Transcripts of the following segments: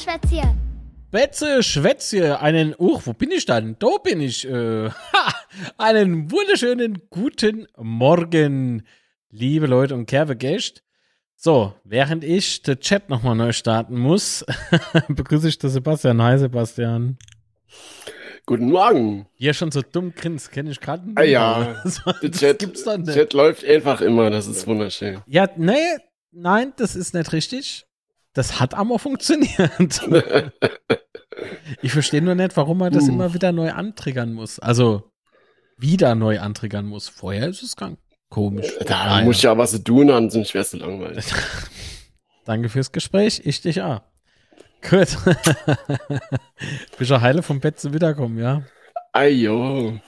Schwätzchen. Betze, Schwätzje, wo bin ich dann? Da bin ich. Einen wunderschönen guten Morgen, liebe Leute und Kerbe Gäste. So, während ich den Chat nochmal neu starten muss, begrüße ich den Sebastian. Hi, Sebastian. Guten Morgen. Hier schon so dumm grinst, kenne ich gerade nicht. Ah ja, der Chat läuft einfach immer, das ist wunderschön. Ja, nein, das ist nicht richtig. Das hat aber funktioniert. Ich verstehe nur nicht, warum man das immer wieder neu antriggern muss. Also, wieder neu antriggern muss. Vorher ist es krank. Komisch. Da muss ja was zu tun haben, sonst wärst du langweilig. Danke fürs Gespräch. Ich dich auch. Gut. Bist du heile vom Bett zu wiederkommen, ja? Ajo.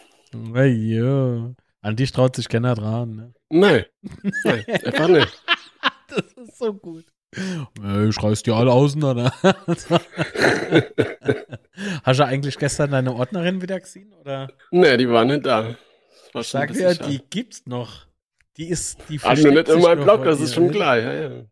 An dich traut sich keiner dran, ne? Nein, einfach nicht. Das ist so gut. Ich reiß die alle auseinander. Hast du eigentlich gestern deine Ordnerin wieder gesehen, oder? Nee, die war nicht da. Ich sag dir, die gibt's noch. Die versteckt nur nicht in meinem Blog, das ist schon klar. Ja.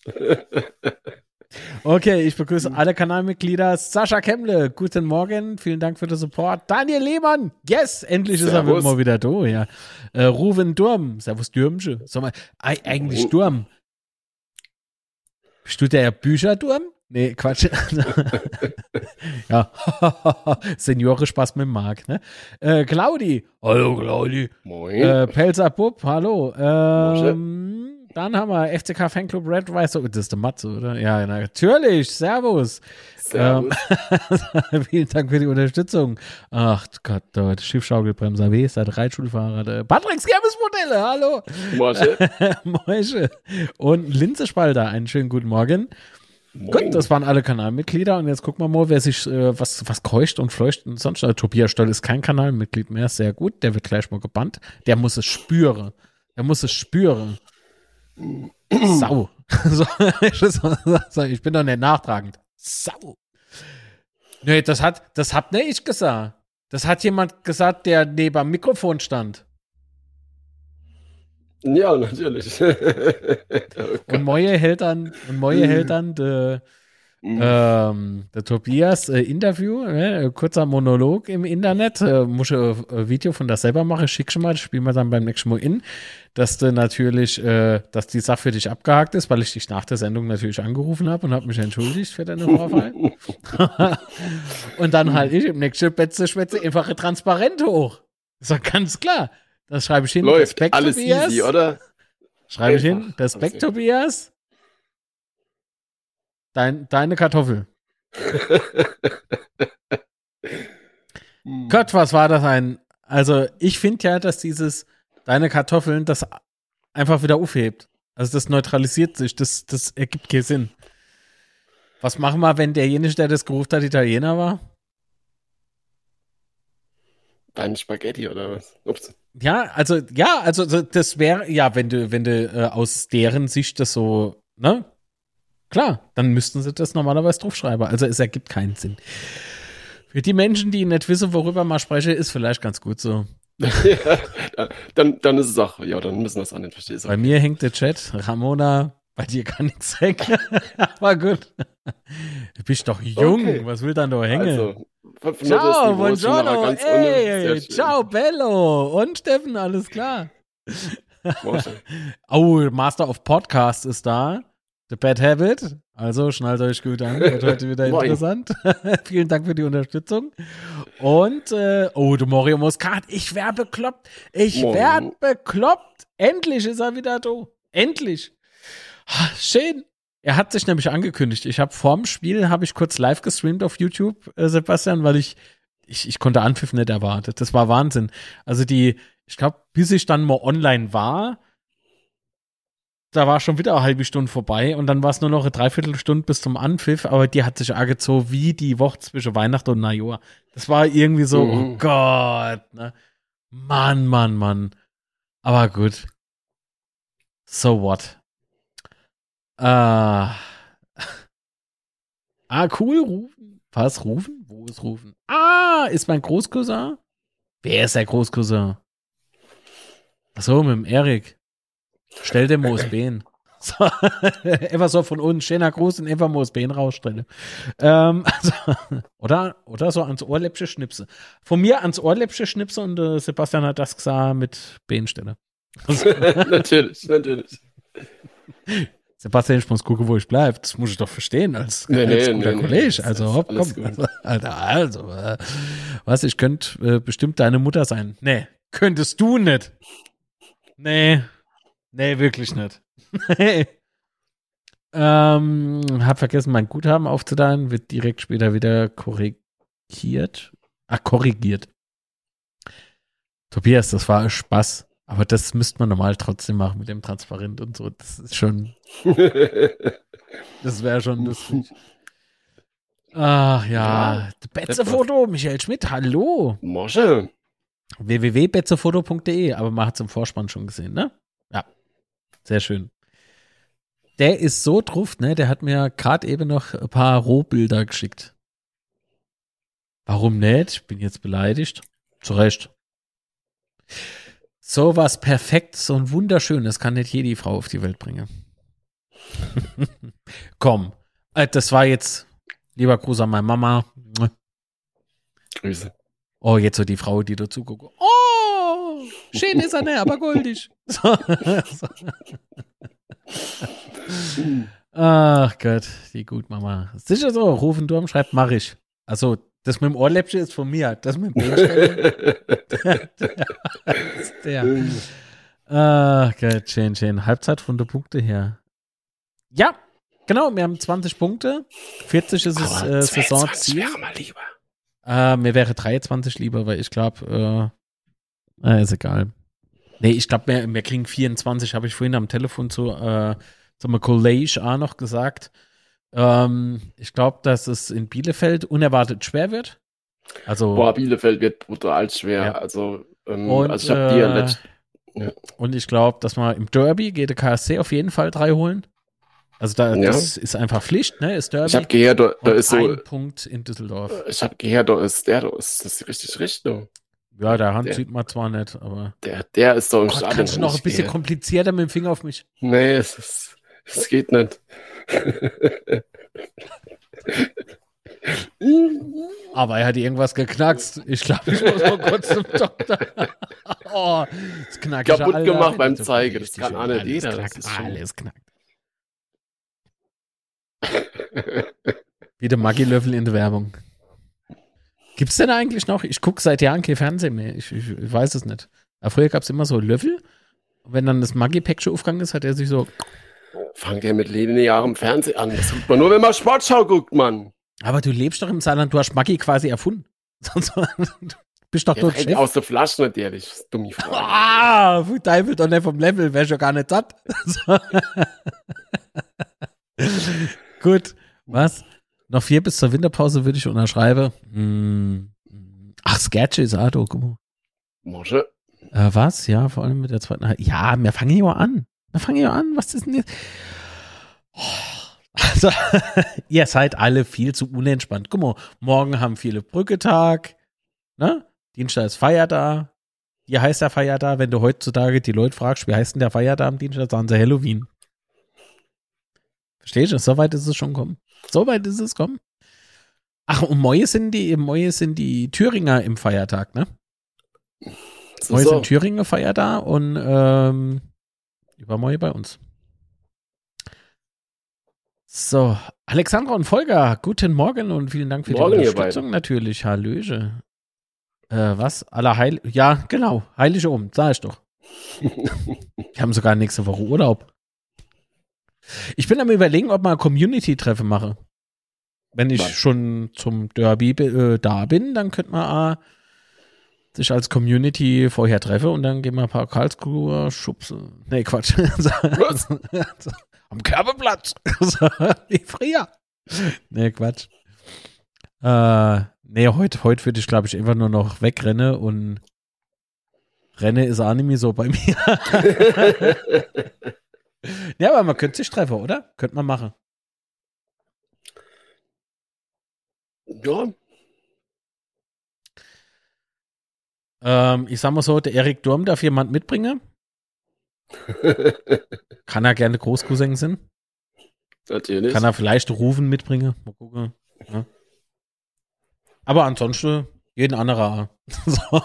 Okay, ich begrüße alle Kanalmitglieder. Sascha Kemmle, guten Morgen, vielen Dank für den Support. Daniel Lehmann, yes, endlich Servus. Ist er mal wieder da, ja. Ruven Durm, servus Dürmsche. Sag mal, eigentlich Durm. Bist du der Bücherdurm? Nee, Quatsch. Ja, Seniore-Spaß mit Marc, ne? Claudi. Hallo, Claudi. Moin. Pelzer Bub, hallo. Dann haben wir FCK Fanclub Red Weiß. Das ist der Matze, oder? Ja, natürlich. Servus. Vielen Dank für die Unterstützung. Ach Gott, dort Schiffschaukelbremser W, seit Reitschulfahrer. Patrick Skermes-Modelle, hallo. Moische. Und Linzespalter, einen schönen guten Morgen. Moin. Gut, das waren alle Kanalmitglieder und jetzt gucken wir mal, wer sich was keucht und fleucht und sonst. Tobias Stoll ist kein Kanalmitglied mehr, sehr gut, der wird gleich mal gebannt. Der muss es spüren. Sau. Ich bin doch nicht nachtragend. Sau. Nee, das hab nicht ich gesagt. Das hat jemand gesagt, der neben dem Mikrofon stand. Ja, natürlich. Und Moje hält dann der Tobias Interview, kurzer Monolog im Internet, muss ich ein Video von das selber machen, schick schon mal, das spielen wir dann beim nächsten Mal in, dass du natürlich, dass die Sache für dich abgehakt ist, weil ich dich nach der Sendung natürlich angerufen habe und habe mich entschuldigt für deine Vorfall. Und dann halt ich im nächsten Schwätze einfache Transparente hoch. Ist doch ganz klar. Das schreibe ich hin. Läuft alles Tobias. Easy, oder? Schreibe ich hin. Respekt, okay. Tobias. Deine Kartoffel. Gott, was war das Also, ich finde ja, dass dieses deine Kartoffeln das einfach wieder aufhebt. Also, das neutralisiert sich. Das ergibt keinen Sinn. Was machen wir, wenn derjenige, der das gerufen hat, Italiener war? Dein Spaghetti oder was? Ups. Ja, also das wäre, ja, wenn du aus deren Sicht das so, ne? Klar, dann müssten sie das normalerweise draufschreiben. Also es ergibt keinen Sinn. Für die Menschen, die nicht wissen, worüber man spreche, ist vielleicht ganz gut so. Ja, dann ist es auch, ja, dann müssen wir es auch nicht verstehen. Bei mir hängt der Chat, Ramona, bei dir kann nichts hängen. Aber gut. Du bist doch jung, okay. Was will dann da hängen? Also, ciao, buongiorno, ey, ciao, Bello und Steffen, alles klar. Oh, Master of Podcast ist da. The Bad Habit. Also schnallt euch gut an. Wird heute wieder interessant. Vielen Dank für die Unterstützung. Und, der Mario Muscat. Ich wär bekloppt. Endlich ist er wieder da. Endlich. Schön. Er hat sich nämlich angekündigt. Ich habe vorm Spiel, kurz live gestreamt auf YouTube, Sebastian, weil ich konnte Anpfiff nicht erwartet. Das war Wahnsinn. Also ich glaube, bis ich dann mal online war, da war schon wieder eine halbe Stunde vorbei und dann war es nur noch eine Dreiviertelstunde bis zum Anpfiff, aber die hat sich angezogen wie die Woche zwischen Weihnachten und Neujahr. Das war irgendwie so, oh Gott, ne? Mann. Aber gut. So what? Cool, rufen. Was, rufen? Wo ist rufen? Ist mein Großcousin? Wer ist der Großcousin? Achso, mit dem Erik. Stell dem Moos Bein. So, einfach so von unten, schöner Gruß und einfach mal das Bein rausstellen. Oder so ans Ohrläppchen schnipsen. Von mir ans Ohrläppchen schnipsen und Sebastian hat das gesagt mit Beinstelle. Natürlich. Sebastian, ich muss gucken, wo ich bleibe. Das muss ich doch verstehen als guter Kollege. Also, hopp, komm. Alter, was, ich könnte bestimmt deine Mutter sein. Nee, könntest du nicht. Nee, wirklich nicht. Hab vergessen, mein Guthaben aufzuteilen, wird direkt später wieder korrigiert. Tobias, das war Spaß. Aber das müsste man normal trotzdem machen mit dem Transparent und so. Das ist schon. Das wäre schon lustig. Ach ja. Betzefoto, Michael Schmidt, hallo. Mosche. www.betzefoto.de, aber man hat es im Vorspann schon gesehen, ne? Ja. Sehr schön. Der ist so drauf, ne? Der hat mir gerade eben noch ein paar Rohbilder geschickt. Warum nicht? Ich bin jetzt beleidigt. Zu Recht. So was Perfektes und Wunderschönes kann nicht jede Frau auf die Welt bringen. Komm, das war jetzt, lieber Gruß an meine Mama. Grüße. Oh, jetzt so die Frau, die dazu guckt. Oh, schön ist er, ne, aber goldig. So. Ach Gott, die Gutmama. Sicher so, Rufendurm schreibt, mach ich. Also, das mit dem Ohrläppchen ist von mir. Das mit dem Behnstellen. Der. Ach Gott, schön. Halbzeit von der Punkte her. Ja, genau, wir haben 20 Punkte. 40 ist es Saisonziel. Wäre mal lieber. Mir wäre 23 lieber, weil ich glaube, ist egal. Nee, ich glaube, wir kriegen 24, habe ich vorhin am Telefon zu einem College auch noch gesagt. Ich glaube, dass es in Bielefeld unerwartet schwer wird. Also, Bielefeld wird brutal schwer. Ja. Also, und ich habe Und ich glaube, dass man im Derby geht der KSC auf jeden Fall 3 holen. Also das ist einfach Pflicht, ne? Ist Derby. Ich habe gehört, da ist so ein Punkt in Düsseldorf. Ich habe gehört, da ist das die richtige Richtung. Ja, der Hand sieht man zwar nicht, aber der ist doch im Stadion. Kannst du noch ein bisschen komplizierter mit dem Finger auf mich? Nee, es geht nicht. Aber er hat irgendwas geknackst. Ich glaube, ich muss mal kurz zum Doktor. Oh, das knackt. Kaputt gemacht beim Zeigen. Das kann auch nicht jeder. Alles knackt. Wie der Maggi-Löffel in der Werbung. Gibt's denn eigentlich noch? Ich gucke seit Jahren kein Fernsehen mehr. Ich weiß es nicht. Aber früher gab es immer so Löffel. Und wenn dann das Maggi-Päckchen aufgegangen ist, hat er sich so. Fangt ja mit linearem Fernsehen an. Das tut man nur, wenn man Sportschau guckt, Mann. Aber du lebst doch im Saarland, du hast Maggi quasi erfunden. Sonst bist doch dort Chef. Aus der Flasche natürlich, dumme Frage. Teufel doch nicht vom Level, wär schon gar nicht satt. Gut, was? Noch 4 bis zur Winterpause würde ich unterschreiben. Ach, Sketche ist Arto, guck mal. Mosche. Was? Ja, vor allem mit der zweiten Halbzeit. Ja, wir fangen hier an. Was ist denn jetzt? Also, ihr seid alle viel zu unentspannt. Guck mal, morgen haben viele Brücketag, ne? Dienstag ist Feiertag. Wie heißt der Feiertag? Wenn du heutzutage die Leute fragst, wie heißt denn der Feiertag am Dienstag, sagen sie Halloween. Verstehst du? So weit ist es schon gekommen. Ach, und Moje sind die Thüringer im Feiertag, ne? Moje sind Thüringer Feiertag und übermorgen bei uns. So, Alexandra und Volker, guten Morgen und vielen Dank für die Unterstützung natürlich. Hallöche. Was? Ja, genau. Heilige sag ich doch. Wir haben sogar nächste Woche Urlaub. Ich bin am Überlegen, ob man ein Community-Treffen mache. Wenn ich schon zum Derby da bin, dann könnte man sich als Community vorher treffen und dann gehen wir ein paar Karlsruher schubsen. Nee, Quatsch. Am Kerbeplatz. Wie früher. Nee, Quatsch. Nee, heute würde ich, glaube ich, einfach nur noch wegrennen und Renne ist auch nicht mehr so bei mir. Ja, aber man könnte sich treffen, oder? Könnte man machen. Ja. Ich sag mal so, der Erik Durm darf jemand mitbringen. Kann er gerne Großcousin sein? Natürlich. Kann er vielleicht Rufen mitbringen? Mal gucken. Ja. Aber ansonsten jeden anderer. So.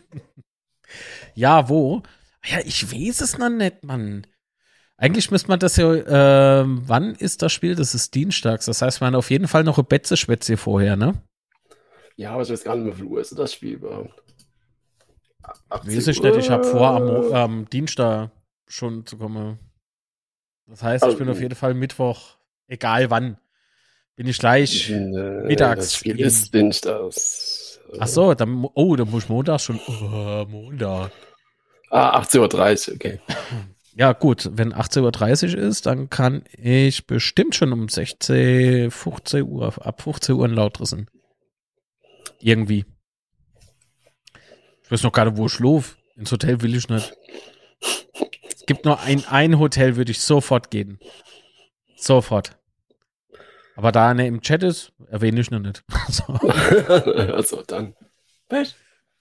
Ja, wo? Ja, ich weiß es noch nicht, Mann. Eigentlich müsste man das ja, wann ist das Spiel? Das ist dienstags. Das heißt, man hat auf jeden Fall noch ein Betze-Schwätze vorher, ne? Ja, aber ich weiß gar nicht mehr, wie viel Uhr ist das Spiel überhaupt? Weiß ich nicht, ich habe vor, am Dienstag schon zu kommen. Das heißt, ich bin auf jeden Fall Mittwoch, egal wann, bin ich gleich mittags. Das Spiel ist dienstags. Ach so, dann muss ich Montag schon. Montag. 18:30 Uhr, okay. Ja, gut, wenn 18:30 Uhr ist, dann kann ich bestimmt schon um 16, 15 Uhr, ab 15 Uhr ein Lautrissen. Irgendwie. Ich weiß noch gar nicht, wo ich schlafe. Ins Hotel will ich nicht. Es gibt nur ein Hotel, würde ich sofort gehen. Sofort. Aber da einer im Chat ist, erwähne ich noch nicht. So. Also dann. Pech.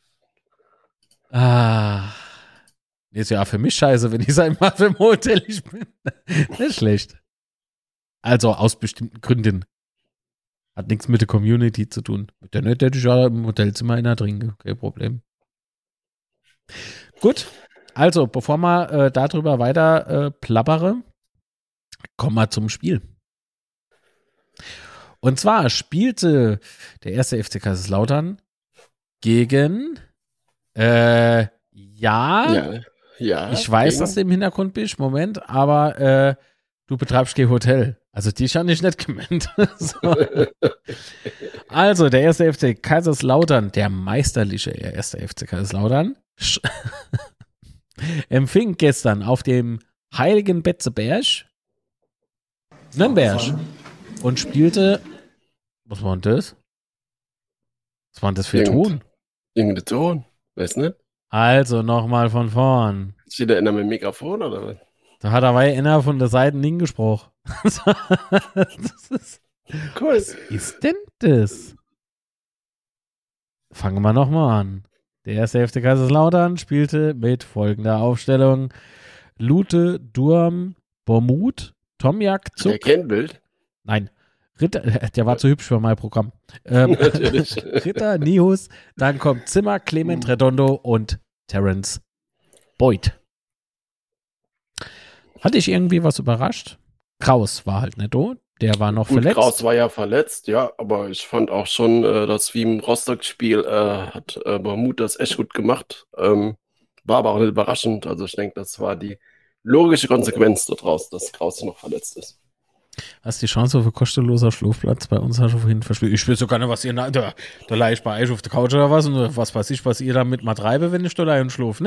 Ist ja für mich scheiße, wenn ich sage, mal im Hotel ich bin. Nicht schlecht. Also aus bestimmten Gründen. Hat nichts mit der Community zu tun. Mit der nicht hätte ich ja im Hotelzimmer einer trinken. Kein Problem. Gut. Also, bevor wir darüber weiter plappere, kommen wir zum Spiel. Und zwar spielte der erste FC Kaiserslautern gegen ja, ich weiß, dass du im Hintergrund bist, Moment, aber du betreibst kein Hotel. Also die habe ich nicht gemeint. So. Also der erste FC Kaiserslautern, der meisterliche erste FC Kaiserslautern, empfing gestern auf dem heiligen Betzeberg Nürnberg und spielte, was war denn das? Was war denn das für Ton? Irgendein Ton, weiß nicht. Also nochmal von vorn. Steht da einer mit dem Mikrofon oder was? Da hat aber einer von der Seite hingesprochen. Das ist, cool. Was ist denn das? Fangen wir nochmal an. Der erste FC Kaiserslautern spielte mit folgender Aufstellung: Lute, Durm, Bormut, Tomjak, Zuck. Der kennt Bild? Nein. Ritter, der war zu hübsch für mein Programm. Natürlich. Ritter, Nihus, dann kommt Zimmer, Clement Redondo und Terence Boyd. Hat dich irgendwie was überrascht? Kraus war halt nicht da. Der war noch verletzt. Kraus war ja verletzt, ja, aber ich fand auch schon, dass wie im Rostock-Spiel hat Bormut das echt gut gemacht. War aber auch nicht überraschend. Also ich denke, das war die logische Konsequenz daraus, dass Kraus noch verletzt ist. Hast die Chance auf einen kostenloser Schlafplatz bei uns hast du vorhin verspielt. Ich weiß sogar nicht, was ihr da leih ich bei euch auf der Couch oder was und was weiß ich, was ihr damit mal treibe, wenn ich da leih und schlaf.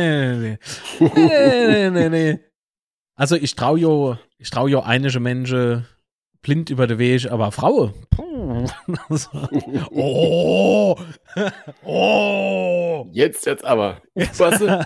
Nee. Also ich trau jo einige Menschen blind über den Weg, aber Frauen. Oh. Jetzt aber. Aufpasse.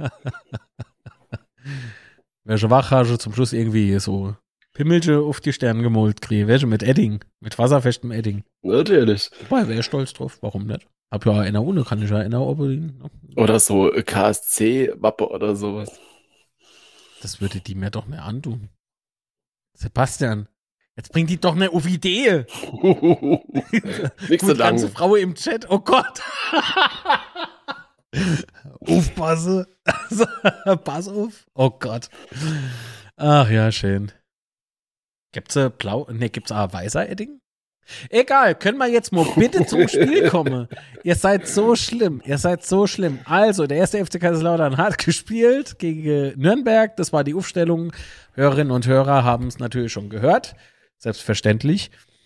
Wer schon wach hast, zum Schluss irgendwie so Pimmelche auf die Sterne gemalt kriege. Welche mit Edding, mit wasserfestem Edding. Natürlich. Wobei, wäre stolz drauf. Warum nicht? Hab ja einer ohne, kann ich ja einer oben. Oder so KSC-Wappe oder sowas. Das würde die mir doch mehr antun. Sebastian, jetzt bringt die doch eine auf Idee. Nichts zu ganze danken. Frau im Chat, oh Gott. Aufpasse. Pass auf. Oh Gott. Ach ja, schön. Gibt's blau? Ne, gibt's auch weißer Edding? Egal, können wir jetzt mal bitte zum Spiel kommen? Ihr seid so schlimm. Also, der erste FC Kaiserslautern hat gespielt gegen Nürnberg. Das war die Aufstellung. Hörerinnen und Hörer haben es natürlich schon gehört. Selbstverständlich.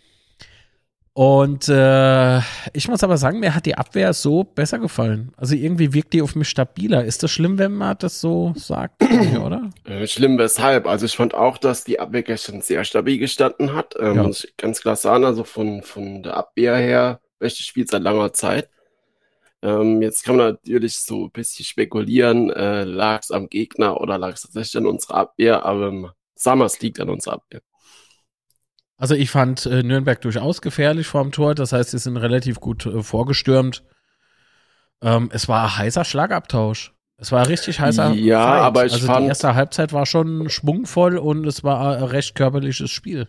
Und ich muss aber sagen, mir hat die Abwehr so besser gefallen. Also irgendwie wirkt die auf mich stabiler. Ist das schlimm, wenn man das so sagt, oder? Schlimm weshalb? Also ich fand auch, dass die Abwehr gestern sehr stabil gestanden hat. Muss ich ganz klar sagen, also von der Abwehr her, bestes Spiel seit langer Zeit. Jetzt kann man natürlich so ein bisschen spekulieren, lag es am Gegner oder lag es tatsächlich an unserer Abwehr, aber sagen wir, es liegt an unserer Abwehr. Also ich fand Nürnberg durchaus gefährlich vorm Tor, das heißt, sie sind relativ gut vorgestürmt. Es war ein heißer Schlagabtausch. Es war richtig heißer Ja, Fight. aber ich also fand, die erste Halbzeit war schon schwungvoll und es war ein recht körperliches Spiel.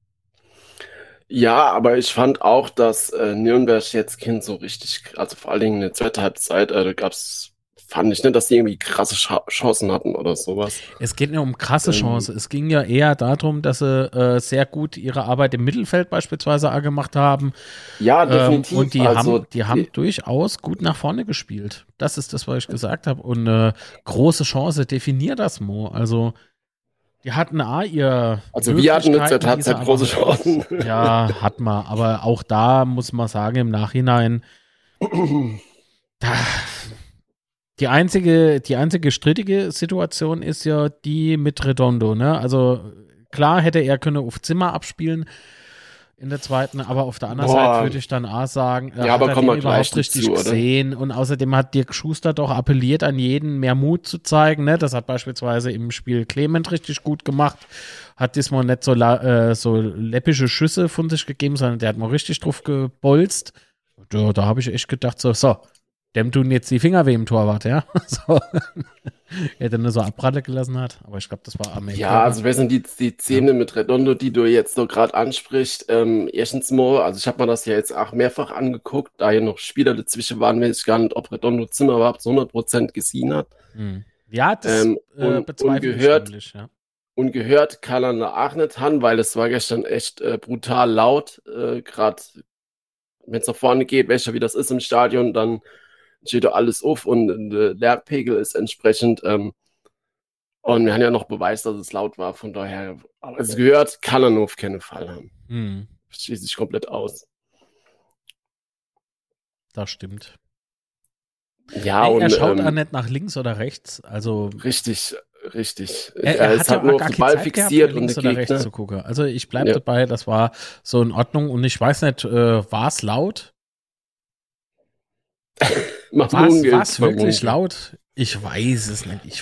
ja, aber ich fand auch, dass Nürnberg jetzt kein so richtig, also vor allen Dingen in der zweiten Halbzeit, da fand ich nicht, dass die irgendwie krasse Chancen hatten oder sowas. Es geht nicht um krasse Ähm, Chancen. Es ging ja eher darum, dass sie sehr gut ihre Arbeit im Mittelfeld beispielsweise auch gemacht haben. ja, definitiv. Und Also, die haben durchaus gut nach vorne gespielt. Das ist das, was ich gesagt habe. Und große Chance, definier das, Mo. Also, die hatten ihr also wir hatten in der zweiten Möglichkeiten, die sie Halbzeit große aber Chancen. ja, hat man. Aber auch da muss man sagen, im Nachhinein, da, die einzige strittige Situation ist ja die mit Redondo, ne? Also klar hätte er können auf Zimmer abspielen in der zweiten, aber auf der anderen Seite würde ich dann auch sagen, Ja, aber hat er kommen den wir gleich überhaupt richtig dazu, oder? gesehen und außerdem hat Dirk Schuster doch appelliert an jeden, mehr Mut zu zeigen, ne? Das hat beispielsweise im Spiel Clement richtig gut gemacht, hat diesmal nicht so läppische Schüsse von sich gegeben, sondern der hat mal richtig drauf gebolzt. Da habe ich echt gedacht, so, dem tun jetzt die Finger weh im Torwart, ja. So. Er dann nur so Abpralle gelassen hat, aber ich glaube, das war Amerika. Ja, also wer sind die Szene mit Redondo, die du jetzt so gerade ansprichst? Erstens mal, also ich habe mir das ja jetzt auch mehrfach angeguckt, da hier noch Spieler dazwischen waren, weiß ich gar nicht, ob Redondo Zimmer überhaupt zu 100% gesehen hat. Ja, das bezweifle ich nämlich, ja. Und gehört kann er auch nicht haben, weil es war gestern echt brutal laut, gerade wenn es nach vorne geht, weißt du, wie das ist im Stadion, dann steht da alles auf und der Lärmpegel ist entsprechend. Und wir haben ja noch Beweis, dass es laut war, von daher, aber es gehört, kann er nur auf keinen Fall haben. Schließt sich komplett aus. Das stimmt. Ja, und er schaut auch nicht nach links oder rechts, also richtig. Er hat ja nur auch auf gar den keine Ball Zeit fixiert gehabt, und links der oder Gegner. rechts zu gucken. Also ich bleibe dabei, das war so in Ordnung und ich weiß nicht, war es laut? War es wirklich laut? Ich weiß es nicht.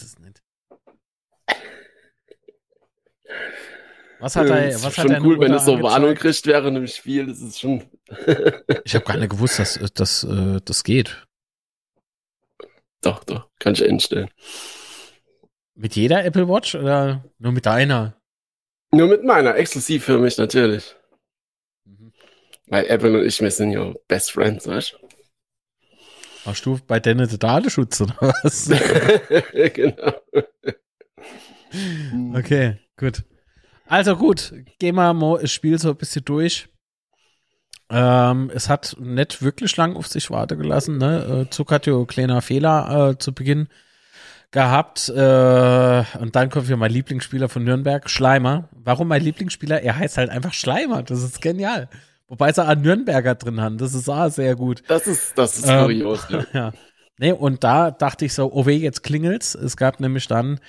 Was hat er schon cool, wenn es so Warnung kriegt während dem Spiel, das ist schon. Ich habe gar nicht gewusst, dass das geht. Doch, kann ich einstellen. Mit jeder Apple Watch oder nur mit deiner? Nur mit meiner, exklusiv für mich natürlich. Weil Apple und ich, wir sind ja Best Friends, weißt du? Hast du bei denen den Datenschutz oder was? Genau. Okay, gut. Also gut, gehen wir mal das Spiel so ein bisschen durch. Es hat nicht wirklich lang auf sich warten gelassen. Ne? Zuck hat ja ein kleiner Fehler zu Beginn gehabt. Und dann kommt ja mein Lieblingsspieler von Nürnberg, Schleimer. Warum mein Lieblingsspieler? Er heißt halt einfach Schleimer. Das ist genial. Wobei sie einen Nürnberger drin haben. Das ist auch sehr gut. Das ist kurios. Ja. Nee, und da dachte ich so, oh weh, jetzt klingelt's. Es gab nämlich dann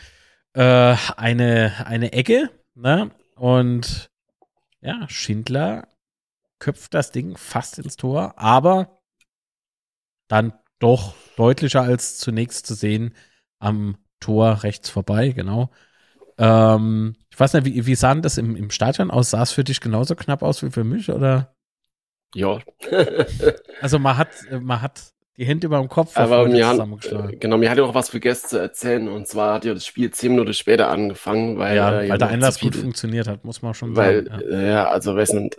eine Ecke, ne? Und ja, Schindler köpft das Ding fast ins Tor, aber dann doch deutlicher als zunächst zu sehen am Tor rechts vorbei, genau. Ich weiß nicht, wie sah das im Stadion aus? Sah es für dich genauso knapp aus wie für mich, oder? Ja. Also man hat die Hände über dem Kopf zusammengeschlagen. Genau, mir hat ja noch was vergessen zu erzählen, und zwar hat ja das Spiel 10 Minuten später angefangen, weil der Einlass gut funktioniert hat, muss man schon sagen. Also wir sind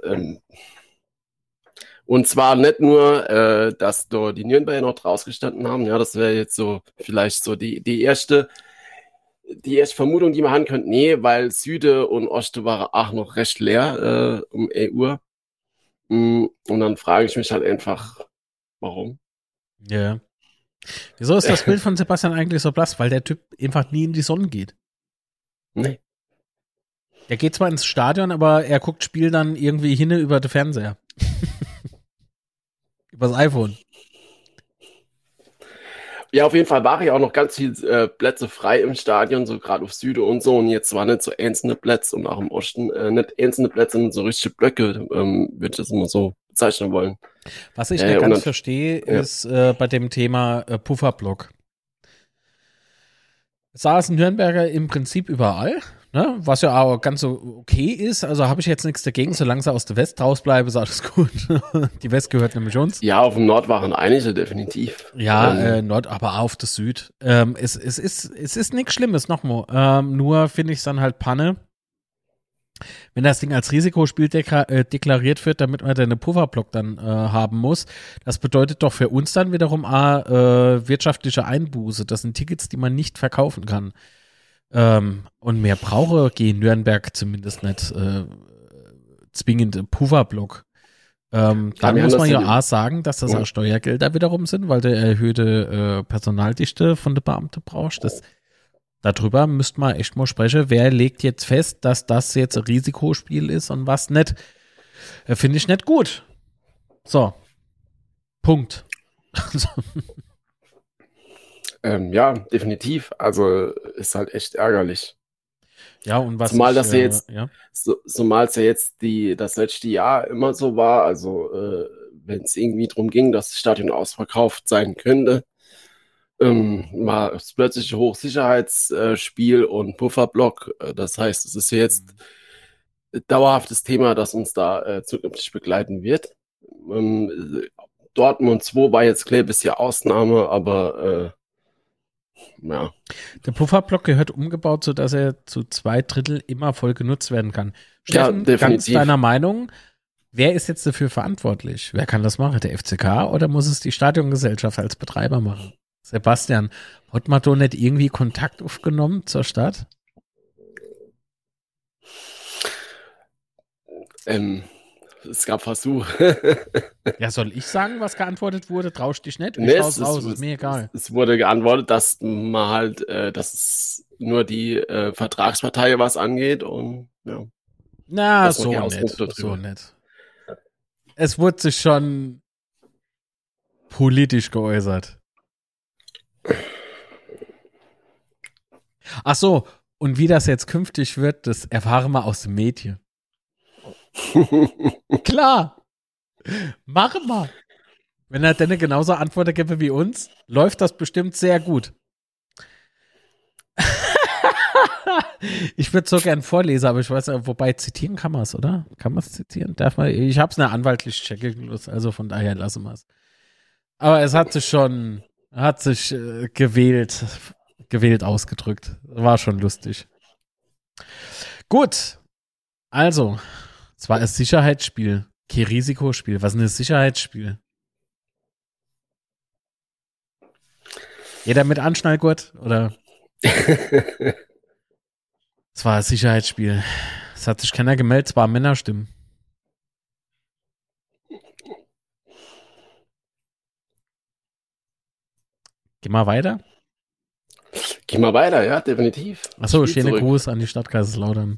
und zwar nicht nur, dass da die Nürnberger noch draus gestanden haben, ja, das wäre jetzt so vielleicht so die erste Vermutung, die man haben könnte, nee, weil Süde und Oste waren auch noch recht leer um 1 Uhr. Und dann frage ich mich halt einfach, warum? Ja. Wieso ist das Bild von Sebastian eigentlich so blass? Weil der Typ einfach nie in die Sonne geht. Nee. Der geht zwar ins Stadion, aber er guckt Spiel dann irgendwie hin über den Fernseher. Übers iPhone. Ja, auf jeden Fall waren ja auch noch ganz viele Plätze frei im Stadion, so gerade auf Süde und so. Und jetzt waren nicht so einzelne Plätze und auch im Osten nicht einzelne Plätze, sondern so richtige Blöcke, würde ich das immer so bezeichnen wollen. Was ich nicht ganz verstehe, ist bei dem Thema Pufferblock. Saßen Nürnberger im Prinzip überall, Ne? Was ja auch ganz so okay ist. Also habe ich jetzt nichts dagegen, solange sie aus der West rausbleiben, ist alles gut. Die West gehört nämlich uns. Ja, auf dem Nord waren einige, definitiv. Ja, Nord, aber auf das Süd. Es ist nichts Schlimmes, nochmal. Nur finde ich es dann halt Panne, wenn das Ding als Risikospiel deklariert wird, damit man dann einen Pufferblock dann haben muss. Das bedeutet doch für uns dann wiederum wirtschaftliche Einbuße. Das sind Tickets, die man nicht verkaufen kann. Und mehr brauche gegen Nürnberg zumindest nicht zwingend Pufferblock. Dann muss man ja A sagen, dass das auch Steuergelder wiederum sind, weil du erhöhte Personaldichte von der Beamte brauchst. Darüber müsste man echt mal sprechen. Wer legt jetzt fest, dass das jetzt ein Risikospiel ist und was nicht? Finde ich nicht gut. So. Punkt. Ja, definitiv. Also ist halt echt ärgerlich. Ja, und was zumal das zumal es ja jetzt das letzte Jahr immer so war, also wenn es irgendwie darum ging, dass das Stadion ausverkauft sein könnte, mal das plötzliche Hochsicherheitsspiel und Pufferblock. Das heißt, es ist ja jetzt ein dauerhaftes Thema, das uns da zukünftig begleiten wird. Dortmund 2 war jetzt klar bisher Ausnahme, aber ja. Der Pufferblock gehört umgebaut, sodass er zu 2/3 immer voll genutzt werden kann. Steffen, ja, ganz deiner Meinung, wer ist jetzt dafür verantwortlich? Wer kann das machen? Der FCK oder muss es die Stadiongesellschaft als Betreiber machen? Sebastian, hat man da nicht irgendwie Kontakt aufgenommen zur Stadt? Es gab Versuche. Ja, soll ich sagen, was geantwortet wurde? Trausch dich nicht? Nee, raus, ist mir egal. Es wurde geantwortet, dass man halt, dass es nur die Vertragspartei was angeht und ja. Na, so nett. Es wurde sich schon politisch geäußert. Ach so, und wie das jetzt künftig wird, das erfahren wir aus den Medien. Klar. Machen wir. Wenn er denn genauso Antworten gibt wie uns, läuft das bestimmt sehr gut. Ich würde so gern vorlesen, aber ich weiß ja, wobei zitieren kann man es, oder? Kann man es zitieren? Darf man? Ich habe es eine anwaltliche Checklist, also von daher lassen wir es. Aber es hat sich gewählt ausgedrückt. War schon lustig. Gut. Also, es war ein Sicherheitsspiel, kein Risikospiel. Was ist ein Sicherheitsspiel? Jeder mit Anschnallgurt, oder? Es war ein Sicherheitsspiel. Es hat sich keiner gemeldet, es war Männerstimmen. Geh mal weiter. Geh mal weiter, ja, definitiv. Achso, schönen Gruß an die Stadt Kaiserslautern.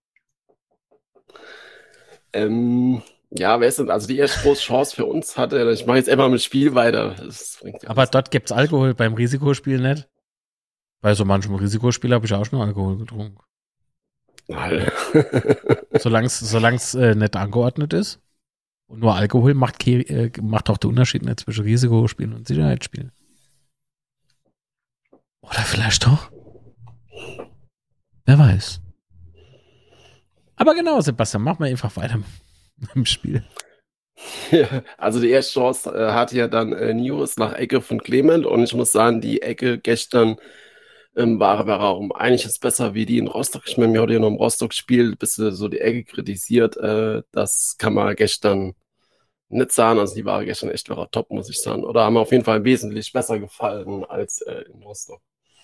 Ja, wer ist denn? Also die erste große Chance für uns hatte, ich mache jetzt einfach mit Spiel weiter. Aber dort gibt es Alkohol, beim Risikospiel nicht. Bei so manchem Risikospiel habe ich auch schon Alkohol getrunken. Solange es nicht angeordnet ist. Und nur Alkohol macht auch den Unterschied nicht zwischen Risikospielen und Sicherheitsspielen. Oder vielleicht doch. Wer weiß. Aber genau, Sebastian, mach mal einfach weiter im Spiel. Ja, also die erste Chance hatte ja dann News nach Ecke von Clement und ich muss sagen, die Ecke gestern war um einiges besser wie die in Rostock. Ich meine, mir hat ja noch im Rostock gespielt, bis so die Ecke kritisiert. Das kann man gestern nicht sagen. Also die war gestern echt top, muss ich sagen. Oder haben mir auf jeden Fall wesentlich besser gefallen als in Rostock.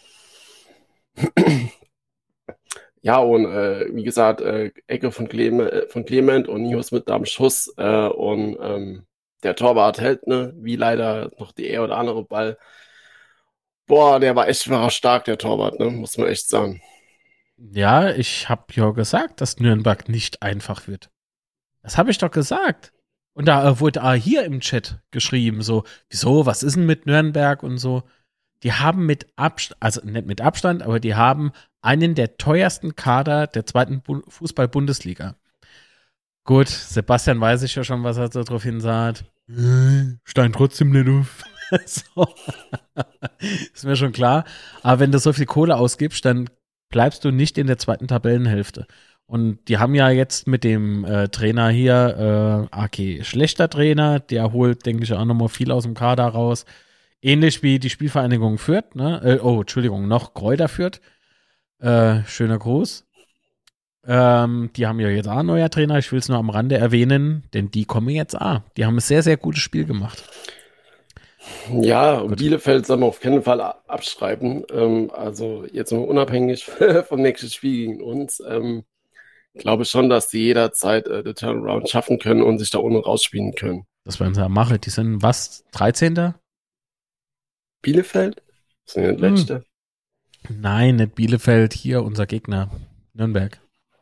Ja, und wie gesagt, Ecke von Clement und News mit am Schuss und der Torwart hält, ne, wie leider noch die oder andere Ball. Boah, der war echt stark, der Torwart, ne, muss man echt sagen. Ja, ich habe ja gesagt, dass Nürnberg nicht einfach wird. Das habe ich doch gesagt. Und da wurde hier im Chat geschrieben, so, wieso, was ist denn mit Nürnberg und so. Die haben mit Abstand, also nicht mit Abstand, aber die haben einen der teuersten Kader der zweiten Fußball-Bundesliga. Gut, Sebastian weiß ich ja schon, was er so drauf hin sagt. Stein trotzdem nicht auf. So. Ist mir schon klar. Aber wenn du so viel Kohle ausgibst, dann bleibst du nicht in der zweiten Tabellenhälfte. Und die haben ja jetzt mit dem Trainer hier, okay, schlechter Trainer, der holt, denke ich, auch nochmal viel aus dem Kader raus. Ähnlich wie die Spielvereinigung Fürth, ne? Noch Kräuter Fürth. Schöner Gruß. Die haben ja jetzt auch einen neuer Trainer, ich will es nur am Rande erwähnen, denn die kommen jetzt auch. Die haben ein sehr, sehr gutes Spiel gemacht. Ja, und Bielefeld soll man auf keinen Fall abschreiben. Also jetzt mal unabhängig vom nächsten Spiel gegen uns. Glaube schon, dass die jederzeit den Turnaround schaffen können und sich da unten rausspielen können. Das werden sie ja machen. Die sind was? 13.? Bielefeld? Sind die Letzte? Nein, nicht Bielefeld. Hier unser Gegner. Nürnberg.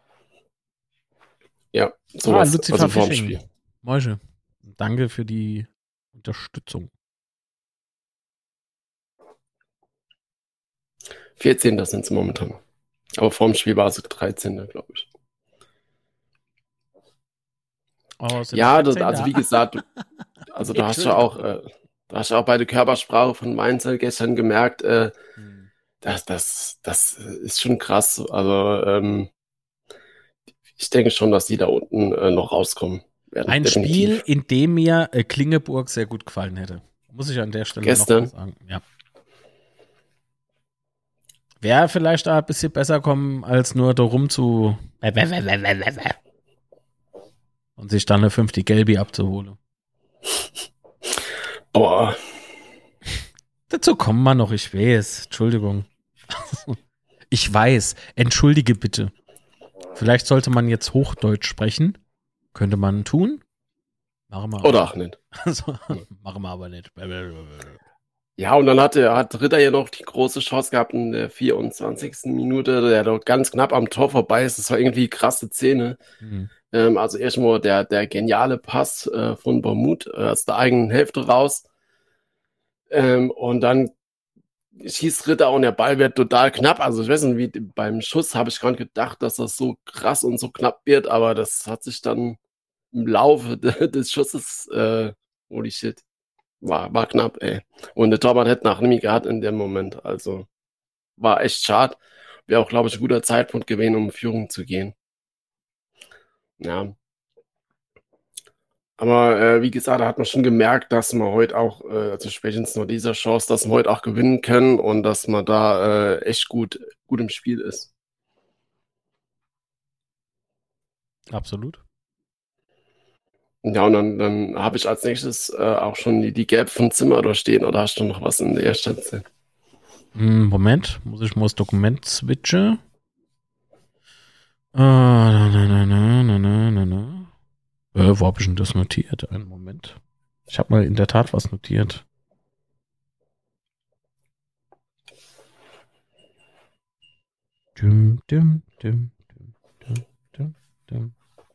Ja, sowas. Lucifer vorm Spiel. Moische. Danke für die Unterstützung. 14. sind sie momentan. Aber vorm Spiel war es 13. glaube ich. Ja, also wie gesagt, also du hast ja auch bei der Körpersprache von Weinzel gestern gemerkt, das ist schon krass. Also ich denke schon, dass die da unten noch rauskommen werden. Ein definitiv. Spiel, in dem mir Klingeburg sehr gut gefallen hätte. Muss ich an der Stelle gestern noch sagen. Ja. Wäre vielleicht da ein bisschen besser kommen, als nur da rum zu und sich dann eine 50 Gelbi abzuholen. Boah. Dazu kommen wir noch, ich weiß. Entschuldigung. Ich weiß. Entschuldige bitte. Vielleicht sollte man jetzt Hochdeutsch sprechen. Könnte man tun. Machen wir oder auch nicht. Also, machen wir aber nicht. Ja, und dann hat Ritter ja noch die große Chance gehabt in der 24. Minute, der doch ganz knapp am Tor vorbei ist. Das war irgendwie krasse Szene. Also erstmal der geniale Pass von Bormuth aus der eigenen Hälfte raus. Und dann schießt Ritter und der Ball wird total knapp. Also ich weiß nicht, wie beim Schuss habe ich gar nicht gedacht, dass das so krass und so knapp wird, aber das hat sich dann im Laufe des Schusses, holy shit, war knapp, ey. Und der Torwart hätte nach Nimi gehabt in dem Moment. Also war echt schade. Wäre auch, glaube ich, ein guter Zeitpunkt gewesen, um in Führung zu gehen. Ja. Aber wie gesagt, da hat man schon gemerkt, dass man heute auch, also spätestens nur dieser Chance, dass wir heute auch gewinnen können und dass man da echt gut im Spiel ist. Absolut. Ja, und dann habe ich als nächstes auch schon die Gelb vom Zimmer da stehen, oder hast du noch was in der ersten Szene? Moment, muss ich mal das Dokument switchen? Wo habe ich denn das notiert? Einen Moment. Ich habe mal in der Tat was notiert. Dum, dum, dum, dum, dum, dum, dum.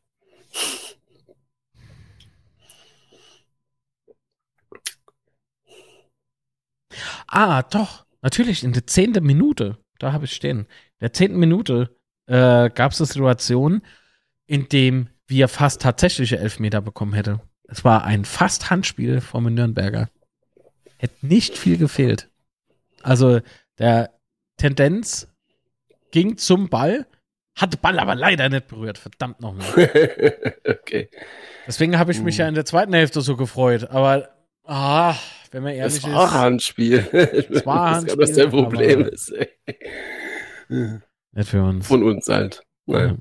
Doch. Natürlich, in der 10. Minute. Da habe ich stehen. In der 10. Minute gab es eine Situation, in dem wir fast tatsächliche Elfmeter bekommen hätte. Es war ein fast Handspiel vom Nürnberger. Hätte nicht viel gefehlt. Also der Tendenz ging zum Ball, hat den Ball aber leider nicht berührt. Verdammt nochmal. Okay. Deswegen habe ich mich ja in der zweiten Hälfte so gefreut. Aber, wenn man ehrlich ist. Es war Handspiel. Es war Handspiel. Das der Problem ist. Ey. Nicht für uns. Von uns halt. Naja.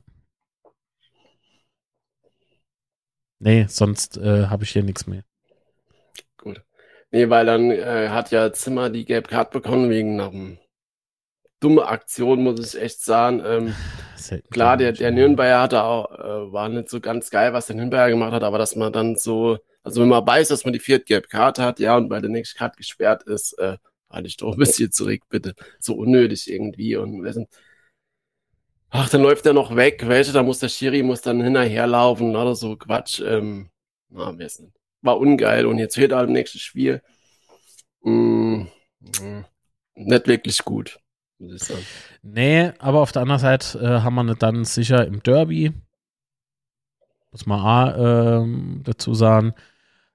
Nee, sonst habe ich hier nichts mehr. Gut. Nee, weil dann hat ja Zimmer die gelbe Karte bekommen wegen einer dumme Aktion, muss ich echt sagen. Klar, der Nürnberger war nicht so ganz geil, was der Nürnberger gemacht hat, aber dass man dann so, also wenn man weiß, dass man die 4. gelbe Karte hat, ja, und bei der nächsten Karte gesperrt ist, halte ich doch ein bisschen zurück, bitte. So unnötig irgendwie. Und dann läuft er noch weg, da muss der Schiri dann hinterherlaufen oder so, Quatsch. Weiß nicht. War ungeil und jetzt fehlt halt im nächsten Spiel. Nicht wirklich gut, muss ich sagen. Nee, aber auf der anderen Seite haben wir dann sicher im Derby, muss man dazu sagen,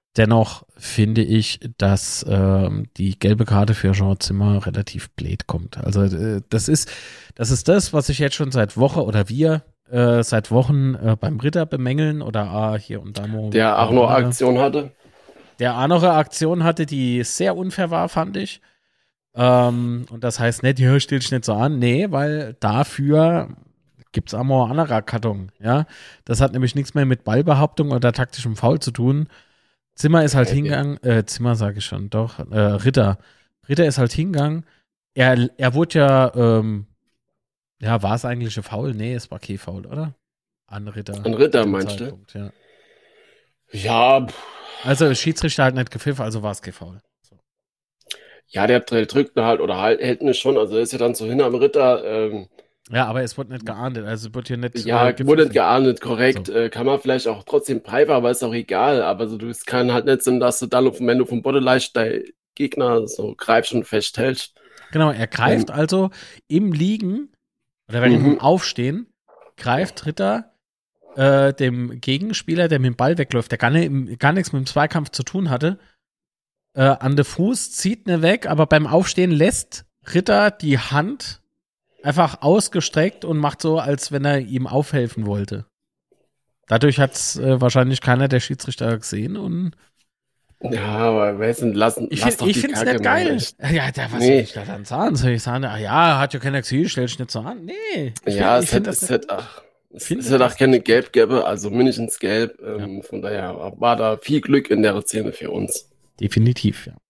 Dennoch finde ich, dass die gelbe Karte für Jean Zimmer relativ blöd kommt. Also das ist das, was ich jetzt schon seit Woche oder wir seit Wochen beim Ritter bemängeln oder hier und da. Der auch noch Aktion hatte. Der auch noch eine Aktion hatte, die sehr unfair war, fand ich. Und das heißt nicht, ja, stell dich nicht so an. Nee, weil dafür gibt es auch mal anderer Karton. Ja? Das hat nämlich nichts mehr mit Ballbehauptung oder taktischem Foul zu tun. Zimmer ist halt hingegangen, Zimmer sage ich schon, doch, Ritter. Ritter ist halt hingegangen. Er wurde ja, war es eigentlich ein Foul? Nee, es war kein Foul, oder? An Ritter. An Ritter, meinst du? Ja. Ja. Also, Schiedsrichter halt nicht gepfiffen, also war es kein Foul. So. Ja, der drückt ihn halt oder hält ihn schon, also ist ja dann so hin am Ritter. Ja, aber es wurde nicht geahndet, also es wurde hier nicht. Ja, wurde nicht geahndet, korrekt. So. Kann man vielleicht auch trotzdem pfeifen, aber ist auch egal. Aber so, es kann halt nicht sein, dass du dann, wenn du vom Boden leicht dein Gegner so greifst und festhältst. Genau, er greift also im Liegen oder wenn im Aufstehen, greift Ritter dem Gegenspieler, der mit dem Ball wegläuft, der gar nichts mit dem Zweikampf zu tun hatte, an den Fuß, zieht ne weg, aber beim Aufstehen lässt Ritter die Hand einfach ausgestreckt und macht so, als wenn er ihm aufhelfen wollte. Dadurch hat es wahrscheinlich keiner der Schiedsrichter gesehen und ja, aber wer ist denn ich finde es nicht geil. Ja, was soll ich da dann sagen? Soll ich sagen, ja, hat ja keiner gesehen, stell dich nicht so an. Nee. Es hätte auch keine Gelb-Gelbe, also mindestens Gelb. Von daher war da viel Glück in der Szene für uns. Definitiv, ja.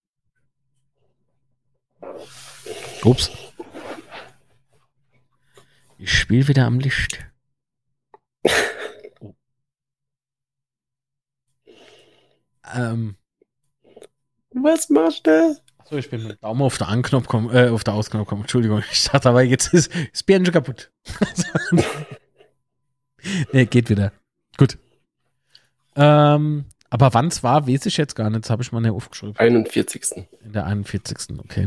Ups. Ich spiele wieder am Licht. Oh. Was machst du? Achso, ich bin mit dem Daumen auf den Anknopf auf den Ausknopf gekommen. Entschuldigung, ich dachte aber, jetzt ist das Bier schon kaputt. Nee, geht wieder. Gut. Aber wann es war, weiß ich jetzt gar nicht. Das habe ich mal nicht aufgeschrieben. 41. In der 41. Okay.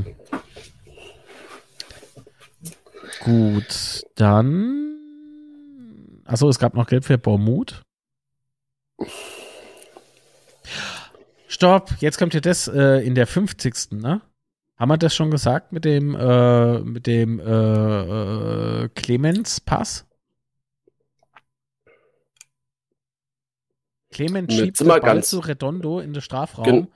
Gut, dann. Achso, es gab noch Gelb für Bormuth. Stopp, jetzt kommt ja das in der 50. Ne? Haben wir das schon gesagt mit dem Clemens-Pass? Clemens schiebt den Ball zu Redondo in den Strafraum.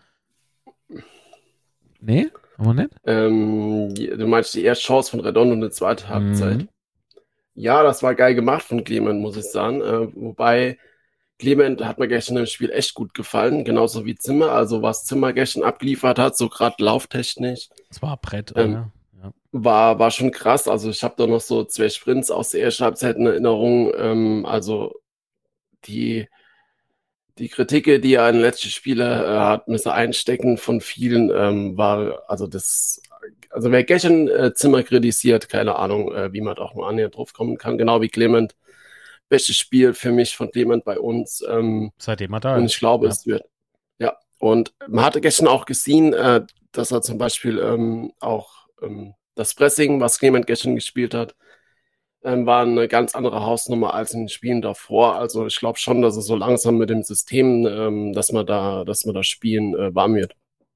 Nee, haben wir nicht? Du meinst die erste Chance von Redondo in der zweiten Halbzeit. Ja, das war geil gemacht von Clement, muss ich sagen. Wobei Clement hat mir gestern im Spiel echt gut gefallen, genauso wie Zimmer. Also was Zimmer gestern abgeliefert hat, so gerade lauftechnisch. Das war Brett, oder? Ja. War schon krass. Also ich habe da noch so 2 Sprints aus der ersten Halbzeit in Erinnerung. Also die Kritik, die er in den letzten Spielen hat müssen einstecken von vielen, war, also wer gestern Zimmer kritisiert, keine Ahnung, wie man da auch mal annähernd drauf kommen kann, genau wie Clement. Bestes Spiel für mich von Clement bei uns. Seitdem er da ist. Und ich glaube, es wird. Ja, und man hatte gestern auch gesehen, dass er zum Beispiel auch das Pressing, was Clement gestern gespielt hat, war eine ganz andere Hausnummer als in den Spielen davor. Also ich glaube schon, dass es so langsam mit dem System, dass man da spielen warm wird.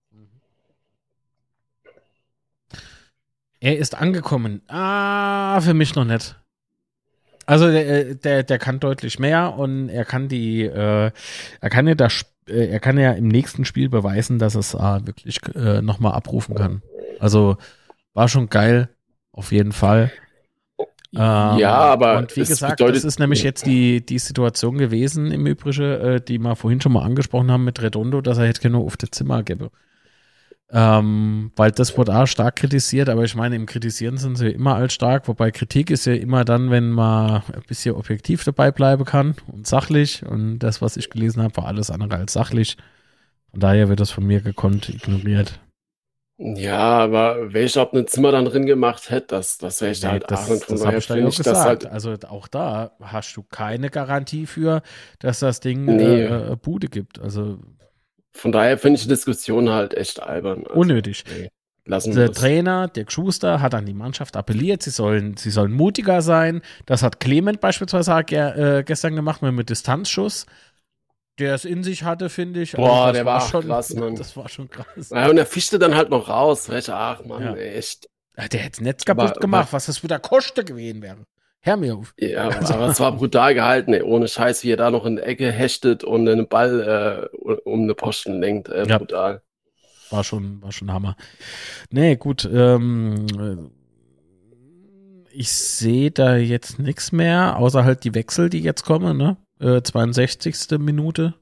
Er ist angekommen. Für mich noch nicht. Also der kann deutlich mehr und er kann ja im nächsten Spiel beweisen, dass es wirklich nochmal abrufen kann. Also war schon geil, auf jeden Fall. Ja, aber und wie gesagt, das ist nämlich jetzt die Situation gewesen im Übrigen, die wir vorhin schon mal angesprochen haben mit Redondo, dass er jetzt nur auf das Zimmer gäbe. Weil das wurde auch stark kritisiert, aber ich meine, im Kritisieren sind sie immer als stark, wobei Kritik ist ja immer dann, wenn man ein bisschen objektiv dabei bleiben kann und sachlich, und das, was ich gelesen habe, war alles andere als sachlich. Von daher wird das von mir gekonnt ignoriert. Ja, aber wenn ich auch ein Zimmer dann drin gemacht hätte, das wäre ich halt das habe ich da ja auch gesagt. Halt, also auch da hast du keine Garantie für, dass das Ding Bude gibt. Also von daher finde ich die Diskussion halt echt albern. Also, unnötig. Der Trainer, der Schuster, hat an die Mannschaft appelliert, sie sollen mutiger sein. Das hat Clement beispielsweise gestern gemacht mit Distanzschuss. der es in sich hatte, finde ich. Boah, Also der war schon krass, Mann. Das war schon krass. Ja, und er fischte dann halt noch raus. Ach, Mann, Ja. echt. Ja, der hätte es nicht kaputt gemacht, was das wieder Kosten gewesen wäre. Hör mir auf. Ja, aber es war brutal gehalten, ey. Ohne Scheiß, wie er da noch in der Ecke hechtet und den Ball um eine Posten lenkt. Ja. Brutal. War schon Hammer. Nee, gut. Ich sehe da jetzt nichts mehr, außer halt die Wechsel, die jetzt kommen, ne? 62. Minute.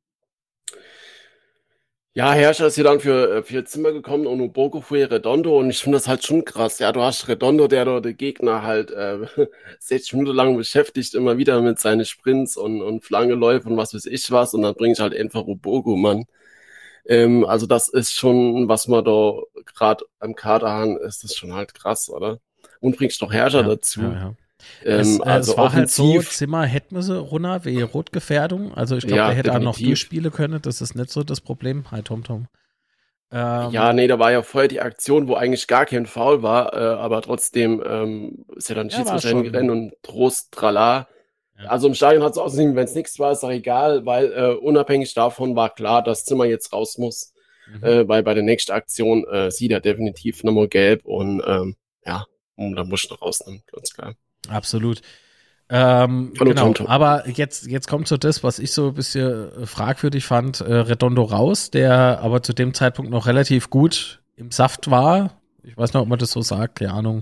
Ja, Herrscher ist hier dann für Zimmer gekommen und Uboko für Redondo und ich finde das halt schon krass. Ja, du hast Redondo, der dort den Gegner halt 60 Minuten lang beschäftigt, immer wieder mit seinen Sprints und Flankeläufen und was weiß ich was und dann bringe ich halt einfach Uboko, Mann. Also das ist schon, was man da gerade am Kader haben, ist das schon halt krass, oder? Und bringst noch Herrscher dazu. Ja. Also es war halt so, offensiv. Zimmer hätten wir sie runter, wie Rotgefährdung. Also ich glaube, Ja, der hätte auch noch definitiv. durchspielen können. Das ist nicht so das Problem. Hi, Tom. Ja, nee, da war ja vorher die Aktion, wo eigentlich gar kein Foul war, aber trotzdem ist ja dann Ja, war Schiedsrichter schon. hingerannt und Trost, trala. Ja. Also im Stadion hat es ausgesehen, wenn es nichts war, ist doch egal, weil unabhängig davon war klar, dass Zimmer jetzt raus muss. Weil bei der nächsten Aktion sieht er definitiv nochmal gelb und ja, da muss ich noch rausnehmen, ganz klar. Absolut. Hallo, genau, Tom. aber jetzt kommt so das, was ich so ein bisschen fragwürdig fand, Redondo raus, der aber zu dem Zeitpunkt noch relativ gut im Saft war. Ich weiß nicht, ob man das so sagt, keine Ahnung.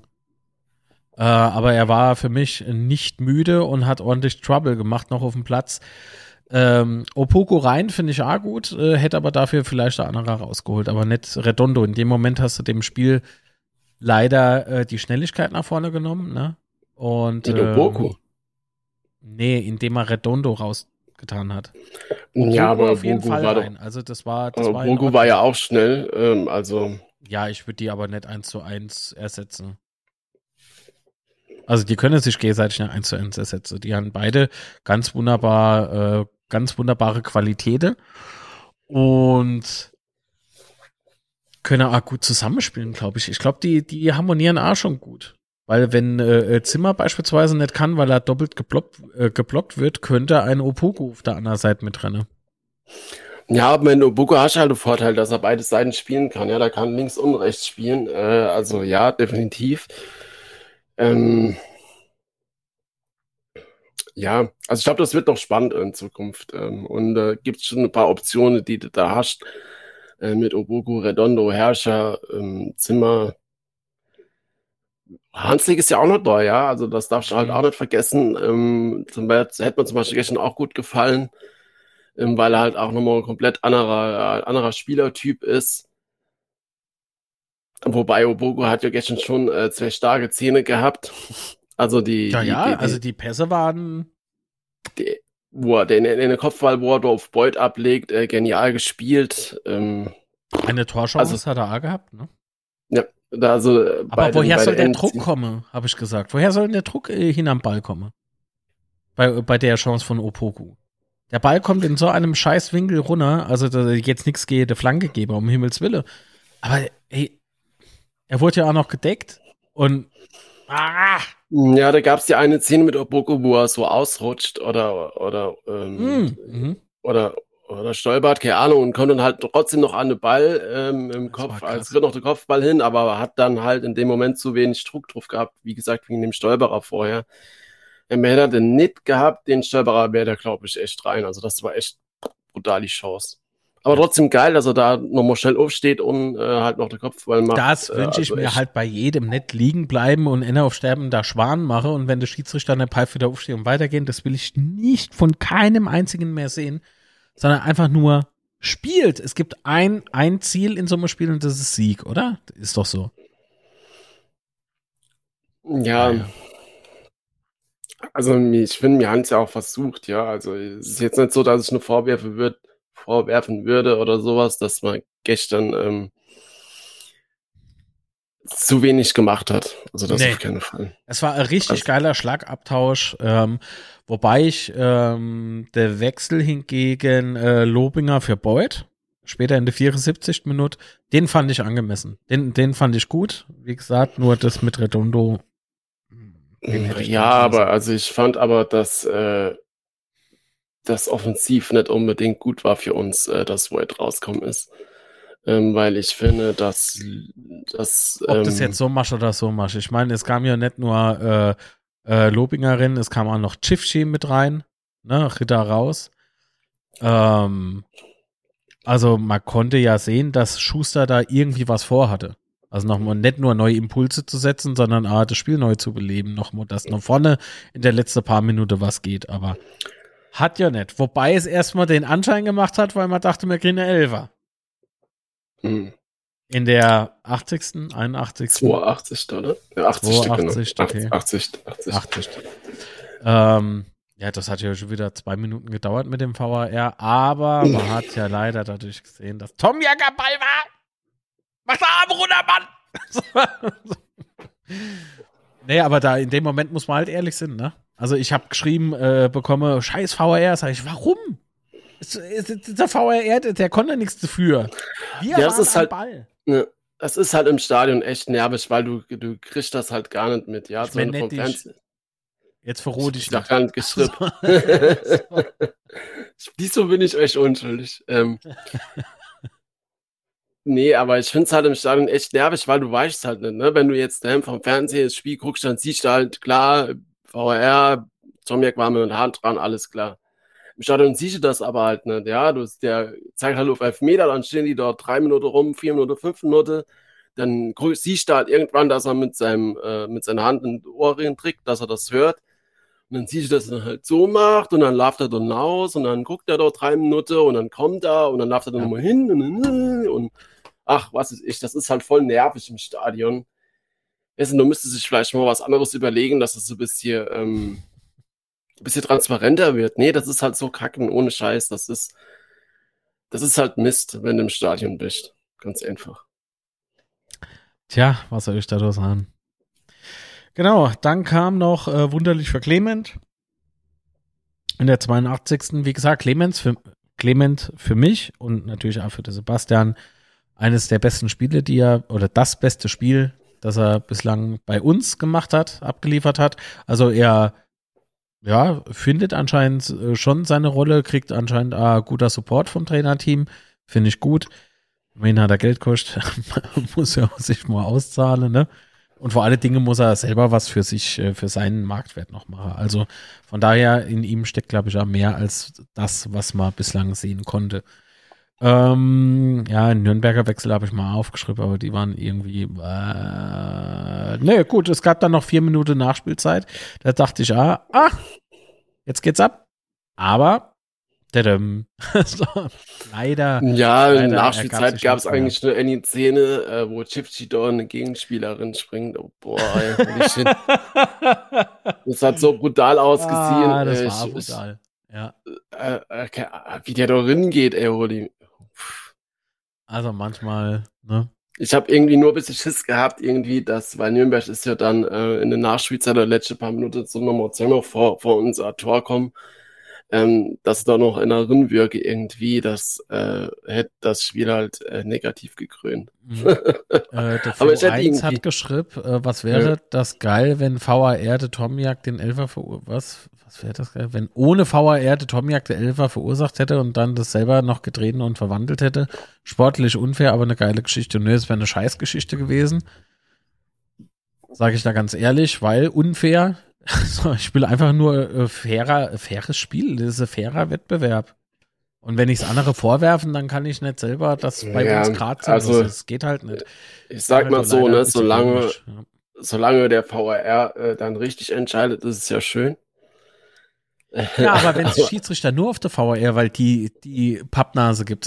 Aber er war für mich nicht müde und hat ordentlich Trouble gemacht noch auf dem Platz. Opoku rein finde ich auch gut, hätte aber dafür vielleicht der andere rausgeholt, aber nicht Redondo. In dem Moment hast du dem Spiel leider die Schnelligkeit nach vorne genommen, ne? Und Mit Opoku? Nee, indem er Redondo rausgetan hat. Ja, aber auf jeden Opoku Fall war rein. Also das war in Opoku Ordnung. war ja auch schnell, also. Ja, ich würde die aber nicht 1:1 ersetzen. Also die können sich gegenseitig nicht 1:1 ersetzen. Die haben beide ganz wunderbare Qualitäten und können auch gut zusammenspielen, glaube ich. Ich glaube, die harmonieren auch schon gut. Weil wenn Zimmer beispielsweise nicht kann, weil er doppelt geblockt wird, könnte ein Opoku auf der anderen Seite mitrennen. Ja, aber wenn Opoku hast halt den Vorteil, dass er beide Seiten spielen kann. Ja, da kann links und rechts spielen. Also ja, definitiv. Ja, also ich glaube, das wird noch spannend in Zukunft. Und gibt es schon ein paar Optionen, die du da hast. Mit Opoku, Redondo, Herrscher, Zimmer. Hanslik ist ja auch noch da, ja. Also das darfst du halt auch nicht vergessen. Hätte mir zum Beispiel gestern auch gut gefallen, weil er halt auch nochmal ein komplett anderer Spielertyp ist. Wobei Opoku hat ja gestern schon 2 starke Zähne gehabt. Also die Pässe waren wo er den Kopfball, wo er da auf Beuth ablegt, genial gespielt. Eine Torchance hat er auch gehabt, ne? Ja, also aber woher soll der Druck kommen, habe ich gesagt. Woher soll denn der Druck hin am Ball kommen? Bei der Chance von Opoku. Der Ball kommt in so einem scheiß Winkel runter, also da jetzt nichts gegen die Flanke geben, um Himmels Willen. Aber ey, er wurde ja auch noch gedeckt und ja, da gab es die eine Szene mit Opoku, wo er so ausrutscht oder stolpert, keine Ahnung, und kommt dann halt trotzdem noch an den Ball im Kopf, als wird noch der Kopfball hin, aber hat dann halt in dem Moment zu wenig Druck drauf gehabt, wie gesagt, wegen dem Stolperer vorher. Hätte er den nicht gehabt, den Stolperer wäre der, glaube ich, echt rein. Also das war echt brutal die Chance. Aber trotzdem geil, dass er da nochmal schnell aufsteht und halt noch den Kopfball macht. Das wünsche ich mir halt bei jedem. Nicht liegen bleiben und Ende auf Sterben da Schwan mache und wenn der Schiedsrichter eine Pfeife wieder aufsteht und weitergehen, das will ich nicht von keinem einzigen mehr sehen, sondern einfach nur spielt. Es gibt ein Ziel in so einem Spiel und das ist Sieg, oder? Ist doch so. Ja. Also ich finde, wir haben es ja auch versucht, ja. Also es ist jetzt nicht so, dass ich nur vorwerfen würde oder sowas, dass man gestern zu wenig gemacht hat. Also das auf keinen Fall. Es war ein richtig geiler Schlagabtausch, wobei ich der Wechsel hingegen Lobinger für Beuth, später in der 74. Minute, den fand ich angemessen. Den fand ich gut. Wie gesagt, nur das mit Redondo. Ja, aber also ich fand aber, dass das offensiv nicht unbedingt gut war für uns, dass Void rausgekommen ist. Weil ich finde, dass ob das jetzt so machst oder so machst. Ich meine, es kam ja nicht nur Lobingerin, es kam auch noch Chifchi mit rein, ne, Ritter raus. Also man konnte ja sehen, dass Schuster da irgendwie was vorhatte. Also nochmal nicht nur neue Impulse zu setzen, sondern das Spiel neu zu beleben, nochmal, dass noch vorne in der letzten paar Minuten was geht, aber hat ja nicht. Wobei es erstmal den Anschein gemacht hat, weil man dachte, wir kriegen eine Elfer. Hm. In der 80., 81. 82, oder? Ja, 80, 82, genau. okay. 80. Ja, das hat ja schon wieder 2 Minuten gedauert mit dem VAR, aber man hat ja leider dadurch gesehen, dass Tomjak am Ball war. Mach den Arm runter, Mann! Nee, aber da in dem Moment muss man halt ehrlich sein, ne? Also ich habe geschrieben, bekomme scheiß VAR, sag ich, warum? Der VAR, der konnte nichts dafür. Wir das ist am halt, Ball. Ne, das ist halt im Stadion echt nervig, weil du kriegst das halt gar nicht mit, ja? Ich mein Vom Fernsehen. Jetzt verroh dich nicht. Gar nicht geschrieben. Wieso bin ich euch unschuldig? Nee, aber ich finde es halt im Stadion echt nervig, weil du weißt halt nicht, ne? Wenn du jetzt vom Fernsehen das Spiel guckst, dann siehst du halt, klar, VAR, Tomiak war mit der Hand dran, alles klar. Im Stadion siehst du das aber halt nicht, ja? Der zeigt halt auf 11 Meter, dann stehen die dort 3 Minuten rum, 4 Minuten, 5 Minuten. Dann siehst du halt irgendwann, dass er mit seiner Hand einen Ohrring trägt, dass er das hört. Und dann siehst du, dass er dann halt so macht und dann läuft er dann raus und dann guckt er dort 3 Minuten und dann kommt er und dann läuft er dann nochmal hin und ach, was ist ich, das ist halt voll nervig im Stadion. Du müsstest sich vielleicht mal was anderes überlegen, dass es so ein bisschen transparenter wird. Nee, das ist halt so kacken, ohne Scheiß. Das ist halt Mist, wenn du im Stadion bist. Ganz einfach. Tja, was soll ich da sagen? Genau, dann kam noch wunderlich für Clement. In der 82. Wie gesagt, Clement für mich und natürlich auch für den Sebastian eines der besten Spiele, oder das beste Spiel, das er bislang bei uns gemacht hat, abgeliefert hat. Also er findet anscheinend schon seine Rolle, kriegt anscheinend guter Support vom Trainerteam. Finde ich gut. Wen hat er Geld kostet, muss er sich mal auszahlen, ne? Und vor allen Dingen muss er selber was für sich, für seinen Marktwert noch machen. Also von daher, in ihm steckt, glaube ich, auch mehr als das, was man bislang sehen konnte. Einen Nürnberger Wechsel habe ich mal aufgeschrieben, aber die waren irgendwie, gut, es gab dann noch 4 Minuten Nachspielzeit. Da dachte ich, jetzt geht's ab. Aber, so, leider. Ja, in der Nachspielzeit gab es eigentlich nur eine Szene, wo Chifchi da eine Gegenspielerin springt. Oh, boah, ey, das hat so brutal ausgesehen. Das war brutal. Ja. Wie der da reingeht, ey, Holy. Also manchmal, ne? Ich habe irgendwie nur ein bisschen Schiss gehabt, weil Nürnberg ist ja dann in der Nachspielzeit der letzten paar Minuten so nochmal vor unser Tor kommen, dass da noch in der Rinwirke irgendwie, das hätte das Spiel halt negativ gekrönt. Der Aber ich hätte hat geschrieben, was wäre das geil, wenn VAR der Tomjak den Elfer was wäre das geil, wenn ohne VAR der Tomjak der Elfer verursacht hätte und dann das selber noch gedreht und verwandelt hätte. Sportlich unfair, aber eine geile Geschichte. Nö, es wäre eine Scheißgeschichte gewesen. Sage ich da ganz ehrlich, weil unfair. Ich will einfach nur faires Spiel. Das ist ein fairer Wettbewerb. Und wenn ich es andere vorwerfen, dann kann ich nicht selber das bei uns gerade sind. Also, das geht halt nicht. Ich sag mal so, ne, solange der VAR dann richtig entscheidet, ist es ja schön. Ja, aber wenn es Schiedsrichter nur auf der VAR, weil die Pappnase gibt's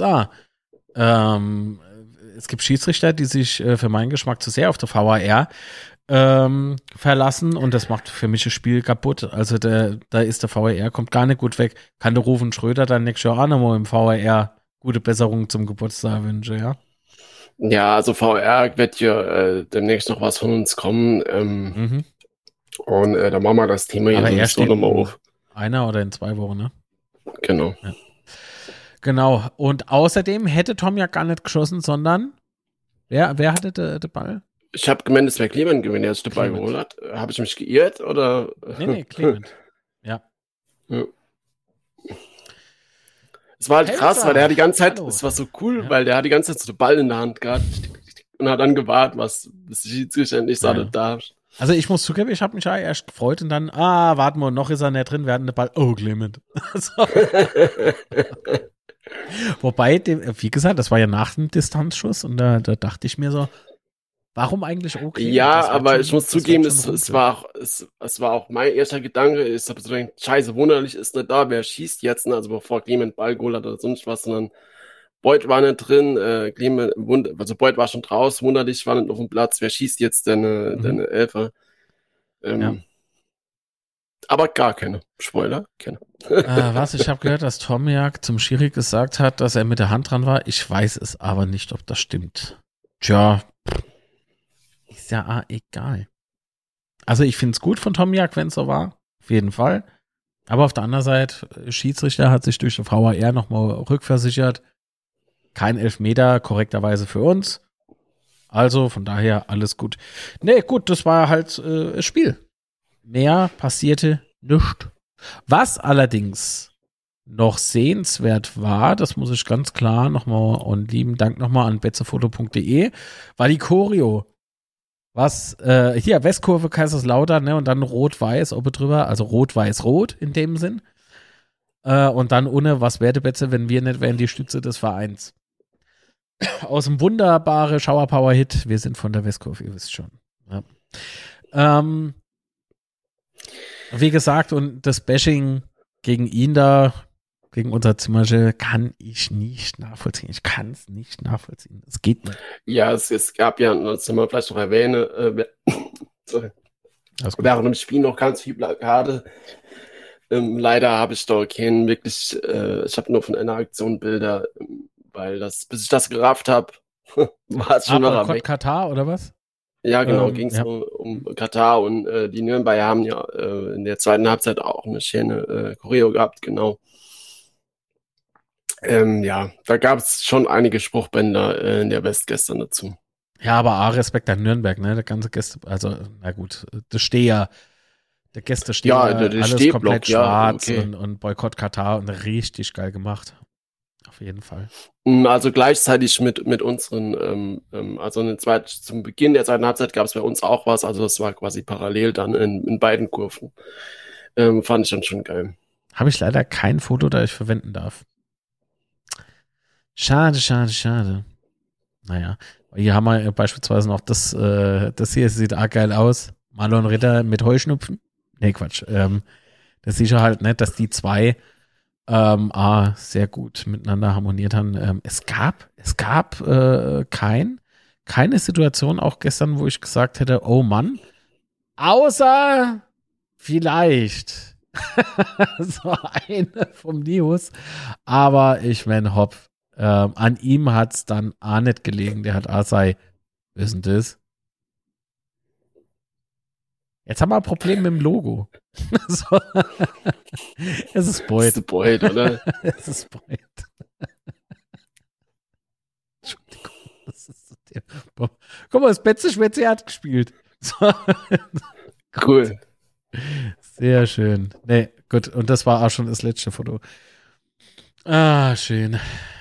es gibt Schiedsrichter, die sich für meinen Geschmack zu sehr auf der VAR verlassen und das macht für mich das Spiel kaputt. Also da ist der VAR, kommt gar nicht gut weg. Kann der Rufen Schröder dann nächstes Jahr auch nochmal im VAR gute Besserung zum Geburtstag wünschen, ja? Ja, also VAR wird ja demnächst noch was von uns kommen. Und da machen wir das Thema jetzt so nochmal auf. Einer oder in 2 Wochen, ne? Genau. Ja. Genau. Und außerdem hätte Tom ja gar nicht geschossen, sondern wer hatte den Ball? Ich habe gemeint, es wäre Clement gewesen, der sich den Ball geholt hat. Habe ich mich geirrt, oder? Nee, Clement. Ja. Es war halt krass, weil der hat die ganze Zeit, Hallo. es war so cool, weil der hat die ganze Zeit so den Ball in der Hand gehabt und hat dann gewartet, bis die Schiedsrichter endlich da. Also ich muss zugeben, ich habe mich ja erst gefreut und dann, warten wir, noch ist er nicht drin, wir hatten den Ball, Clement. Wobei, wie gesagt, das war ja nach dem Distanzschuss und da dachte ich mir so, warum eigentlich Clement? Ja, aber ich muss zugeben, es war auch mein erster Gedanke, ich habe so gedacht, scheiße, wunderlich ist nicht da, wer schießt jetzt, also bevor Clement Ball geholt hat oder sonst was, sondern Beuth war nicht drin, Beuth war schon draußen, wunderlich war nicht auf dem Platz, wer schießt jetzt deine Elfer? Aber gar keine. Spoiler, keine. Ich habe gehört, dass Tomiak zum Schiri gesagt hat, dass er mit der Hand dran war. Ich weiß es aber nicht, ob das stimmt. Tja, ist ja egal. Also ich finde es gut von Tomiak, wenn es so war. Auf jeden Fall. Aber auf der anderen Seite, Schiedsrichter hat sich durch die VAR nochmal rückversichert. Kein Elfmeter, korrekterweise für uns. Also von daher alles gut. Nee, gut, das war halt Spiel. Mehr passierte nicht. Was allerdings noch sehenswert war, das muss ich ganz klar nochmal und lieben Dank nochmal an betzefoto.de, war die Choreo. Was, hier, Westkurve Kaiserslautern, ne, und dann Rot-Weiß oben drüber, also Rot-Weiß-Rot in dem Sinn. Und dann ohne, was wäre Betze, wenn wir nicht wären, die Stütze des Vereins. Aus dem wunderbaren Shower-Power-Hit, wir sind von der Westkurve, ihr wisst schon. Ja. Wie gesagt, und das Bashing gegen ihn da, gegen unser Zimmerche, kann ich nicht nachvollziehen. Ich kann es nicht nachvollziehen. Es geht nicht. Ja, es gab ja, das wir vielleicht noch erwähnen, während dem Spiel noch ganz viel Plakate. Leider habe ich da keinen wirklich, ich habe nur von einer Aktion Bilder, weil bis ich das gerafft habe, war es schon noch weg. Katar oder was? Ja, genau, ging es um Katar und die Nürnberger haben ja in der zweiten Halbzeit auch eine schöne Choreo gehabt, genau. Ja, da gab es schon einige Spruchbänder in der West gestern dazu. Ja, aber Respekt an Nürnberg, ne? Der ganze Gäste, also, na gut, der Gästesteher, alles komplett schwarz und Boykott Katar und richtig geil gemacht. Auf jeden Fall. Also gleichzeitig mit unseren, zum Beginn der zweiten Halbzeit gab es bei uns auch was, also das war quasi parallel dann in beiden Kurven. Fand ich dann schon geil. Habe ich leider kein Foto, das ich verwenden darf. Schade. Naja, hier haben wir beispielsweise noch das hier sieht geil aus. Marlon Ritter mit Heuschnupfen. Nee, Quatsch. Das sieht ja halt nicht, dass die zwei sehr gut miteinander harmoniert haben. Es gab keine Situation auch gestern, wo ich gesagt hätte, oh Mann, außer vielleicht so eine vom News, aber ich meine, Hopf, an ihm hat es dann auch nicht gelegen, der hat sei, wissen das? Jetzt haben wir ein Problem mit dem Logo. So. Es ist Beuth. Es ist Beuth, oder? Es ist Beuth. Entschuldigung. Das ist Guck mal, das Betze-Schwätze hat gespielt. So. Cool. Sehr schön. Nee, gut. Und das war auch schon das letzte Foto. Schön.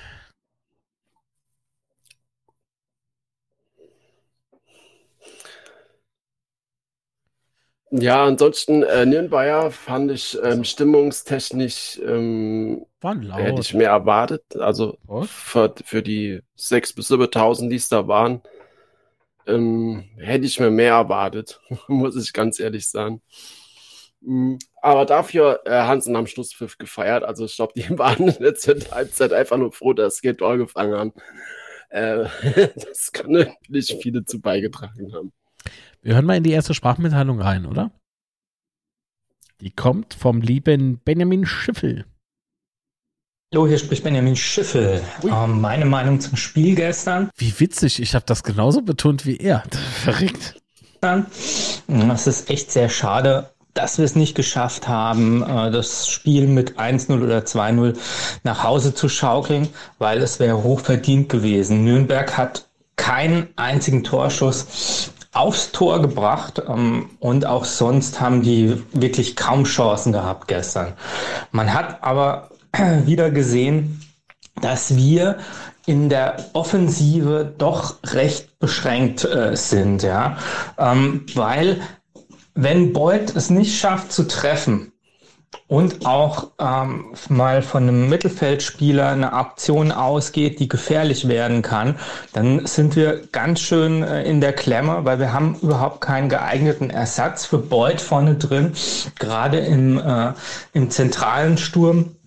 Ja, ansonsten Nürnberger fand ich stimmungstechnisch hätte ich mehr erwartet. Also für die 6.000 bis 7.000, die es da waren, hätte ich mir mehr erwartet, muss ich ganz ehrlich sagen. Aber dafür Hansen am Schlusspfiff gefeiert. Also ich glaube, die waren in der zweiten Halbzeit einfach nur froh, dass sie Tor gefangen haben. Das kann natürlich viele zu beigetragen haben. Wir hören mal in die erste Sprachmitteilung rein, oder? Die kommt vom lieben Benjamin Schiffel. Hallo, hier spricht Benjamin Schiffel. Meine Meinung zum Spiel gestern. Wie witzig, ich habe das genauso betont wie er. Verrückt. Es ist echt sehr schade, dass wir es nicht geschafft haben, das Spiel mit 1-0 oder 2-0 nach Hause zu schaukeln, weil es wäre hochverdient gewesen. Nürnberg hat keinen einzigen Torschuss aufs Tor gebracht und auch sonst haben die wirklich kaum Chancen gehabt gestern. Man hat aber wieder gesehen, dass wir in der Offensive doch recht beschränkt sind, ja, weil wenn Boyd es nicht schafft zu treffen und auch mal von einem Mittelfeldspieler eine Aktion ausgeht, die gefährlich werden kann, dann sind wir ganz schön in der Klemme, weil wir haben überhaupt keinen geeigneten Ersatz für Boyd vorne drin, gerade im zentralen Sturm.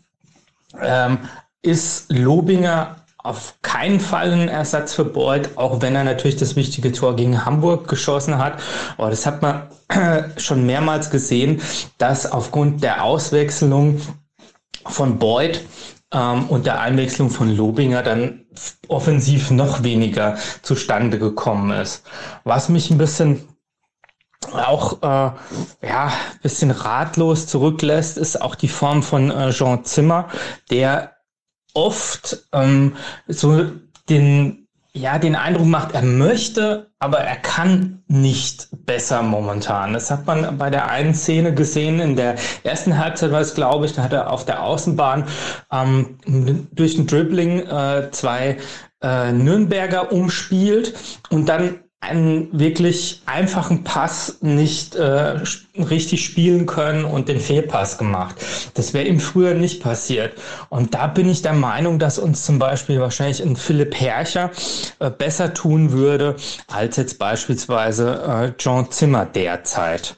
Ist Lobinger auf keinen Fall ein Ersatz für Boyd, auch wenn er natürlich das wichtige Tor gegen Hamburg geschossen hat. Aber das hat man schon mehrmals gesehen, dass aufgrund der Auswechslung von Boyd und der Einwechslung von Lobinger dann offensiv noch weniger zustande gekommen ist. Was mich ein bisschen auch bisschen ratlos zurücklässt, ist auch die Form von Jean Zimmer, der oft so den Eindruck macht, er möchte, aber er kann nicht besser momentan. Das hat man bei der einen Szene gesehen, in der ersten Halbzeit war es, glaube ich, da hat er auf der Außenbahn durch ein Dribbling 2 Nürnberger umspielt und dann einen wirklich einfachen Pass nicht richtig spielen können und den Fehlpass gemacht. Das wäre ihm früher nicht passiert. Und da bin ich der Meinung, dass uns zum Beispiel wahrscheinlich ein Philipp Herrcher besser tun würde, als jetzt beispielsweise Jean Zimmer derzeit.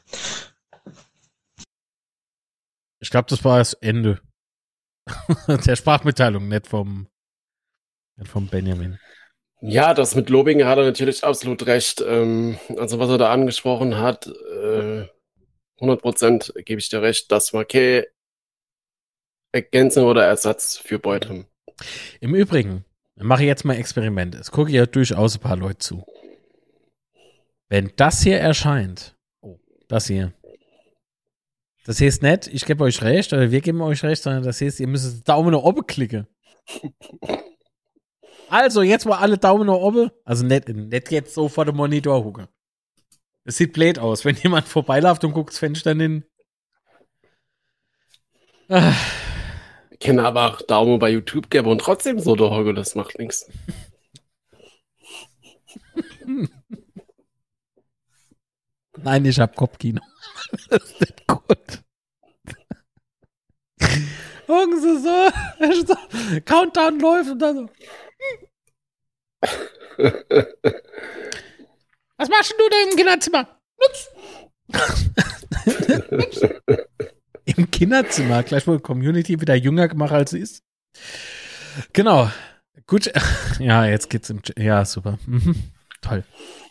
Ich glaube, das war das Ende der Sprachmitteilung, nicht vom Benjamin. Ja, das mit Lobinger hat er natürlich absolut recht. Also was er da angesprochen hat, 100% gebe ich dir recht, das war keine Ergänzung oder Ersatz für Boyd. Im Übrigen, mache ich jetzt mal ein Experiment. Es gucke ja durchaus ein paar Leute zu. Wenn das hier erscheint, das hier ist nicht, ich gebe euch recht oder wir geben euch recht, sondern das heißt, ihr müsst den Daumen nach oben klicken. Also, jetzt mal alle Daumen nach oben. Also nicht jetzt so vor dem Monitor hucken. Es sieht blöd aus, wenn jemand vorbeiläuft und guckt das Fenster hin. Ich kenne aber auch Daumen bei YouTube geben und trotzdem so der Hocke, das macht nichts. Nein, ich hab Kopfkino. Das ist nicht gut. Gucken Sie so, Countdown läuft und dann so. Was machst du da im Kinderzimmer? Im Kinderzimmer, gleich wohl Community wieder jünger gemacht als sie ist. Genau. Gut. Ja, jetzt geht's ja, super. Toll.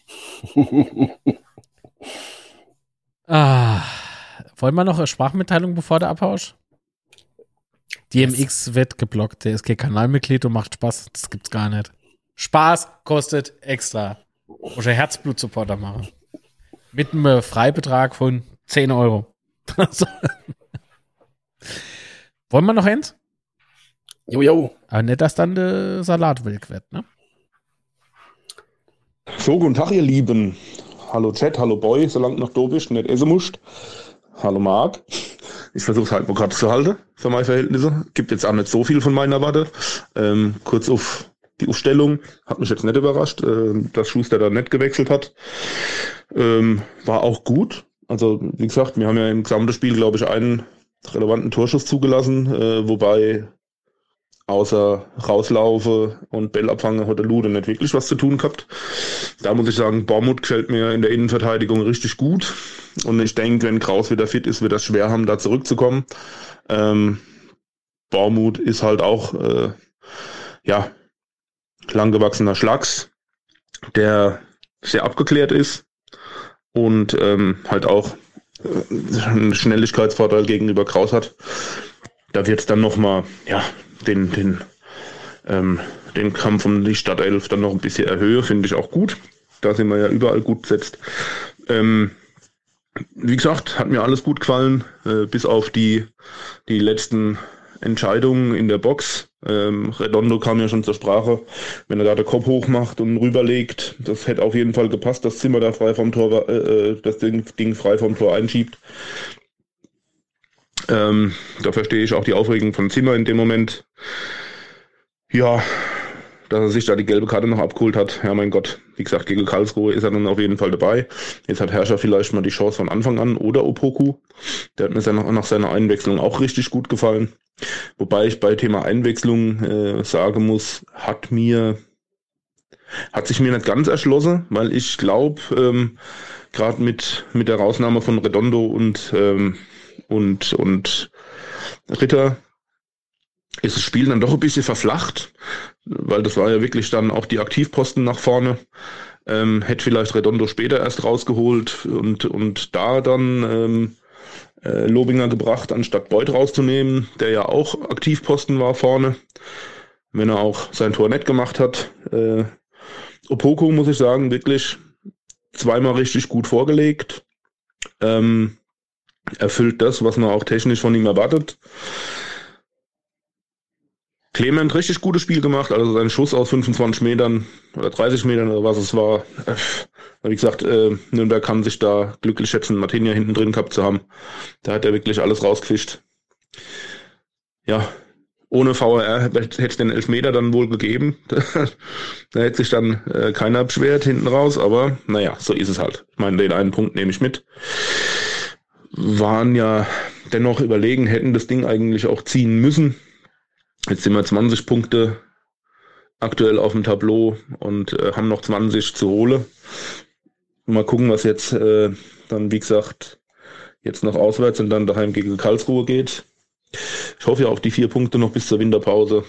Wollen wir noch eine Sprachmitteilung bevor der Abhausch? DMX wird geblockt. Der ist kein Kanalmitglied und macht Spaß. Das gibt's gar nicht. Spaß kostet extra. Muss ich Herzblut-Supporter machen. Mit einem Freibetrag von 10 Euro. Wollen wir noch eins? Jo. Aber nicht, dass dann der Salat wild wird, ne? So, guten Tag, ihr Lieben. Hallo Chat, hallo Boy, solange du noch da bist, nicht essen musst. Hallo Marc. Ich versuche es halt mal gerade zu halten, für meine Verhältnisse. Gibt jetzt auch nicht so viel von meiner Warte. Kurz auf die Aufstellung. Hat mich jetzt nicht überrascht, dass Schuster da nicht gewechselt hat. War auch gut. Also, wie gesagt, wir haben ja im gesamten Spiel, glaube ich, einen relevanten Torschuss zugelassen, wobei außer Rauslaufe und Bell abfangen hat der Lude nicht wirklich was zu tun gehabt. Da muss ich sagen, Bormuth gefällt mir in der Innenverteidigung richtig gut. Und ich denke, wenn Kraus wieder fit ist, wird das schwer haben, da zurückzukommen. Bormuth ist halt auch, langgewachsener Schlags, der sehr abgeklärt ist und halt auch einen Schnelligkeitsvorteil gegenüber Kraus hat. Da wird es dann nochmal, den Kampf um die Stadtelf dann noch ein bisschen erhöhen, finde ich auch gut. Da sind wir ja überall gut besetzt. Wie gesagt, hat mir alles gut gefallen, bis auf die letzten Entscheidungen in der Box. Redondo kam ja schon zur Sprache, wenn er da den Kopf hoch macht und rüberlegt, das hätte auf jeden Fall gepasst, das Zimmer da frei vom Tor, das Ding frei vom Tor einschiebt. Da verstehe ich auch die Aufregung von Zimmer in dem Moment. Ja, dass er sich da die gelbe Karte noch abgeholt hat. Ja, mein Gott, wie gesagt, gegen Karlsruhe ist er dann auf jeden Fall dabei. Jetzt hat Herrscher vielleicht mal die Chance von Anfang an oder Opoku. Der hat mir nach seiner Einwechslung auch richtig gut gefallen. Wobei ich bei Thema Einwechslung sagen muss, hat sich mir nicht ganz erschlossen, weil ich glaube, gerade mit der Rausnahme von Redondo und Ritter ist das Spiel dann doch ein bisschen verflacht, weil das war ja wirklich dann auch die Aktivposten nach vorne. Hätte vielleicht Redondo später erst rausgeholt und da dann Lobinger gebracht, anstatt Beuth rauszunehmen, der ja auch Aktivposten war vorne, wenn er auch sein Tor nett gemacht hat. Opoku, muss ich sagen, wirklich zweimal richtig gut vorgelegt. Erfüllt das, was man auch technisch von ihm erwartet. Clement richtig gutes Spiel gemacht, also sein Schuss aus 25 Metern oder 30 Metern oder was es war. Wie gesagt, Nürnberg kann sich da glücklich schätzen, Martinia hinten drin gehabt zu haben. Da hat er wirklich alles rausgefischt. Ja, ohne VAR hätte es den Elfmeter dann wohl gegeben. Da hätte sich dann keiner beschwert hinten raus, aber naja, so ist es halt. Ich meine, den einen Punkt nehme ich mit. Waren ja dennoch überlegen, hätten das Ding eigentlich auch ziehen müssen. Jetzt sind wir 20 Punkte aktuell auf dem Tableau und haben noch 20 zu holen. Mal gucken, was jetzt dann, wie gesagt, jetzt noch auswärts und dann daheim gegen Karlsruhe geht. Ich hoffe ja auf die 4 Punkte noch bis zur Winterpause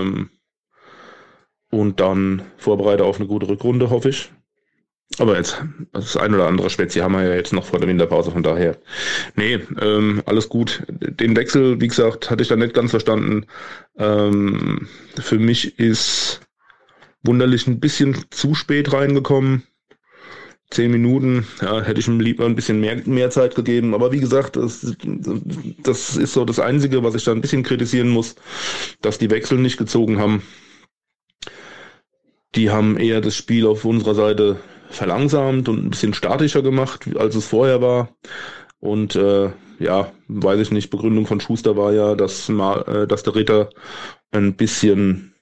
und dann vorbereite auf eine gute Rückrunde, hoffe ich. Aber jetzt, das ein oder andere Spätzli haben wir ja jetzt noch vor der Winterpause, von daher. Nee, alles gut. Den Wechsel, wie gesagt, hatte ich da nicht ganz verstanden. Für mich ist Wunderlich ein bisschen zu spät reingekommen. 10 Minuten, ja, hätte ich ihm lieber ein bisschen mehr Zeit gegeben. Aber wie gesagt, das ist so das Einzige, was ich da ein bisschen kritisieren muss, dass die Wechsel nicht gezogen haben. Die haben eher das Spiel auf unserer Seite verlangsamt und ein bisschen statischer gemacht, als es vorher war. Und ja, weiß ich nicht, Begründung von Schuster war ja, dass der Ritter ein bisschen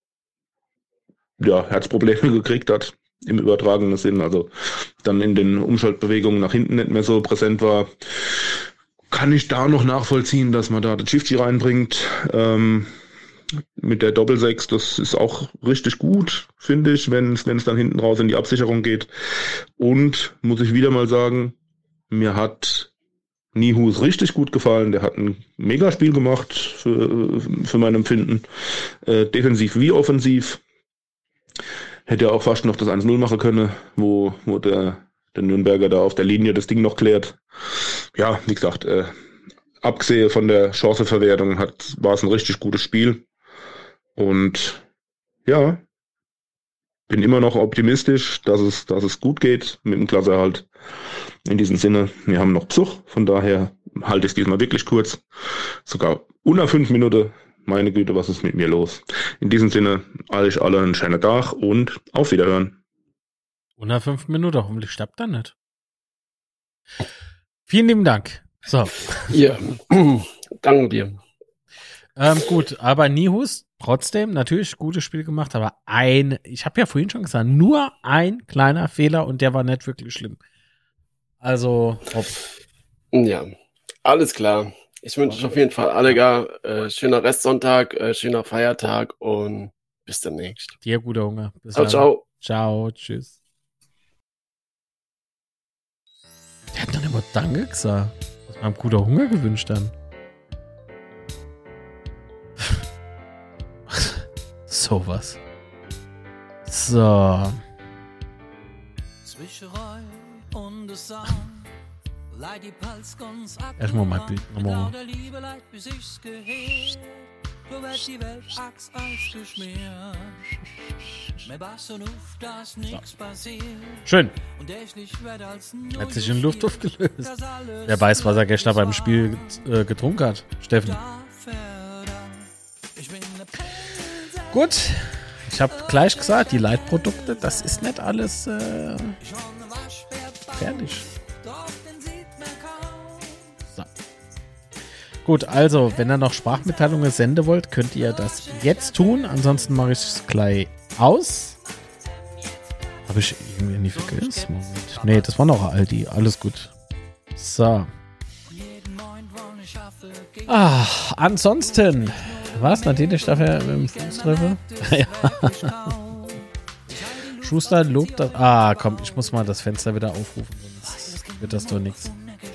Herzprobleme gekriegt hat, im übertragenen Sinn. Also dann in den Umschaltbewegungen nach hinten nicht mehr so präsent war. Kann ich da noch nachvollziehen, dass man da den Schifty reinbringt. Mit der Doppel-6, das ist auch richtig gut, finde ich, wenn es dann hinten raus in die Absicherung geht. Und, muss ich wieder mal sagen, mir hat Nihus richtig gut gefallen. Der hat ein Megaspiel gemacht für mein Empfinden. Defensiv wie offensiv. Hätte ja auch fast noch das 1-0 machen können, wo der Nürnberger da auf der Linie das Ding noch klärt. Ja, wie gesagt, abgesehen von der Chanceverwertung war es ein richtig gutes Spiel. Und ja, bin immer noch optimistisch, dass es gut geht mit dem Klassenerhalt. In diesem Sinne, wir haben noch Besuch, von daher halte ich es diesmal wirklich kurz. Sogar unter 5 Minuten. Meine Güte, was ist mit mir los? In diesem Sinne, euch alle einen schönen Tag und auf Wiederhören. Unter 5 Minuten, hoffentlich stoppt dann nicht. Vielen lieben Dank. So. Ja, danke dir. Gut, aber Nihus trotzdem natürlich gutes Spiel gemacht, aber ich habe ja vorhin schon gesagt, nur ein kleiner Fehler und der war nicht wirklich schlimm. Also, Ja, alles klar. Ich wünsche euch auf jeden Fall alle schöner Restsonntag, schöner Feiertag und bis demnächst. Dir guter Hunger. Bis Ciao, dann. ciao. Ciao, tschüss. Der hat noch nicht mal Danke gesagt. Was wir haben guter Hunger gewünscht dann. Sowas. So. Erstmal mein Bild nochmal. So. Schön. Hat sich in Luft aufgelöst. Wer weiß, was er gestern beim Spiel getrunken hat. Steffen. Gut. Ich habe gleich gesagt, die Leitprodukte, das ist nicht alles fertig. So. Gut, also, wenn ihr noch Sprachmitteilungen senden wollt, könnt ihr das jetzt tun. Ansonsten mache ich es gleich aus. Habe ich irgendwie nie vergessen? Moment. Nee, das war noch Aldi. Alles gut. So. Ansonsten. Was? Natürlich dafür im Fußtreffer? Ja. Schuster lobt das. Komm, ich muss mal das Fenster wieder aufrufen, sonst wird das doch nichts.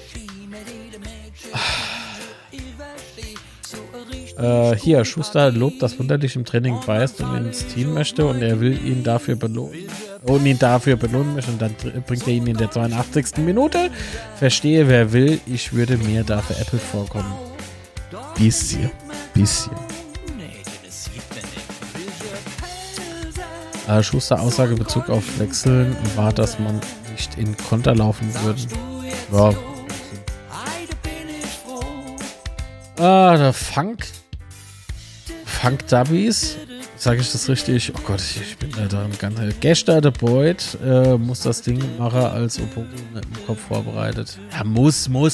Hier, Schuster lobt, dass Wunderlich im Training beißt und ins Team möchte und er will ihn dafür belohnen. Und ihn dafür belohnen möchte und dann bringt er ihn in der 82. Minute. Verstehe, wer will. Ich würde mir da veräppelt vorkommen. Bisschen. Schuster Aussage in Bezug auf Wechseln war, dass man nicht in Konter laufen würde. Ja. Der Funk Dubbies. Sage ich das richtig? Oh Gott, ich bin da im ganzen. Gestern der Boyd muss das Ding machen, als Opoku im Kopf vorbereitet. Ja, muss. Man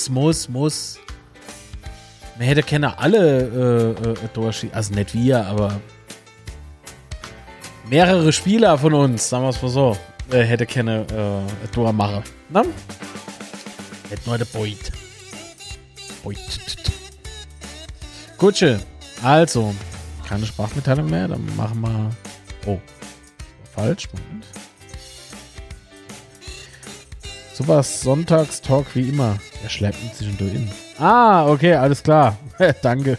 hätte keine alle durchschießen. Also nicht wir, aber mehrere Spieler von uns, sagen wir es mal so, hätte keine durchmachen. Na? Nicht nur der Boyd. Gutsche. Also, keine Sprachmitteilung mehr, dann machen wir. Oh, falsch, Moment. Super Sonntagstalk wie immer. Er schleppt mich zwischendurch in. Okay, alles klar. Danke.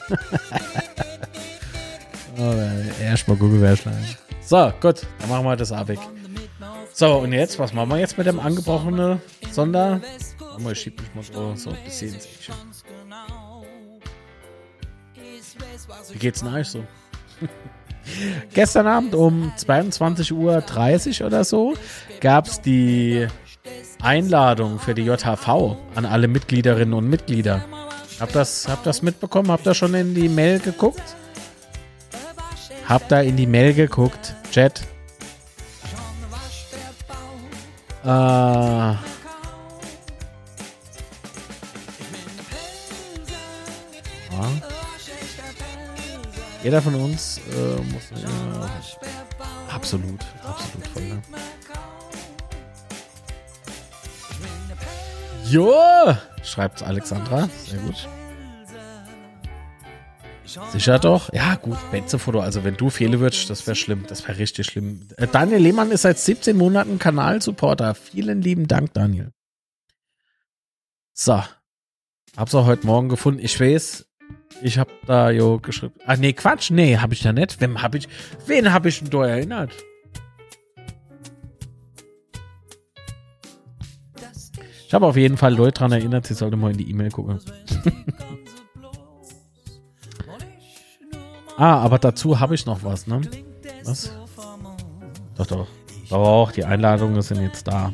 Erstmal Google schneiden. So, gut, dann machen wir das auch weg. So, und jetzt, was machen wir jetzt mit dem angebrochenen Sonder? Ich schieb mich mal so ein bisschen ins Eckchen. Wie geht's denn eigentlich so? Gestern Abend um 22:30 Uhr oder so gab es die Einladung für die JHV an alle Mitgliederinnen und Mitglieder. Habt das mitbekommen? Habt ihr schon in die Mail geguckt? Habt ihr in die Mail geguckt? Chat? Jeder von uns muss absolut voll. Ne? Jo, schreibt Alexandra. Sehr gut. Sicher doch? Ja, gut. Betze-Foto. Also, wenn du fehlen würdest, das wäre schlimm. Das wäre richtig schlimm. Daniel Lehmann ist seit 17 Monaten Kanalsupporter. Vielen lieben Dank, Daniel. So. Hab's auch heute Morgen gefunden. Ich weiß, ich hab da geschrieben. Nee, Quatsch. Nee, hab ich da nicht. Wen hab ich denn da erinnert? Ich habe auf jeden Fall Leute daran erinnert, sie sollte mal in die E-Mail gucken. Aber dazu habe ich noch was, ne? Was? Doch, die Einladungen sind jetzt da.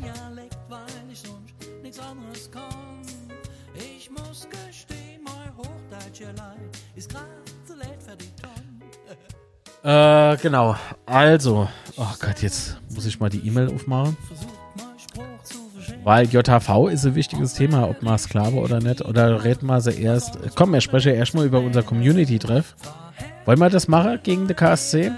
Genau. Also, oh Gott, jetzt muss ich mal die E-Mail aufmachen. Weil JHV ist ein wichtiges Thema, ob man Sklave oder nicht. Oder reden wir sie erst. Komm, wir sprechen erstmal über unser Community-Treff. Wollen wir das machen gegen den KSC?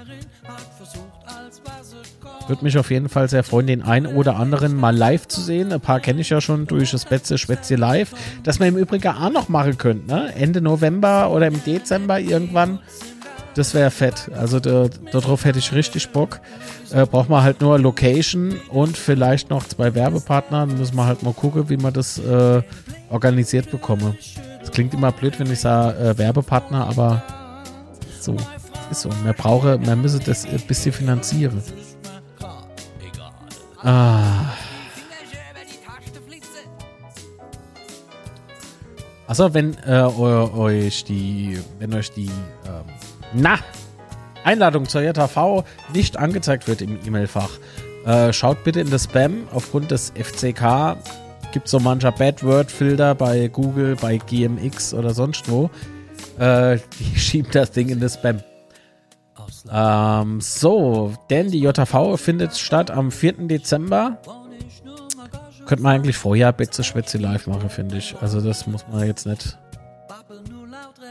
Würde mich auf jeden Fall sehr freuen, den einen oder anderen mal live zu sehen. Ein paar kenne ich ja schon durch das Schwätze live. Das wir im Übrigen auch noch machen könnten, ne? Ende November oder im Dezember irgendwann. Das wäre fett. Also darauf hätte ich richtig Bock. Braucht man halt nur Location und vielleicht noch 2 Werbepartner. Dann müssen wir halt mal gucken, wie man das organisiert bekomme. Das klingt immer blöd, wenn ich sage Werbepartner, aber so ist so. Man müsse das ein bisschen finanzieren. Achso, wenn euch die Einladung zur JHV nicht angezeigt wird im E-Mail-Fach, schaut bitte in das Spam. Aufgrund des FCK gibt es so mancher Bad-Word-Filter bei Google, bei GMX oder sonst wo. Die schieben das Ding in das Spam. Denn die JHV findet statt am 4. Dezember. Könnte man eigentlich vorher Betze Schwätze live machen, finde ich. Also das muss man jetzt nicht.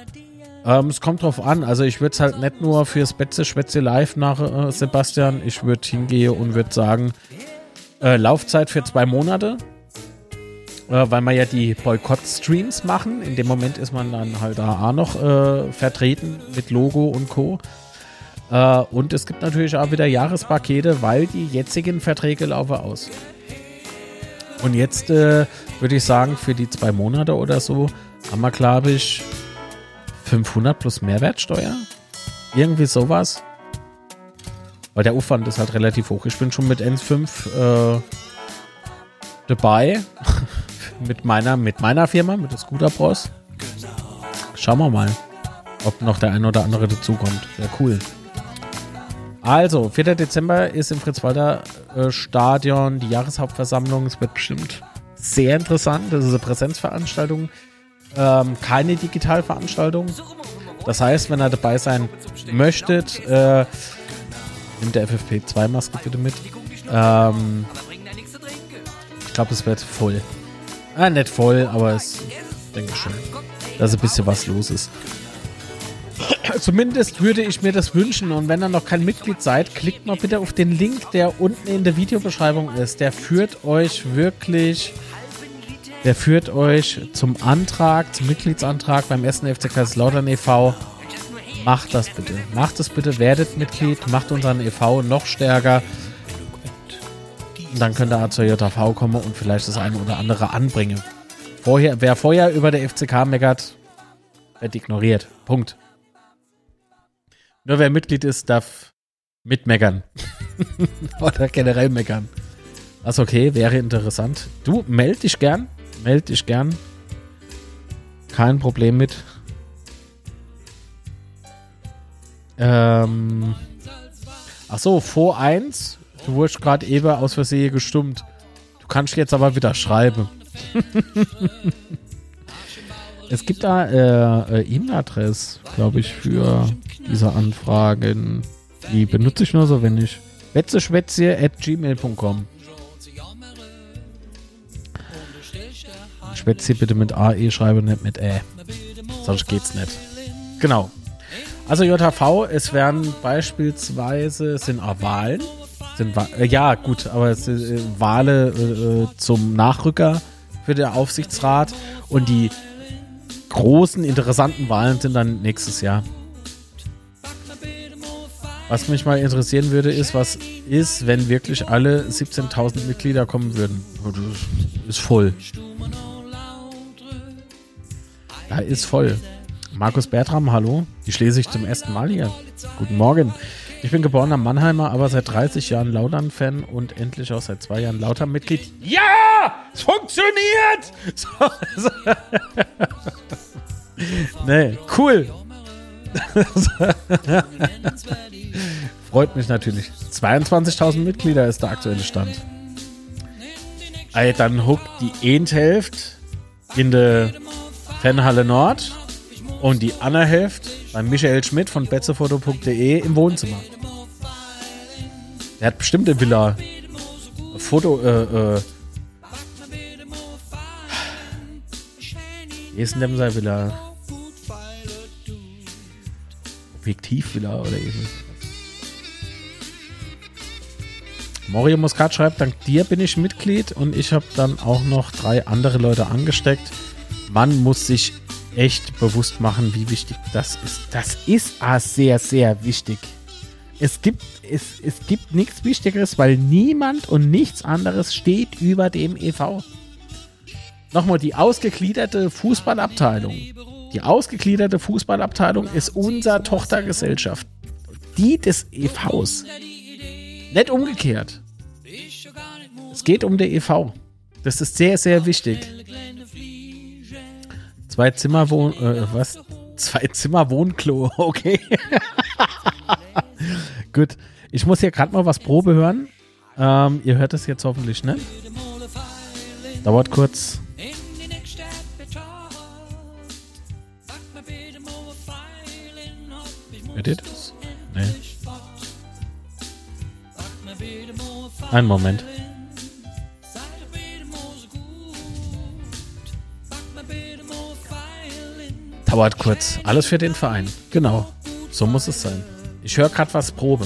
Es kommt drauf an. Also ich würde es halt nicht nur fürs Spätzle live nach Sebastian. Ich würde hingehen und würde sagen, Laufzeit für 2 Monate. Weil wir ja die Boykott-Streams machen. In dem Moment ist man dann halt da auch noch vertreten mit Logo und Co. Und es gibt natürlich auch wieder Jahrespakete, weil die jetzigen Verträge laufen aus. Und jetzt würde ich sagen, für die 2 Monate oder so haben wir, glaube ich, 500 plus Mehrwertsteuer. Irgendwie sowas. Weil der Aufwand ist halt relativ hoch. Ich bin schon mit N5 dabei. mit meiner Firma, mit der Scooter Bros. Schauen wir mal, ob noch der ein oder andere dazukommt. Wäre cool. Also, 4. Dezember ist im Fritz-Walter-Stadion die Jahreshauptversammlung. Es wird bestimmt sehr interessant. Das ist eine Präsenzveranstaltung. Keine Digitalveranstaltung. Das heißt, wenn ihr dabei sein möchtet, nimmt der FFP2-Maske bitte mit. Ich glaube, es wird voll. Nicht voll, aber ich denke schon, dass ein bisschen was los ist. Zumindest würde ich mir das wünschen. Und wenn ihr noch kein Mitglied seid, klickt mal bitte auf den Link, der unten in der Videobeschreibung ist. Der führt euch zum Mitgliedsantrag beim 1. FC Kaiserslautern e.V. Macht das bitte. Macht es bitte, werdet Mitglied, macht unseren e.V. noch stärker. Und dann könnt ihr zur JV kommen und vielleicht das eine oder andere anbringen. Wer vorher über der FCK meckert, wird ignoriert. Punkt. Nur wer Mitglied ist, darf mitmeckern. Oder generell meckern. Das okay, wäre interessant. Du, meld dich gern. Kein Problem mit. Achso, vor 1. Du wurdest gerade eben aus Versehen gestummt. Du kannst jetzt aber wieder schreiben. Es gibt da E-Mail-Adresse, glaube ich, für diese Anfragen. Die benutze ich nur so, wenn ich betzeschwätzie@gmail.com. Schwätzie bitte mit AE schreibe, nicht mit Ä. Sonst geht's nicht. Genau. Also JHV, es werden beispielsweise, sind auch Wahlen. Ja, gut, aber es sind Wahlen zum Nachrücker für den Aufsichtsrat und die großen, interessanten Wahlen sind dann nächstes Jahr. Was mich mal interessieren würde, ist, was ist, wenn wirklich alle 17.000 Mitglieder kommen würden. Ist voll. Da ist voll. Markus Bertram, hallo. Die schließe ich zum ersten Mal hier. Guten Morgen. Ich bin geborener Mannheimer, aber seit 30 Jahren Lautern-Fan und endlich auch seit 2 Jahren Lautern-Mitglied. Ja! Es funktioniert! So. Nee, cool. Freut mich natürlich. 22.000 Mitglieder ist der aktuelle Stand. Dann huckt die Hälfte in der Fanhalle Nord und die andere Hälfte bei Michael Schmidt von betzefoto.de im Wohnzimmer. Der hat bestimmt eine Villa. Foto, wie ist denn dem seine Villa? Objektivvilla oder irgendwas. Morio Muscat schreibt, dank dir bin ich Mitglied und ich habe dann auch noch 3 andere Leute angesteckt. Man muss sich echt bewusst machen, wie wichtig das ist. Das ist sehr, sehr wichtig. Es gibt nichts Wichtigeres, weil niemand und nichts anderes steht über dem e.V. Nochmal, die ausgegliederte Fußballabteilung. Die ausgegliederte Fußballabteilung ist unsere Tochtergesellschaft. Die des e.V.s. Nicht umgekehrt. Es geht um den e.V. Das ist sehr, sehr wichtig. 2 Zimmer Wohnklo, okay. Gut, ich muss hier gerade mal was Probe hören. Ihr hört es jetzt hoffentlich, ne? Dauert kurz. Hört ihr das? Nee. Einen Moment. Dauert kurz. Alles für den Verein. Genau. So muss es sein. Ich höre gerade was Probe.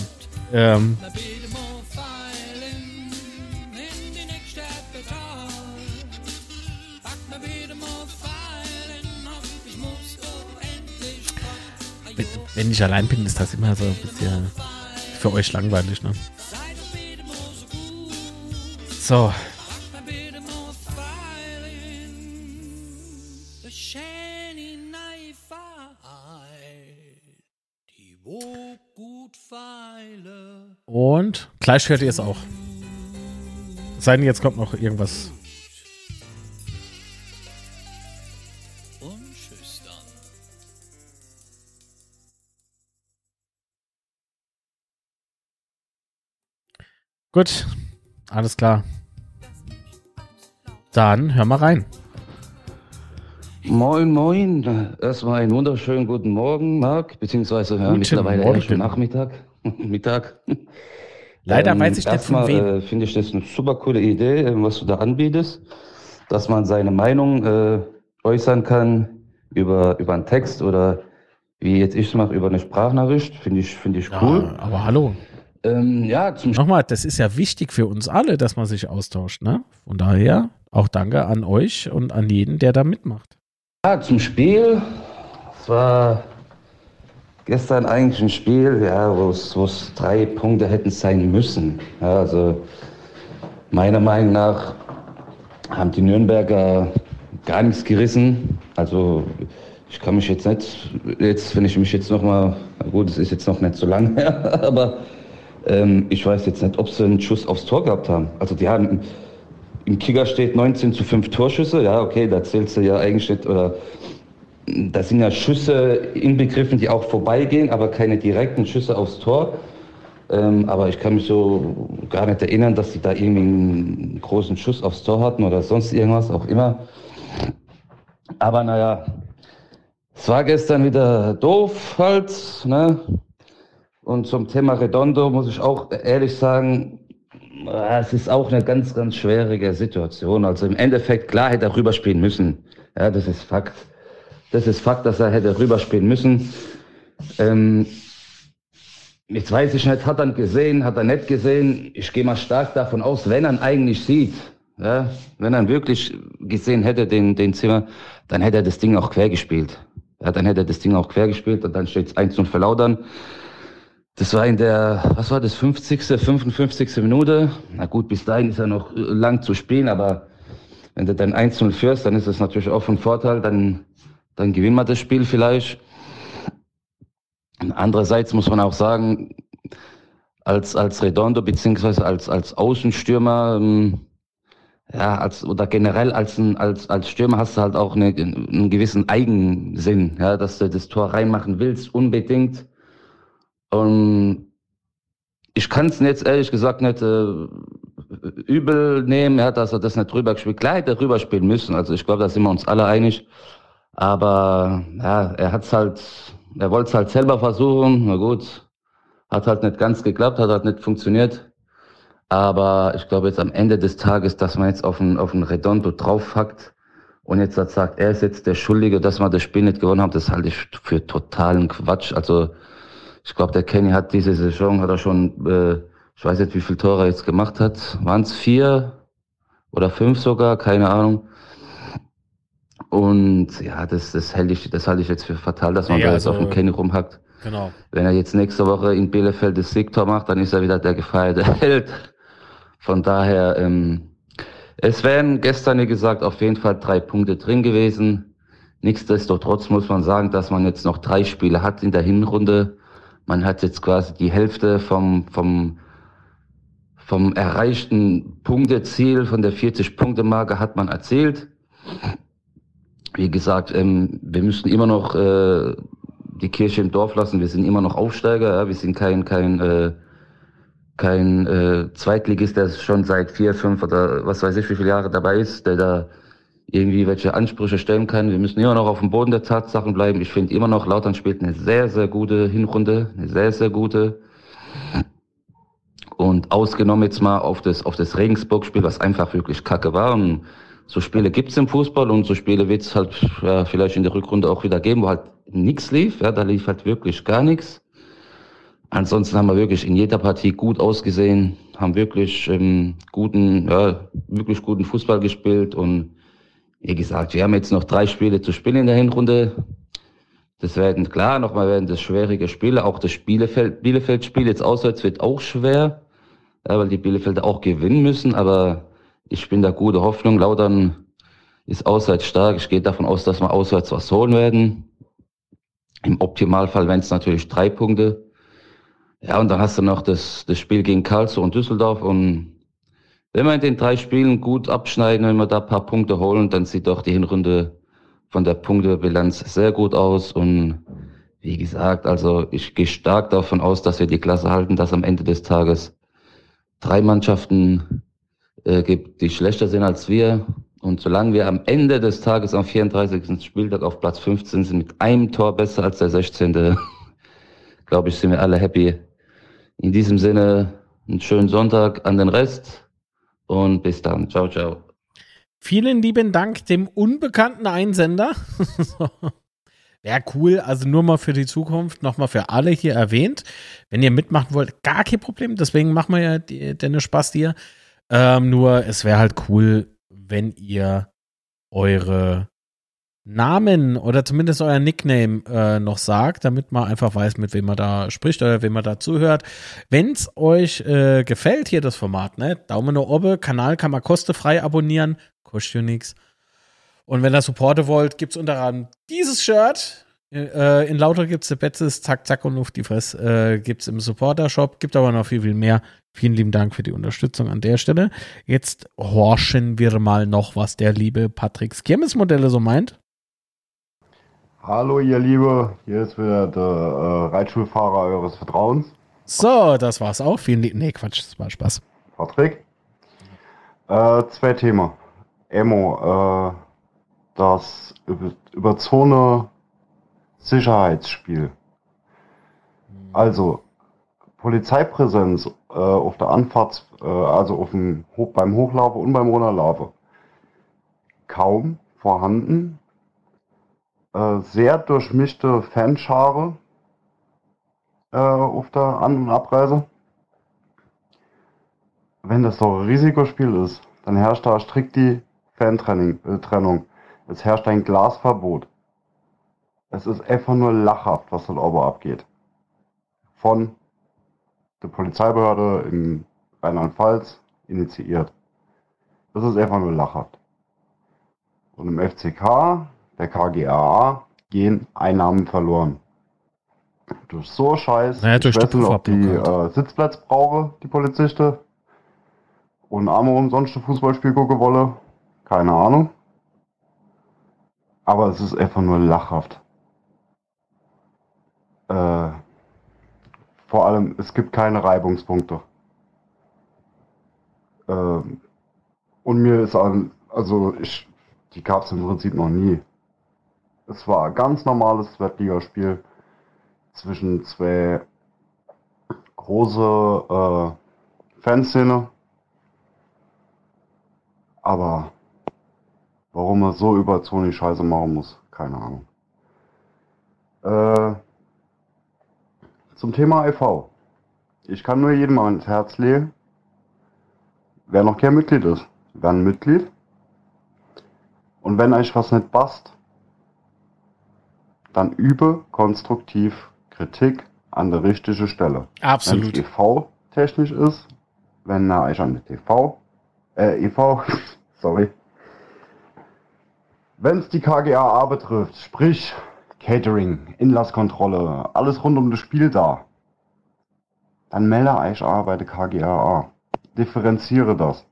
Wenn ich allein bin, ist das immer so ein bisschen für euch langweilig, ne? So. Und gleich hört ihr es auch. Sei denn, jetzt kommt noch irgendwas. Gut, alles klar. Dann hör mal rein. Moin, moin. Erstmal einen wunderschönen guten Morgen, Marc, beziehungsweise mittlerweile eher schon Nachmittag. Mittag. Leider weiß ich nicht von wem. Erstmal finde ich das eine super coole Idee, was du da anbietest, dass man seine Meinung äußern kann über einen Text oder wie jetzt ich es mache, über eine Sprachnachricht. Finde ich cool. Ja, aber hallo. Nochmal, das ist ja wichtig für uns alle, dass man sich austauscht, ne? Von daher auch danke an euch und an jeden, der da mitmacht. Ja, zum Spiel. Es war gestern eigentlich ein Spiel, ja, wo es 3 Punkte hätten sein müssen. Ja, also meiner Meinung nach haben die Nürnberger gar nichts gerissen. Also ich kann mich jetzt nicht, wenn ich mich jetzt nochmal, gut, es ist jetzt noch nicht so lange her, aber ich weiß jetzt nicht, ob sie einen Schuss aufs Tor gehabt haben. Also die haben, im Kicker steht 19:5 Torschüsse, ja okay, da zählst du ja eigentlich nicht, oder da sind ja Schüsse inbegriffen, die auch vorbeigehen, aber keine direkten Schüsse aufs Tor. Aber ich kann mich so gar nicht erinnern, dass die da irgendwie einen großen Schuss aufs Tor hatten oder sonst irgendwas, auch immer. Aber naja, es war gestern wieder doof halt, ne? Und zum Thema Redondo muss ich auch ehrlich sagen, es ist auch eine ganz, ganz schwierige Situation. Also im Endeffekt, klar hätte er rüberspielen müssen. Ja, das ist Fakt. Das ist Fakt, dass er hätte rüberspielen müssen. Jetzt weiß ich nicht, hat er gesehen, hat er nicht gesehen. Ich gehe mal stark davon aus, wenn er ihn eigentlich sieht, ja, wenn er ihn wirklich gesehen hätte, den Zimmer, dann hätte er das Ding auch quer gespielt. Ja, dann hätte er das Ding auch quer gespielt und dann steht es 1:0 für Lautern. Das war in der, 55. Minute. Na gut, bis dahin ist ja noch lang zu spielen, aber wenn du dann 1:0 führst, dann ist das natürlich auch von Vorteil, dann gewinnen wir das Spiel vielleicht. Andererseits muss man auch sagen, als Redondo beziehungsweise als Außenstürmer, oder generell als Stürmer hast du halt auch einen gewissen Eigensinn, ja, dass du das Tor reinmachen willst, unbedingt. Und ich kann es jetzt ehrlich gesagt nicht übel nehmen, ja, dass er das nicht rüber gespielt. Klar hätte er rüber spielen müssen, also ich glaube, da sind wir uns alle einig. Aber ja, er wollte es halt selber versuchen, na gut, hat halt nicht ganz geklappt, hat halt nicht funktioniert. Aber ich glaube jetzt am Ende des Tages, dass man jetzt auf einen Redondo draufhackt und jetzt sagt, er ist jetzt der Schuldige, dass wir das Spiel nicht gewonnen haben, das halte ich für totalen Quatsch. Also ich glaube, der Kenny hat diese Saison, hat er schon, ich weiß nicht, wie viele Tore er jetzt gemacht hat. Waren es 4 oder 5 sogar, keine Ahnung. Und ja, das halte ich jetzt für fatal, dass man da jetzt auf den Kenny rumhackt. Genau. Wenn er jetzt nächste Woche in Bielefeld das Siegtor macht, dann ist er wieder der gefeierte Held. Von daher, es wären gestern, wie gesagt, auf jeden Fall 3 Punkte drin gewesen. Nichtsdestotrotz muss man sagen, dass man jetzt noch 3 Spiele hat in der Hinrunde. Man hat jetzt quasi die Hälfte vom erreichten Punkteziel, von der 40-Punkte-Marke hat man erzielt. Wie gesagt, wir müssen immer noch die Kirche im Dorf lassen. Wir sind immer noch Aufsteiger. Ja? Wir sind kein Zweitligist, der schon seit 4, 5 oder was weiß ich wie viele Jahre dabei ist, der da irgendwie welche Ansprüche stellen kann. Wir müssen immer noch auf dem Boden der Tatsachen bleiben. Ich finde immer noch, Lautern spielt eine sehr, sehr gute Hinrunde. Eine sehr, sehr gute. Und ausgenommen jetzt mal auf das Regensburg-Spiel, was einfach wirklich kacke war. Und so Spiele gibt's im Fußball und so Spiele wird's halt vielleicht in der Rückrunde auch wieder geben, wo halt nichts lief. Ja, da lief halt wirklich gar nichts. Ansonsten haben wir wirklich in jeder Partie gut ausgesehen, haben wirklich wirklich guten Fußball gespielt und wie gesagt, wir haben jetzt noch 3 Spiele zu spielen in der Hinrunde. Das werden das schwierige Spiele. Auch das Bielefeld-Spiel jetzt auswärts wird auch schwer, weil die Bielefelder auch gewinnen müssen. Aber ich bin da gute Hoffnung. Lautern ist auswärts stark. Ich gehe davon aus, dass wir auswärts was holen werden. Im Optimalfall wären es natürlich 3 Punkte. Ja, und dann hast du noch das Spiel gegen Karlsruhe und Düsseldorf. Und wenn wir in den 3 Spielen gut abschneiden, wenn wir da ein paar Punkte holen, dann sieht doch die Hinrunde von der Punktebilanz sehr gut aus. Und wie gesagt, also ich gehe stark davon aus, dass wir die Klasse halten, dass am Ende des Tages 3 Mannschaften gibt, die schlechter sind als wir. Und solange wir am Ende des Tages am 34. Spieltag auf Platz 15 sind, mit einem Tor besser als der 16., glaube ich, sind wir alle happy. In diesem Sinne, einen schönen Sonntag an den Rest und bis dann. Ciao, ciao. Vielen lieben Dank dem unbekannten Einsender. Wäre cool, also nur mal für die Zukunft, nochmal für alle hier erwähnt. Wenn ihr mitmachen wollt, gar kein Problem. Deswegen machen wir ja den Spaß hier. Nur es wäre halt cool, wenn ihr eure Namen oder zumindest euer Nickname noch sagt, damit man einfach weiß, mit wem man da spricht oder wem man da zuhört. Wenn es euch gefällt, hier das Format, ne? Daumen nach oben, Kanal kann man kostenfrei abonnieren, kostet ja nichts. Und wenn ihr Supporte wollt, gibt es unter anderem dieses Shirt. In Lauter gibt es die Betzes, zack, zack und auf die Fress gibt es im Supporter-Shop. Gibt aber noch viel, viel mehr. Vielen lieben Dank für die Unterstützung an der Stelle. Jetzt horchen wir mal noch, was der liebe Patrick Skirmes-Modelle so meint. Hallo ihr Liebe, hier ist wieder der Reitschulfahrer eures Vertrauens. So, das war's auch. Vielen lieben Nee, Quatsch, das war Spaß. Patrick. 2 Themen. Emo, das Überzone Sicherheitsspiel. Also Polizeipräsenz auf der Anfahrt, also beim Hochlaufen und beim Runterlaufen. Kaum vorhanden. Sehr durchmischte Fanschare auf der An- und Abreise. Wenn das so ein Risikospiel ist, dann herrscht da strikt die Fantrennung. Es herrscht ein Glasverbot. Es ist einfach nur lachhaft, was dort oben abgeht. Von der Polizeibehörde in Rheinland-Pfalz initiiert. Das ist einfach nur lachhaft. Und im FCK, der KGaA, gehen Einnahmen verloren. Durch so Scheiß. Naja, durch ich weiß nicht, ob die Sitzplätze brauche, die Polizisten. Und einmal umsonst ein Fußballspiel gucken wolle. Keine Ahnung. Aber es ist einfach nur lachhaft. Vor allem, es gibt keine Reibungspunkte. Und mir ist die gab es im Prinzip noch nie. Es war ein ganz normales Zweitligaspiel zwischen 2 große Fanszene. Aber warum man so überzogen Scheiße machen muss, keine Ahnung. Zum Thema e.V. Ich kann nur jedem ans Herz legen, wer noch kein Mitglied ist, werde ein Mitglied. Und wenn euch was nicht passt, dann übe konstruktiv Kritik an der richtigen Stelle. Absolut. Wenn es e.V.-technisch ist, wenn ihr euch an der e.V., sorry. Wenn es die KGaA betrifft, sprich Catering, Inlasskontrolle, alles rund um das Spiel da, dann melde euch bei der KGaA. Differenziere das.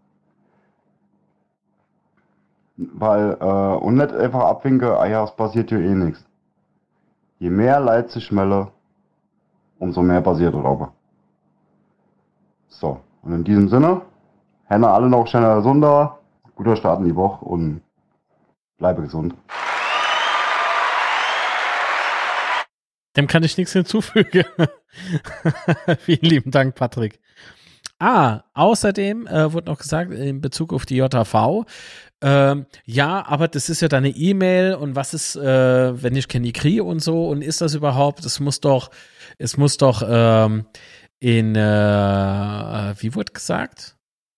Weil, und nicht einfach abwinken, ja, es passiert hier eh nichts. Je mehr Leid sich melde, umso mehr passiert aber. So, und in diesem Sinne, Hände alle noch schneller Sonder, guter Start in die Woche und bleibe gesund. Dem kann ich nichts hinzufügen. Vielen lieben Dank, Patrick. Außerdem wurde noch gesagt, in Bezug auf die JV, ja, aber das ist ja deine E-Mail und was ist, wenn ich Candy kriege und so und ist das überhaupt, es muss doch wie wurde gesagt?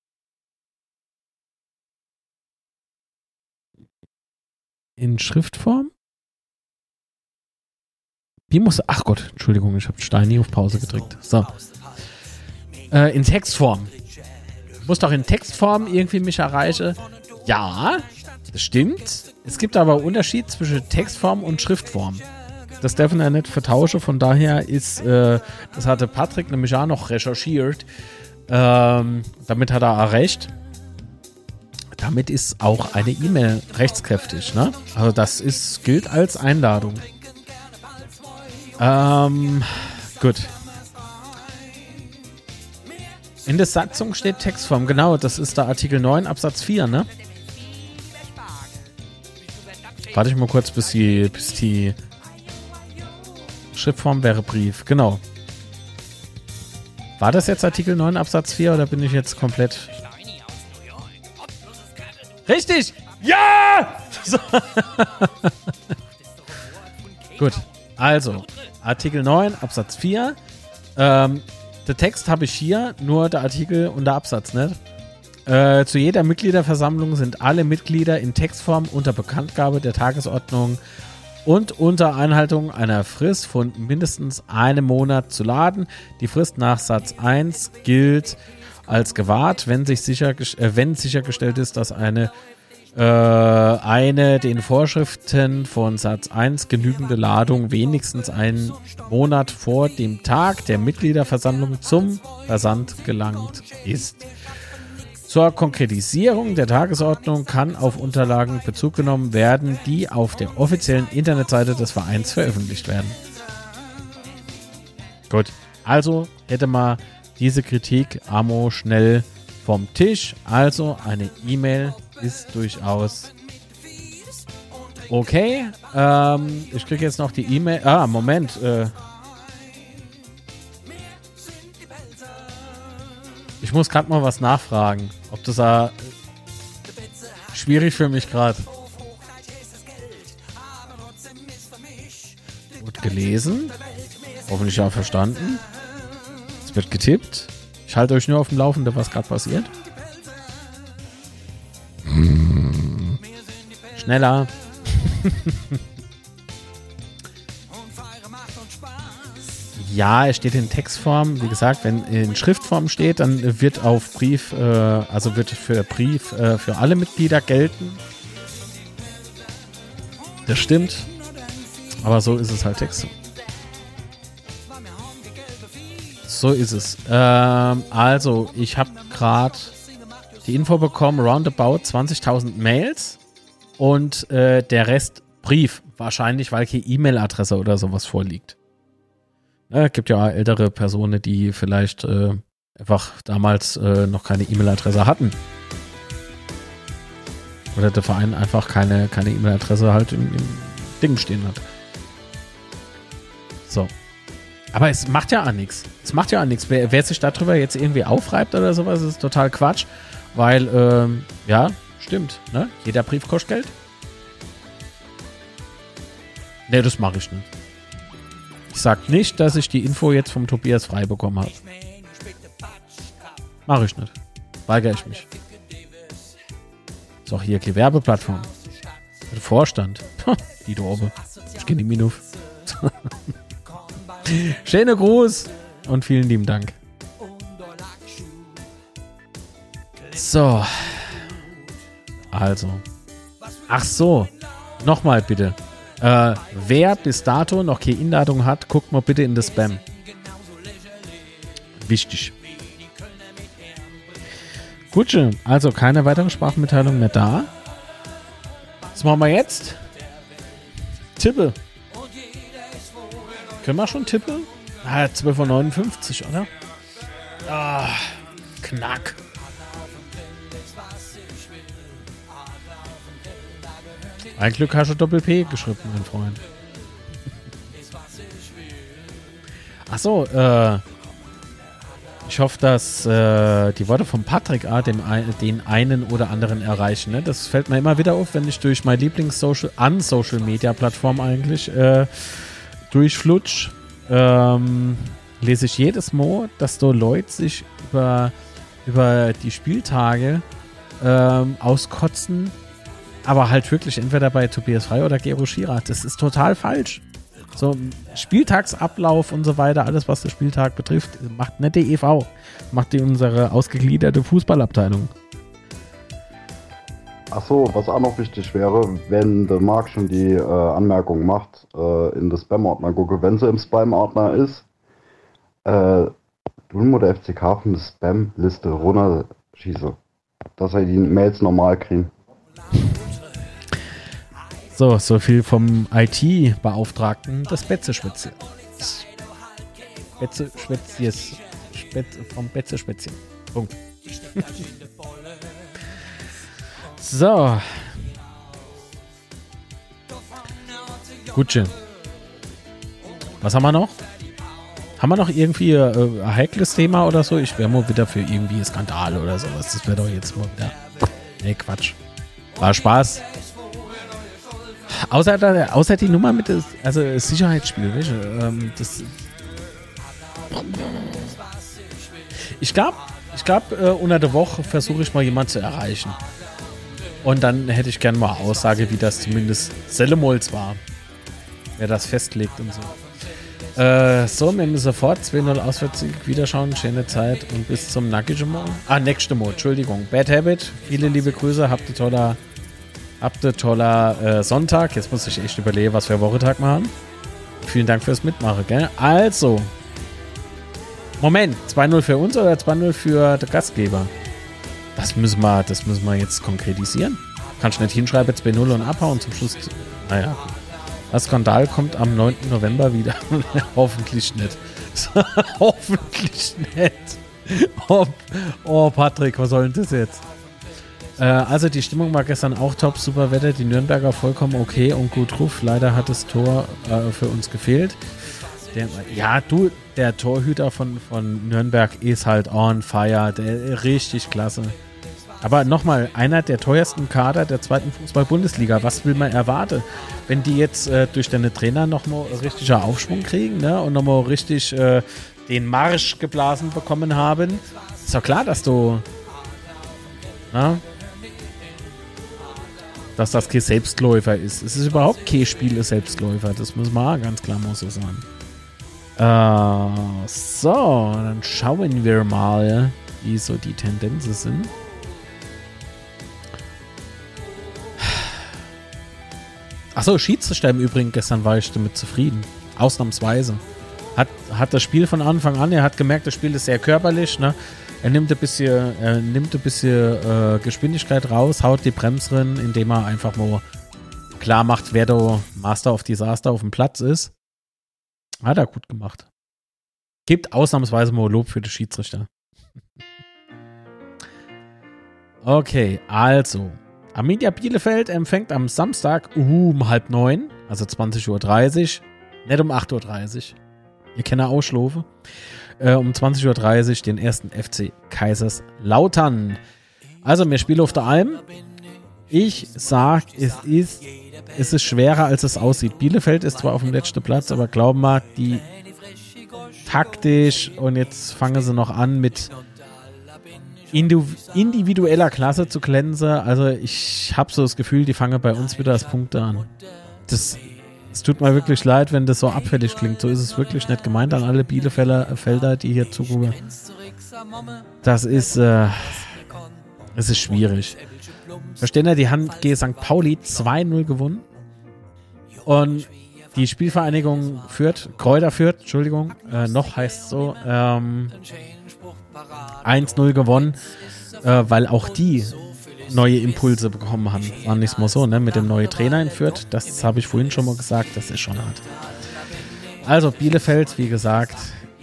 In Schriftform? Ach Gott, Entschuldigung, ich habe Steini auf Pause gedrückt. So. In Textform. Muss doch in Textform irgendwie mich erreichen. Ja, das stimmt. Es gibt aber einen Unterschied zwischen Textform und Schriftform. Das darf man ja nicht vertauschen. Von daher ist, das hatte Patrick nämlich auch noch recherchiert. Damit hat er auch recht. Damit ist auch eine E-Mail rechtskräftig, ne? Also das gilt als Einladung. Gut. In der Satzung steht Textform, genau, das ist der Artikel 9 Absatz 4, ne? Warte ich mal kurz, bis die Schriftform wäre Brief, genau. War das jetzt Artikel 9 Absatz 4 oder bin ich jetzt komplett... Richtig! Ja! So. Gut, also Artikel 9 Absatz 4. Der Text habe ich hier, nur der Artikel und der Absatz nicht. Zu jeder Mitgliederversammlung sind alle Mitglieder in Textform unter Bekanntgabe der Tagesordnung und unter Einhaltung einer Frist von mindestens einem Monat zu laden. Die Frist nach Satz 1 gilt als gewahrt, wenn sichergestellt ist, dass eine den Vorschriften von Satz 1 genügende Ladung wenigstens einen Monat vor dem Tag der Mitgliederversammlung zum Versand gelangt ist. Zur Konkretisierung der Tagesordnung kann auf Unterlagen Bezug genommen werden, die auf der offiziellen Internetseite des Vereins veröffentlicht werden. Gut, also hätte mal diese Kritik Amo schnell vom Tisch. Also eine E-Mail ist durchaus okay. Ich kriege jetzt noch die E-Mail. Moment. Ich muss gerade mal was nachfragen. Ob das schwierig für mich gerade. Gut gelesen. Hoffentlich auch verstanden. Es wird getippt. Ich halte euch nur auf dem Laufenden, was gerade passiert. Schneller. Ja, es steht in Textform. Wie gesagt, wenn in Schriftform steht, dann wird auf Brief, wird für Brief für alle Mitglieder gelten. Das stimmt. Aber so ist es halt Text. So ist es. Also, ich habe gerade die Info bekommen, roundabout 20.000 Mails und der Rest Brief. Wahrscheinlich, weil hier E-Mail-Adresse oder sowas vorliegt. Gibt ja ältere Personen, die vielleicht einfach damals noch keine E-Mail-Adresse hatten. Oder der Verein einfach keine E-Mail-Adresse halt im Ding stehen hat. So. Aber es macht ja auch nichts. Es macht ja auch nichts. Wer sich darüber jetzt irgendwie aufreibt oder sowas, ist total Quatsch. Weil, ja, stimmt. Ne? Jeder Brief kostet Geld. Ne, das mache ich nicht. Ich sag nicht, dass ich die Info jetzt vom Tobias frei bekommen habe. Mache ich nicht. Weigere ich mich. Ist auch hier die Werbeplattform. Der Vorstand. Die Dorbe. Ich gehe nicht mehr auf. Schöner Gruß und vielen lieben Dank. So. Also. Ach so. Nochmal bitte. Wer bis dato noch keine Einladung hat, guckt mal bitte in das Spam. Wichtig. Gut, also keine weitere Sprachmitteilung mehr da. Was machen wir jetzt? Tippe. Können wir schon tippen? 12:59 Uhr, oder? Knack. Ein Glück hast du Doppel-P geschrieben, mein Freund. Achso, Ich hoffe, dass die Worte von Patrick A. den einen oder anderen erreichen. Ne? Das fällt mir immer wieder auf, wenn ich durch meine Social-Media-Plattform eigentlich durchflutsch. Lese ich jedes Mal, dass da Leute sich über die Spieltage auskotzen, aber halt wirklich entweder bei Tobias Frey oder Gero Schierer. Das ist total falsch. So, Spieltagsablauf und so weiter, alles was den Spieltag betrifft, macht nicht die EV, macht die unsere ausgegliederte Fußballabteilung. Achso, was auch noch wichtig wäre, wenn der Marc schon die Anmerkung macht, in den Spam-Ordner gucke, wenn sie im Spam-Ordner ist, tun wir der FCK von der Spam-Liste runterschieße, dass er die Mails normal kriegen. So viel vom IT-Beauftragten des Betze-Schwätzchen. Vom Betze-Schwätzchen. Punkt. So. Gutchen. Was haben wir noch? Haben wir noch irgendwie ein heikles Thema oder so? Ich wäre mal wieder für irgendwie Skandal oder sowas. Das wäre doch jetzt mal wieder... Nee, Quatsch. War Spaß. Außer die Nummer mit das Sicherheitsspiel, weißt du, ich glaube, unter der Woche versuche ich mal jemanden zu erreichen. Und dann hätte ich gerne mal eine Aussage, wie das zumindest Sellemols war. Wer das festlegt und so. So, wir müssen sofort 2-0 Auswärtssieg wieder schauen. Schöne Zeit und bis zum nächsten Mal. Nächste Mal, Entschuldigung. Bad Habit, viele liebe Grüße, habt ihr toller Sonntag. Jetzt muss ich echt überlegen, was wir Wochentag machen. Vielen Dank fürs Mitmachen, gell? Also, Moment, 2-0 für uns oder 2-0 für den Gastgeber? Das müssen wir jetzt konkretisieren. Kannst du nicht hinschreiben, 2-0 und abhauen zum Schluss. Naja, das Skandal kommt am 9. November wieder. Hoffentlich nicht. Hoffentlich nicht. Oh, Patrick, was soll denn das jetzt? Also die Stimmung war gestern auch top, super Wetter, die Nürnberger vollkommen okay und gut drauf. Leider hat das Tor für uns gefehlt. Der Torhüter von Nürnberg ist halt on fire, der richtig klasse. Aber nochmal, einer der teuersten Kader der zweiten Fußball-Bundesliga. Was will man erwarten? Wenn die jetzt durch deine Trainer nochmal richtiger Aufschwung kriegen, ne, und nochmal richtig den Marsch geblasen bekommen haben, ist doch klar, dass du... Na, dass das kein Selbstläufer ist. Es ist überhaupt kein Spiel Selbstläufer. Das muss man ganz klar mal so sagen. So, dann schauen wir mal, wie so die Tendenzen sind. Achso, Schiedsrichter im Übrigen, gestern war ich damit zufrieden. Ausnahmsweise. Hat das Spiel von Anfang an, er hat gemerkt, das Spiel ist sehr körperlich, ne? Er nimmt ein bisschen Geschwindigkeit raus, haut die Bremse drin, indem er einfach mal klar macht, wer der Master of Disaster auf dem Platz ist. Hat er gut gemacht. Gibt ausnahmsweise mal Lob für die Schiedsrichter. Okay, also. Arminia Bielefeld empfängt am Samstag um 8:30, also 20:30 Uhr. Nicht um 8:30 Uhr. Ihr kennt Ausschlafe. Um 20:30 Uhr den ersten FC Kaiserslautern. Also, wir spielen auf der Alm. Ich sag, es ist schwerer, als es aussieht. Bielefeld ist zwar auf dem letzten Platz, aber glauben wir, die taktisch, und jetzt fangen sie noch an mit individueller Klasse zu glänzen. Also ich habe so das Gefühl, die fangen bei uns wieder als Punkte an. Es tut mir wirklich leid, wenn das so abfällig klingt. So ist es wirklich nicht gemeint an alle Bielefelder, die hier zugucken. Das ist, es ist schwierig. Verstehen Sie, die haben gegen St. Pauli 2-0 gewonnen. Und die Spielvereinigung Kräuter Fürth, Entschuldigung, noch heißt es so, 1-0 gewonnen, weil auch die neue Impulse bekommen haben. War nicht mal so, ne? Mit dem neuen Trainer in Fürth, das habe ich vorhin schon mal gesagt, das ist schon hart. Also Bielefeld, wie gesagt.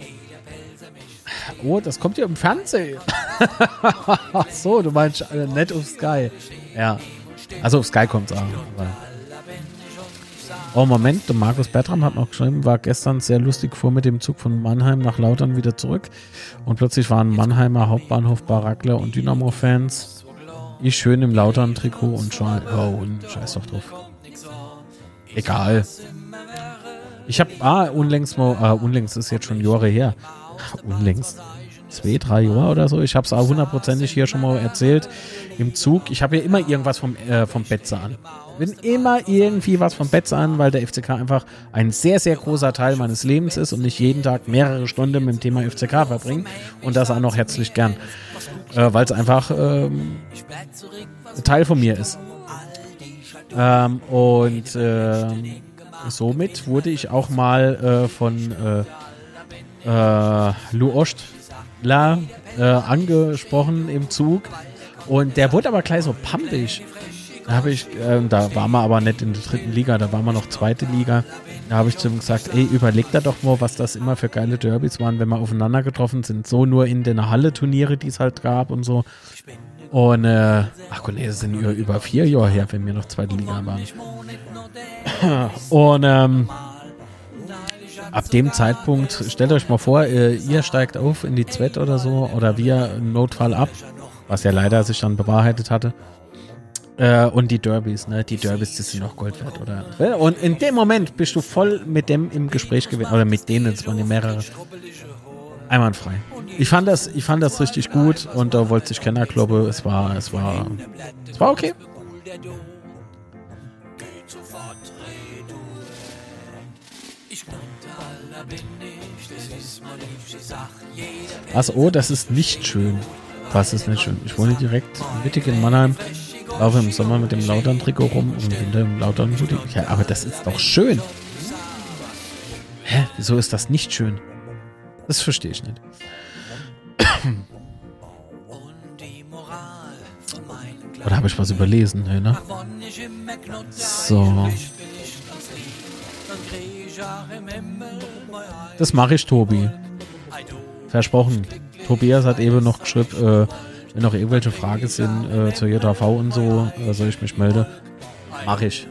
Oh, das kommt hier im Fernsehen. Ach so, du meinst nicht auf Sky. Ja, also auf Sky kommt es auch. Aber Oh, Moment, der Markus Bertram hat noch geschrieben, war gestern sehr lustig vor mit dem Zug von Mannheim nach Lautern wieder zurück. Und plötzlich waren Mannheimer Hauptbahnhof Barackler und Dynamo-Fans. Ich schön im Lautern-Trikot und scheiß doch drauf. Egal. Ich habe unlängst ist jetzt schon Jahre her. Unlängst. 2-3 Jahre oder so. Ich habe es auch hundertprozentig hier schon mal erzählt. Im Zug. Ich habe ja immer irgendwas vom Betze an. Bin immer irgendwie was vom Betze an, weil der FCK einfach ein sehr, sehr großer Teil meines Lebens ist und ich jeden Tag mehrere Stunden mit dem Thema FCK verbringe und das auch noch herzlich gern. Weil es einfach ein Teil von mir ist. Somit wurde ich auch mal von Lou Ostler angesprochen im Zug und der wurde aber gleich so pampig. Da waren wir aber nicht in der 3. Liga, da waren wir noch 2. Liga. Da habe ich zu ihm gesagt, ey, überleg da doch mal, was das immer für geile Derbys waren, wenn wir aufeinander getroffen sind. So nur in den Halle-Turniere, die es halt gab und so. Und, das sind über 4 Jahre her, wenn wir noch 2. Liga waren. Und, ab dem Zeitpunkt, stellt euch mal vor, ihr steigt auf in die 2. oder so, oder wir im Notfall ab, was ja leider sich dann bewahrheitet hatte. Und die Derbys, ne? Die Derbys, die sind noch Gold wert, oder? Und in dem Moment bist du voll mit dem im Gespräch gewesen, oder mit denen, es waren ja mehrere. Einwandfrei. Ich fand das richtig gut und da wollte ich keiner kloppen. Es war okay. Also, das ist nicht schön. Was ist nicht schön? Ich wohne direkt mittig in Mannheim. Laufe im Sommer mit dem Lautern-Trikot rum und im Winter im Lautern-Hoodie. Ja, aber das ist doch schön. Hä? Wieso ist das nicht schön? Das verstehe ich nicht. Oder habe ich was überlesen? Ne? So. Das mache ich, Tobi. Versprochen. Tobias hat eben noch geschrieben, wenn noch irgendwelche Fragen sind zur JV und so, soll ich mich melden. Mach ich.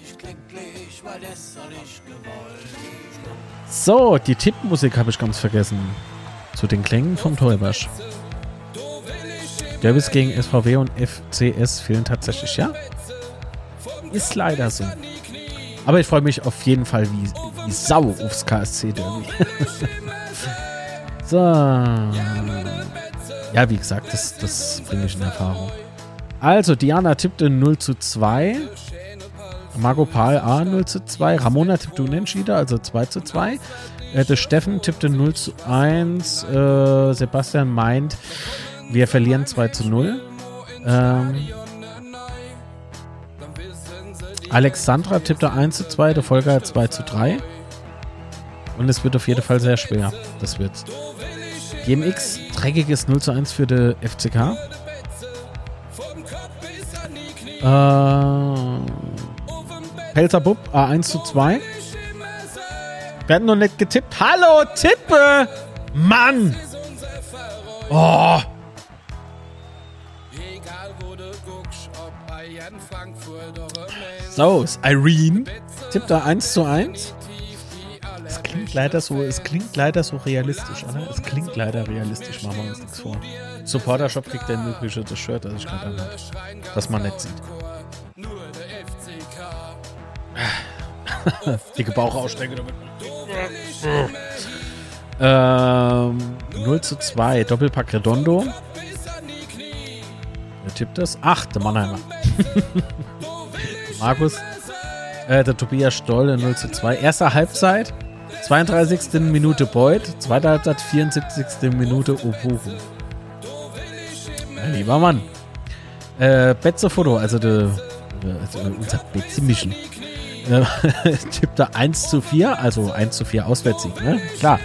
So, die Tippmusik habe ich ganz vergessen. Zu den Klängen vom Teubasch. Derbys gegen SVW und FCS fehlen tatsächlich, ja? Ist leider so. Aber ich freue mich auf jeden Fall wie Sau aufs KSC-Derby. So. Ja, wie gesagt, das bringe ich in Erfahrung. Also, Diana tippte 0:2. Margot Pahl A 0:2. Ramona tippte unentschieden, also 2:2. Der Steffen tippte 0:1. Sebastian meint, wir verlieren 2:0. Alexandra tippte 1:2. Der Volker 2:3. Und es wird auf jeden Fall sehr schwer. Das wird's. GMX, dreckiges 0:1 für den FCK. Pelzer Bub, A1:2. Wir hatten noch nicht getippt. Hallo, Tippe! Mann! Oh! So, ist Irene. Tippt da 1:1. Es klingt leider so realistisch, oder? Es klingt leider realistisch, machen wir uns nichts vor. Supporter-Shop kriegt der mögliche das Shirt, das ich gerade anhabe. Was man nicht sieht. Dicke Bauchausstrecke damit. 0:2, Doppelpack Redondo. Wer tippt das? Ach, der Mannheimer. Markus. Der Tobias Stoll, 0:2. Erste Halbzeit. 32. Minute Beuth, zweite Halbzeit 74. Minute Opoku. Lieber Mann. Betze-Foto, also unser Betze-Mischen. Tippte 1:4, also 1:4 Auswärtssieg, ne? Klar.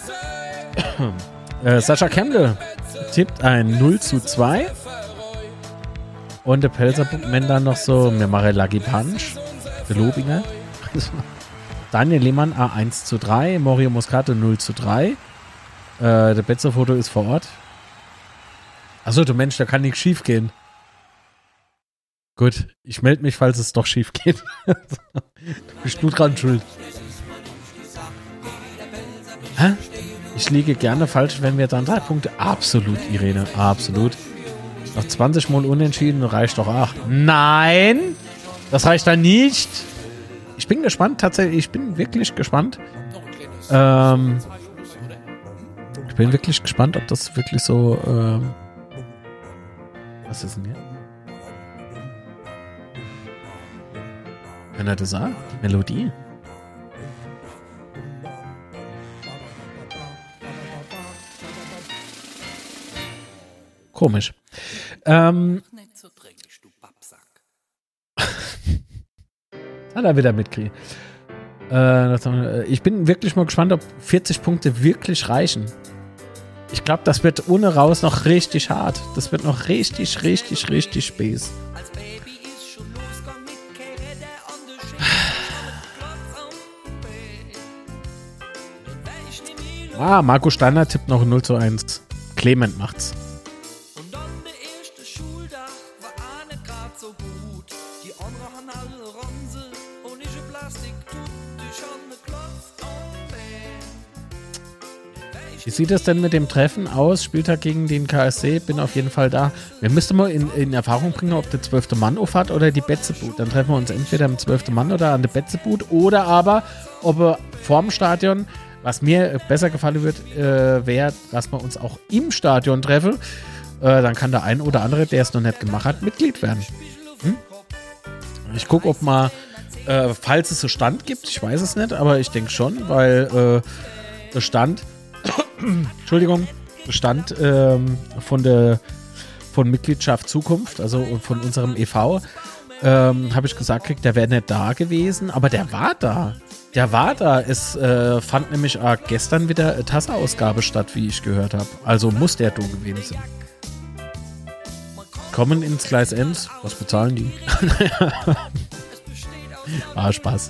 Sascha Kemble tippt ein 0:2. Und der Pelzer-Bookman dann noch so, mir mache Lucky Punch. Der Lobinger. Daniel Lehmann A1:3, Morio Moscato 0:3. Der Betzer-Foto ist vor Ort. Achso, du Mensch, da kann nichts schief gehen. Gut, ich melde mich, falls es doch schief geht. Du bist nur dran schuld. Hä? Ich liege gerne falsch, wenn wir dann 3 Punkte... Absolut, Irene, absolut. Noch 20 Mal unentschieden, reicht doch 8. Nein! Das reicht dann nicht. Ich bin gespannt, tatsächlich. Ich bin wirklich gespannt. Ich bin wirklich gespannt, ob das wirklich so... was ist denn hier? Kann er das sagen? Die Melodie? Komisch. Nicht so dreckig, du Babsack. Hat er wieder mitgekriegt. Ich bin wirklich mal gespannt, ob 40 Punkte wirklich reichen. Ich glaube, das wird ohne raus noch richtig hart. Das wird noch richtig spät. Marco Steiner tippt noch 0:1. Clement macht's. Und dann der erste Schultag war auch nicht grad so gut. Die anderen haben alle Ronse und ich in Plastik tut. Ich hab ne Klotz am Bein. Wie sieht es denn mit dem Treffen aus? Spieltag gegen den KSC, bin auf jeden Fall da. Wir müssten mal in Erfahrung bringen, ob der 12. Mann aufhat oder die Betzebut. Dann treffen wir uns entweder im 12. Mann oder an der Betzebut oder aber, ob er vorm Stadion, was mir besser gefallen wird, wäre, dass wir uns auch im Stadion treffen. Dann kann der ein oder andere, der es noch nicht gemacht hat, Mitglied werden. Ich gucke, ob mal, falls es so Stand gibt, ich weiß es nicht, aber ich denke schon, weil Bestand von Mitgliedschaft Zukunft, also von unserem e.V., habe ich gesagt, der wäre nicht da gewesen, aber der war da. Es fand nämlich gestern wieder eine Tasse-Ausgabe statt, wie ich gehört habe. Also muss der da gewesen sein. Kommen ins Gleis 1. Was bezahlen die? Spaß.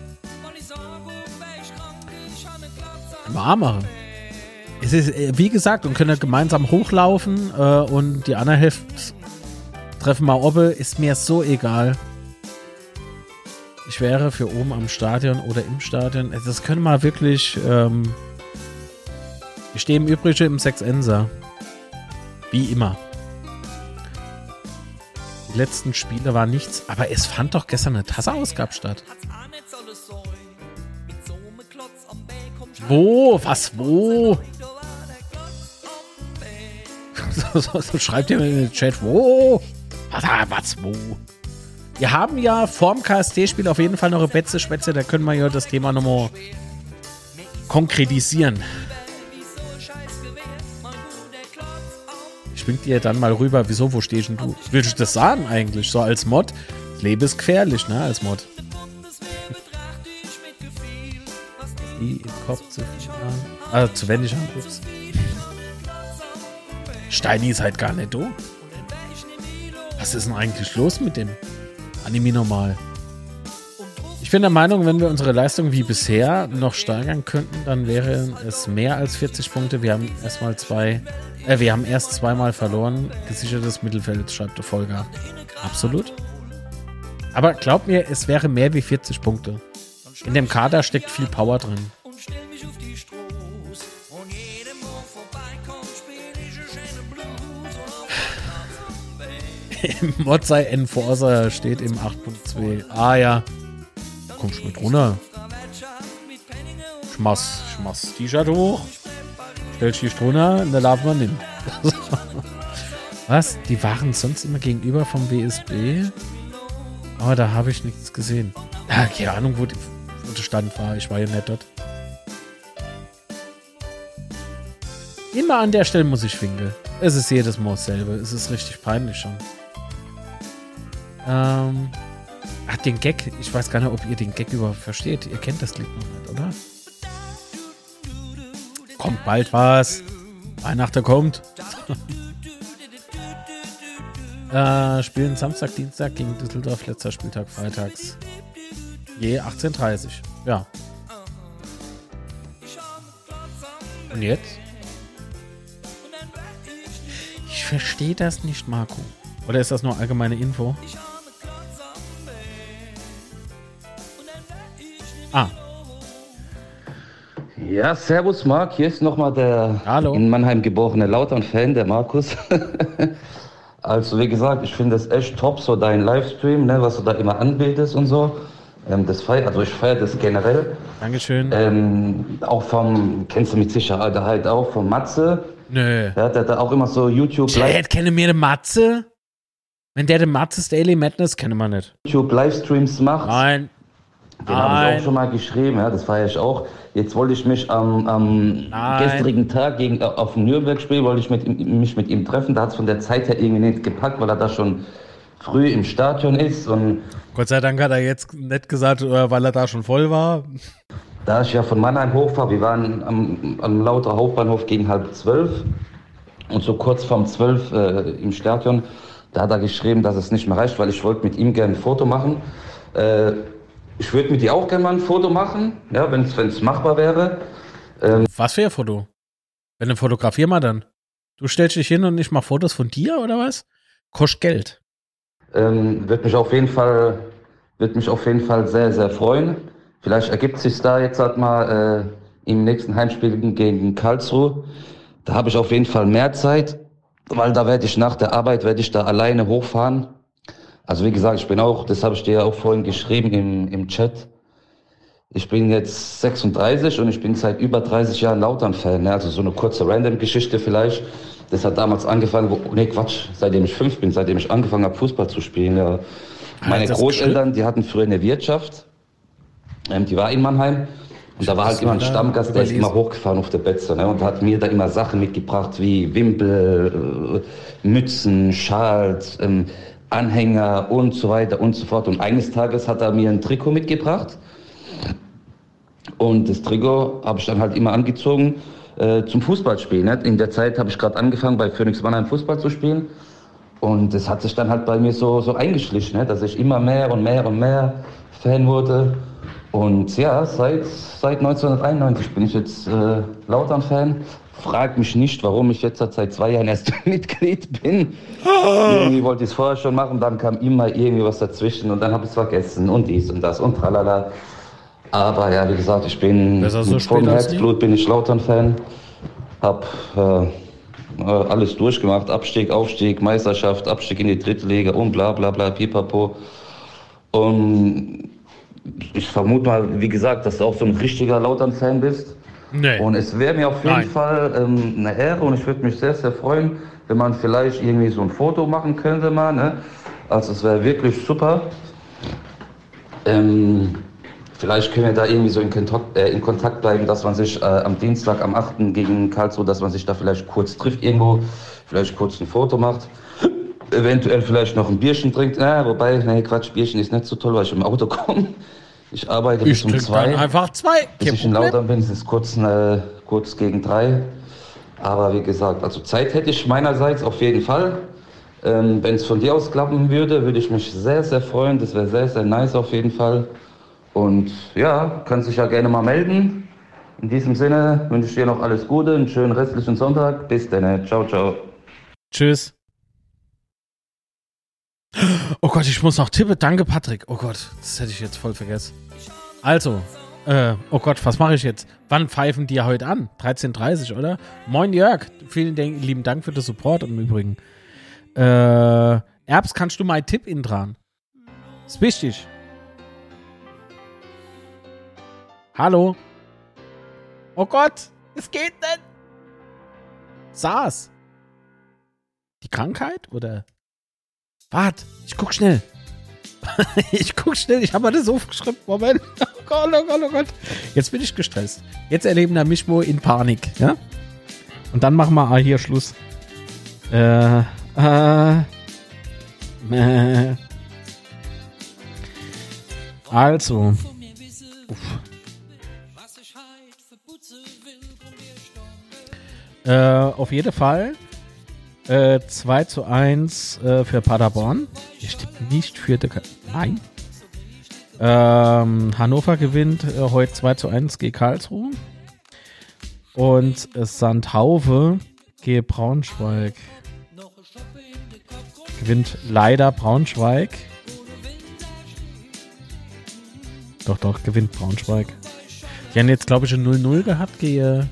Mal machen. Es ist, wie gesagt, und können gemeinsam hochlaufen und die andere Hälfte treffen wir oben, ist mir so egal. Ich wäre für oben am Stadion oder im Stadion. Das können wir wirklich. Ich stehe im Übrigen im 6-Enser. Wie immer. Die letzten Spiele waren nichts, aber es fand doch gestern eine Tasse-Ausgabe statt. Wo? Was? Wo? So schreibt ihr in den Chat. Wo? Was? Wo? Wir haben ja vorm KST-Spiel auf jeden Fall noch eine Betze-Spätze, da können wir ja das Thema nochmal konkretisieren. Ich wink dir dann mal rüber, wieso, wo stehst denn du? Willst du das sagen eigentlich, so als Mod? Das Leben ist gefährlich, ne, als Mod. Die im Kopf zu viel an. Also zu wenig anguckst. Steini ist halt gar nicht da. Was ist denn eigentlich los mit dem Anime normal? Ich bin der Meinung, wenn wir unsere Leistung wie bisher noch steigern könnten, dann wäre es mehr als 40 Punkte. Wir haben erst zweimal verloren. Gesichertes Mittelfeld, schreibt der Volker. Absolut. Aber glaub mir, es wäre mehr wie 40 Punkte. In dem Kader steckt viel Power drin. Im Mod sei Enforcer steht im 8.2. Ah ja. Kommst du mit runter? Schmass T-Shirt hoch. Stellst dich runter und da laufen wir hin. Was? Die waren sonst immer gegenüber vom WSB? Aber da habe ich nichts gesehen. Ja, keine Ahnung, wo der Stand war. Ich war ja nicht dort. Immer an der Stelle muss ich winken. Es ist jedes Mal dasselbe. Es ist richtig peinlich schon. Den Gag, ich weiß gar nicht, ob ihr den Gag überhaupt versteht. Ihr kennt das Lied noch nicht, oder? Kommt bald was. Weihnachten kommt. Spielen Samstag, Dienstag gegen Düsseldorf, letzter Spieltag freitags. Je 18:30. Ja. Und jetzt? Ich verstehe das nicht, Marco. Oder ist das nur allgemeine Info? Ah. Ja, servus Marc, hier ist nochmal der Hallo. in Mannheim geborene Lautern-Fan, der Markus. Also wie gesagt, ich finde es echt top, so dein Livestream, ne, was du da immer anbietest und so. Ich feiere das generell. Dankeschön. Auch kennst du mit Sicherheit halt auch vom Matze. Nö. Ja, der hat da auch immer so YouTube Kenne mir den Matze? Wenn der den Matzes Daily Madness kenne man nicht. Livestreams macht. Nein. Den habe ich auch schon mal geschrieben, ja, das feiere ich auch. Jetzt wollte ich mich am gestrigen Tag auf dem Nürnberg-Spiel, wollte ich mich mit ihm treffen. Da hat es von der Zeit her irgendwie nicht gepackt, weil er da schon früh im Stadion ist. Und Gott sei Dank hat er jetzt nicht gesagt, weil er da schon voll war. Da ich ja von Mannheim hochfahre, wir waren am Lauter Hauptbahnhof gegen 11:30 und so kurz vorm 12 im Stadion, da hat er geschrieben, dass es nicht mehr reicht, weil ich wollte mit ihm gerne ein Foto machen. Ich würde mit dir auch gerne mal ein Foto machen, ja, wenn es machbar wäre. Was für ein Foto? Wenn du fotografier mal dann. Du stellst dich hin und ich mache Fotos von dir oder was? Kostet Geld. Würde mich auf jeden Fall sehr, sehr freuen. Vielleicht ergibt sich da jetzt halt mal im nächsten Heimspiel gegen Karlsruhe. Da habe ich auf jeden Fall mehr Zeit, weil da werde ich nach der Arbeit da alleine hochfahren. Also wie gesagt, das habe ich dir ja auch vorhin geschrieben im Chat. Ich bin jetzt 36 und ich bin seit über 30 Jahren Lautern-Fan. Ne? Also so eine kurze Random-Geschichte vielleicht. Das hat damals angefangen, seitdem ich 5 bin, seitdem ich angefangen habe, Fußball zu spielen. Ja. Meine Großeltern, die hatten früher eine Wirtschaft. Die war in Mannheim. Und da war halt immer ein Stammgast, der ist immer hochgefahren auf der Betze. Ne? Und hat mir da immer Sachen mitgebracht wie Wimpel, Mützen, Schals, Anhänger und so weiter und so fort. Und eines Tages hat er mir ein Trikot mitgebracht. Und das Trikot habe ich dann halt immer angezogen zum Fußballspielen. Ne? In der Zeit habe ich gerade angefangen, bei Phoenix Mannheim Fußball zu spielen. Und das hat sich dann halt bei mir so eingeschlichen, ne? Dass ich immer mehr und mehr und mehr Fan wurde. Und ja, seit 1991 bin ich jetzt Lautern-Fan. Frag mich nicht, warum ich jetzt seit 2 Jahren erst Mitglied bin. Irgendwie wollte ich es vorher schon machen, dann kam immer irgendwie was dazwischen und dann habe ich es vergessen und dies und das und tralala. Aber ja, wie gesagt, ich bin vom Herzblut bin ich Lautern-Fan. Hab alles durchgemacht, Abstieg, Aufstieg, Meisterschaft, Abstieg in die dritte Liga und bla bla bla, pipapo. Und ich vermute mal, wie gesagt, dass du auch so ein richtiger Lautern-Fan bist. Nee. Und es wäre mir auf jeden Fall eine Ehre und ich würde mich sehr, sehr freuen, wenn man vielleicht irgendwie so ein Foto machen könnte mal. Ne? Also es wäre wirklich super. Vielleicht können wir da irgendwie so in Kontakt bleiben, dass man sich am Dienstag, am 8. gegen Karlsruhe, dass man sich da vielleicht kurz trifft irgendwo, vielleicht kurz ein Foto macht. Eventuell vielleicht noch ein Bierchen trinkt. Bierchen ist nicht so toll, weil ich im Auto komme. Ich arbeite bis um 2. Einfach 2. Bis ich in Lautern bin, es ist kurz gegen 3. Aber wie gesagt, also Zeit hätte ich meinerseits auf jeden Fall. Wenn es von dir aus klappen würde, würde ich mich sehr, sehr freuen. Das wäre sehr, sehr nice auf jeden Fall. Und ja, kannst dich ja gerne mal melden. In diesem Sinne wünsche ich dir noch alles Gute, einen schönen restlichen Sonntag. Bis dann. Ciao, ciao. Tschüss. Oh Gott, ich muss noch tippen. Danke, Patrick. Oh Gott, das hätte ich jetzt voll vergessen. Also, oh Gott, was mache ich jetzt? Wann pfeifen die heute an? 13:30, oder? Moin Jörg, vielen lieben Dank für den Support im Übrigen. Erbs, kannst du meinen Tipp intran? Ist wichtig. Hallo? Oh Gott, es geht nicht. SARS. Die Krankheit, oder? Warte, ich guck schnell. Ich habe mal das aufgeschrieben. Moment. Oh Gott, oh Gott, oh Gott. Jetzt bin ich gestresst. Jetzt erleben wir mich wohl in Panik, ja? Und dann machen wir hier Schluss. Also. Auf jeden Fall 2:1 für Paderborn. Ich stimme nicht für Nein. Hannover gewinnt heute 2:1 gegen Karlsruhe. Und Sandhausen gegen Braunschweig. Gewinnt leider Braunschweig. Doch, gewinnt Braunschweig. Die haben jetzt, glaube ich, ein 0-0 gehabt gegen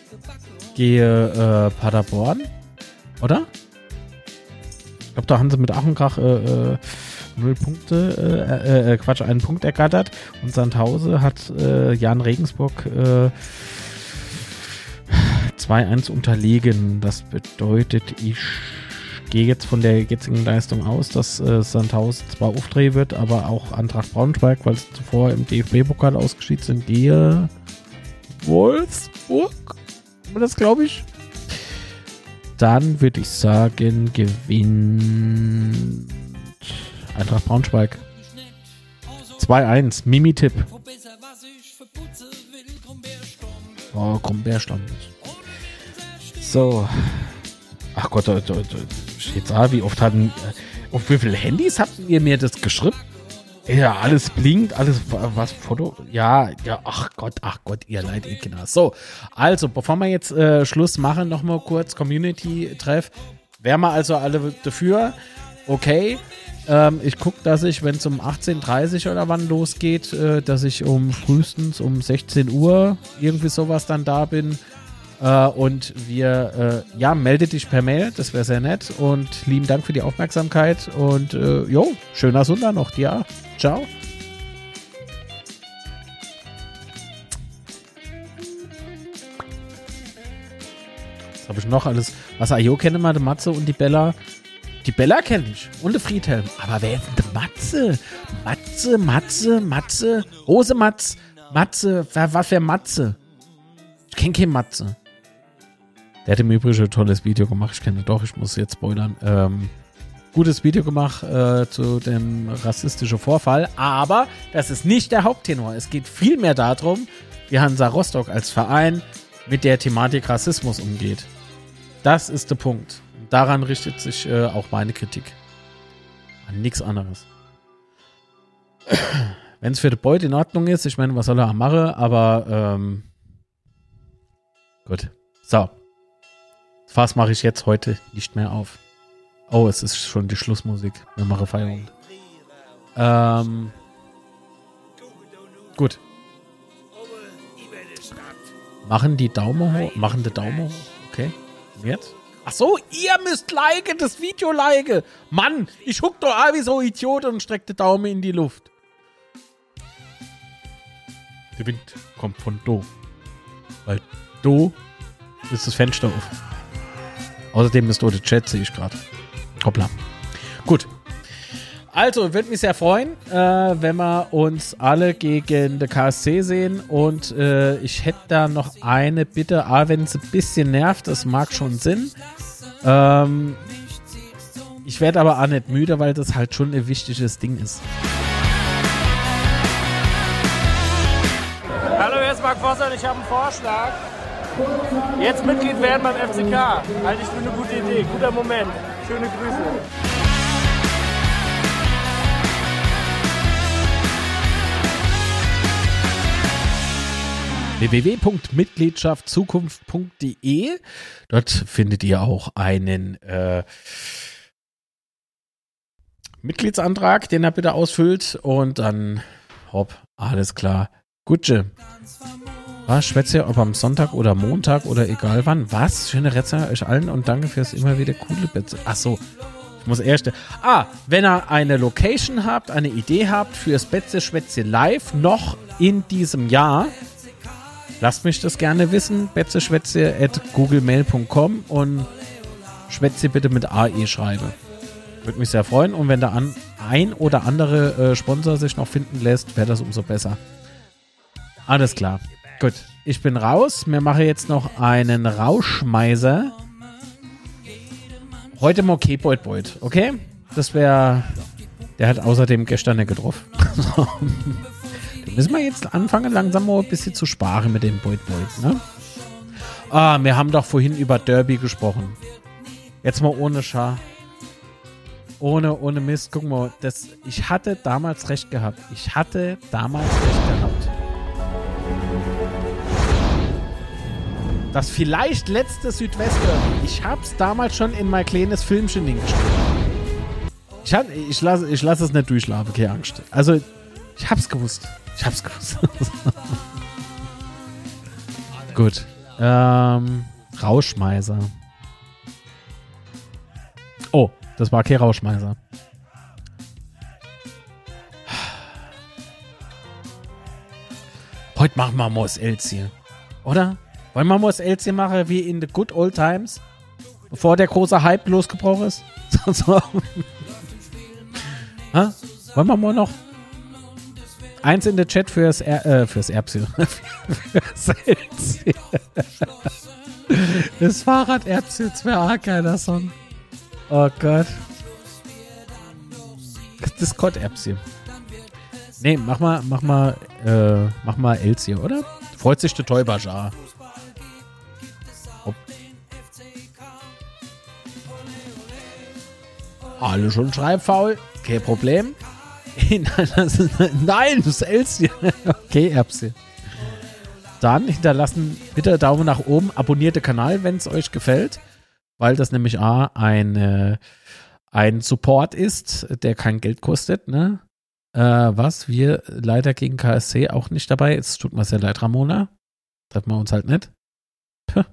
Paderborn. Oder? Ich glaube, da haben sie mit Ach und Krach 0 Punkte, einen Punkt ergattert. Und Sandhausen hat Jan Regensburg 2-1 unterlegen. Das bedeutet, ich gehe jetzt von der jetzigen Leistung aus, dass Sandhausen zwar aufdrehen wird, aber auch Eintracht Braunschweig, weil sie zuvor im DFB-Pokal ausgeschieden sind, gehe Wolfsburg. Das glaube ich. Dann würde ich sagen, gewinnt Eintracht Braunschweig. 2-1. Mimi-Tipp. Oh, Krummbeerstamm. So. Ach Gott, jetzt wie oft auf wie viele Handys habt ihr mir das geschrieben? Ja, alles blinkt, alles was Foto. Ja, ach Gott, ihr Leid, ihr Kinder. So, also, bevor wir jetzt Schluss machen, nochmal kurz Community-Treff. Wären wir also alle dafür? Okay. Ich gucke, dass ich, wenn es um 18:30 oder wann losgeht, dass ich frühestens um 16 Uhr irgendwie sowas dann da bin. Und wir, melde dich per Mail, das wäre sehr nett. Und lieben Dank für die Aufmerksamkeit. Und schöner Sonntag noch dir. Ciao. Was habe ich noch alles? Was Ayo kenne mal, die Matze und die Bella. Die Bella kenne ich. Und der Friedhelm. Aber wer ist denn die Matze? Matze. Hose Matze. Was für Matze? Ich kenne keinen Matze. Der hat im Übrigen ein tolles Video gemacht. Ich kenne doch, ich muss jetzt spoilern. Gutes Video gemacht zu dem rassistischen Vorfall. Aber das ist nicht der Haupttenor. Es geht vielmehr darum, wie Hansa Rostock als Verein mit der Thematik Rassismus umgeht. Das ist der Punkt. Und daran richtet sich auch meine Kritik. An nichts anderes. Wenn es für den Beut in Ordnung ist, ich meine, was soll er machen? Aber gut. So. Das Fass mache ich jetzt heute nicht mehr auf. Oh, es ist schon die Schlussmusik. Wir machen Feierabend. Gut. Machen den Daumen hoch. Okay. Und jetzt? Ach so, ihr müsst liken, das Video liken. Mann, ich guck doch an wie so ein Idiot und streck den Daumen in die Luft. Der Wind kommt von do. Weil do ist das Fenster auf. Außerdem ist dort der Chat, sehe ich gerade. Hoppla. Gut. Also, würde mich sehr freuen, wenn wir uns alle gegen den KSC sehen. Und ich hätte da noch eine Bitte, wenn es ein bisschen nervt, das mag schon Sinn. Ich werde aber auch nicht müde, weil das halt schon ein wichtiges Ding ist. Hallo, hier ist Marc Vossert, ich habe einen Vorschlag. Jetzt Mitglied werden beim FCK. Halte ich für eine gute Idee. Guter Moment. Schöne Grüße. www.mitgliedschaftzukunft.de. Dort findet ihr auch einen Mitgliedsantrag, den ihr bitte ausfüllt. Und dann, hopp, alles klar. Gutsche. Was, schwätzt ihr, ob am Sonntag oder Montag oder egal wann? Was? Schöne Retze euch allen und danke fürs immer wieder coole Bett. Ach so, ich muss erst... wenn ihr eine Location habt, eine Idee habt fürs Betze Schwätze live noch in diesem Jahr, lasst mich das gerne wissen. betzeschwätze@googlemail.com und Schwätze bitte mit AE schreibe. Würde mich sehr freuen und wenn der ein oder andere Sponsor sich noch finden lässt, wäre das umso besser. Alles klar. Gut, ich bin raus. Wir machen jetzt noch einen Rauschmeißer. Heute mal Beut, okay? Das wäre... Der hat außerdem gestern nicht getroffen. Da müssen wir jetzt anfangen, langsam mal ein bisschen zu sparen mit dem Beut, ne? Wir haben doch vorhin über Derby gesprochen. Jetzt mal ohne Schar. Ohne Mist. Guck mal, ich hatte damals recht gehabt. Das vielleicht letzte Südwestderby. Ich hab's damals schon in mein kleines Filmchen hingeschrieben. Ich lasse es nicht durchlaufen, keine Angst. Also, ich hab's gewusst. Ich hab's gewusst. Gut. Rauschmeißer. Oh, das war kein Rauschmeißer. Heute machen wir Mos Elsie, oder? Wollen wir Mos Elsie machen wie in the good old times? Bevor der große Hype losgebrochen ist? So. Wollen wir mal noch eins in der Chat fürs Erbse. Fürs Elsie. Das Fahrrad Erbse, das wäre auch geiler Song. Oh Gott. Das Gott Erbse. Nee, mach mal Elsie, oder? Freut sich der Teubajar. Alle schon schreibfaul. Kein Problem. Nein, das ist Elsie. Okay, Erbse. Dann hinterlassen bitte Daumen nach oben. Abonniert den Kanal, wenn es euch gefällt. Weil das nämlich ein Support ist, der kein Geld kostet, ne? Was wir leider gegen KSC auch nicht dabei. Es tut mir sehr leid, Ramona. Treffen wir uns halt nicht. Puh.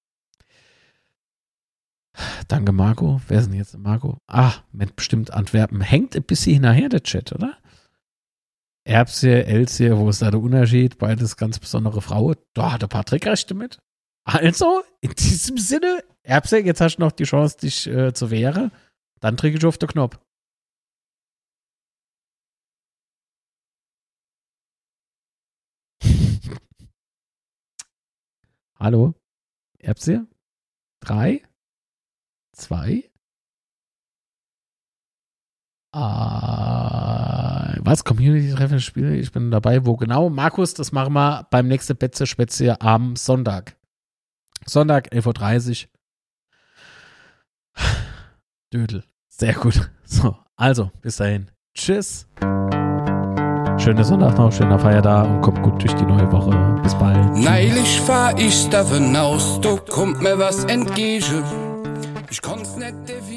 Danke, Marco. Wer ist denn jetzt Marco? Mit bestimmt Antwerpen. Hängt ein bisschen hinterher, der Chat, oder? Erbse, Elsie, wo ist da der Unterschied? Beides ganz besondere Frauen. Da hat der Patrick recht damit. Also, in diesem Sinne, Erbse, jetzt hast du noch die Chance, dich zu wehren. Dann drücke ich auf den Knopf. Hallo? Erbse? 3? 2? Was? Community-Treffen, Spiele? Ich bin dabei. Wo genau? Markus, das machen wir beim nächsten Betze-Spätzle am Sonntag. Sonntag, 11.30 Uhr. Dödel. Sehr gut. So, also, bis dahin. Tschüss. Schönen Sonntag noch, schöner Feiertag und kommt gut durch die neue Woche. Bis bald. Neulich fahr ich davon aus, da kommt mir was entgegen. Ich kann's nicht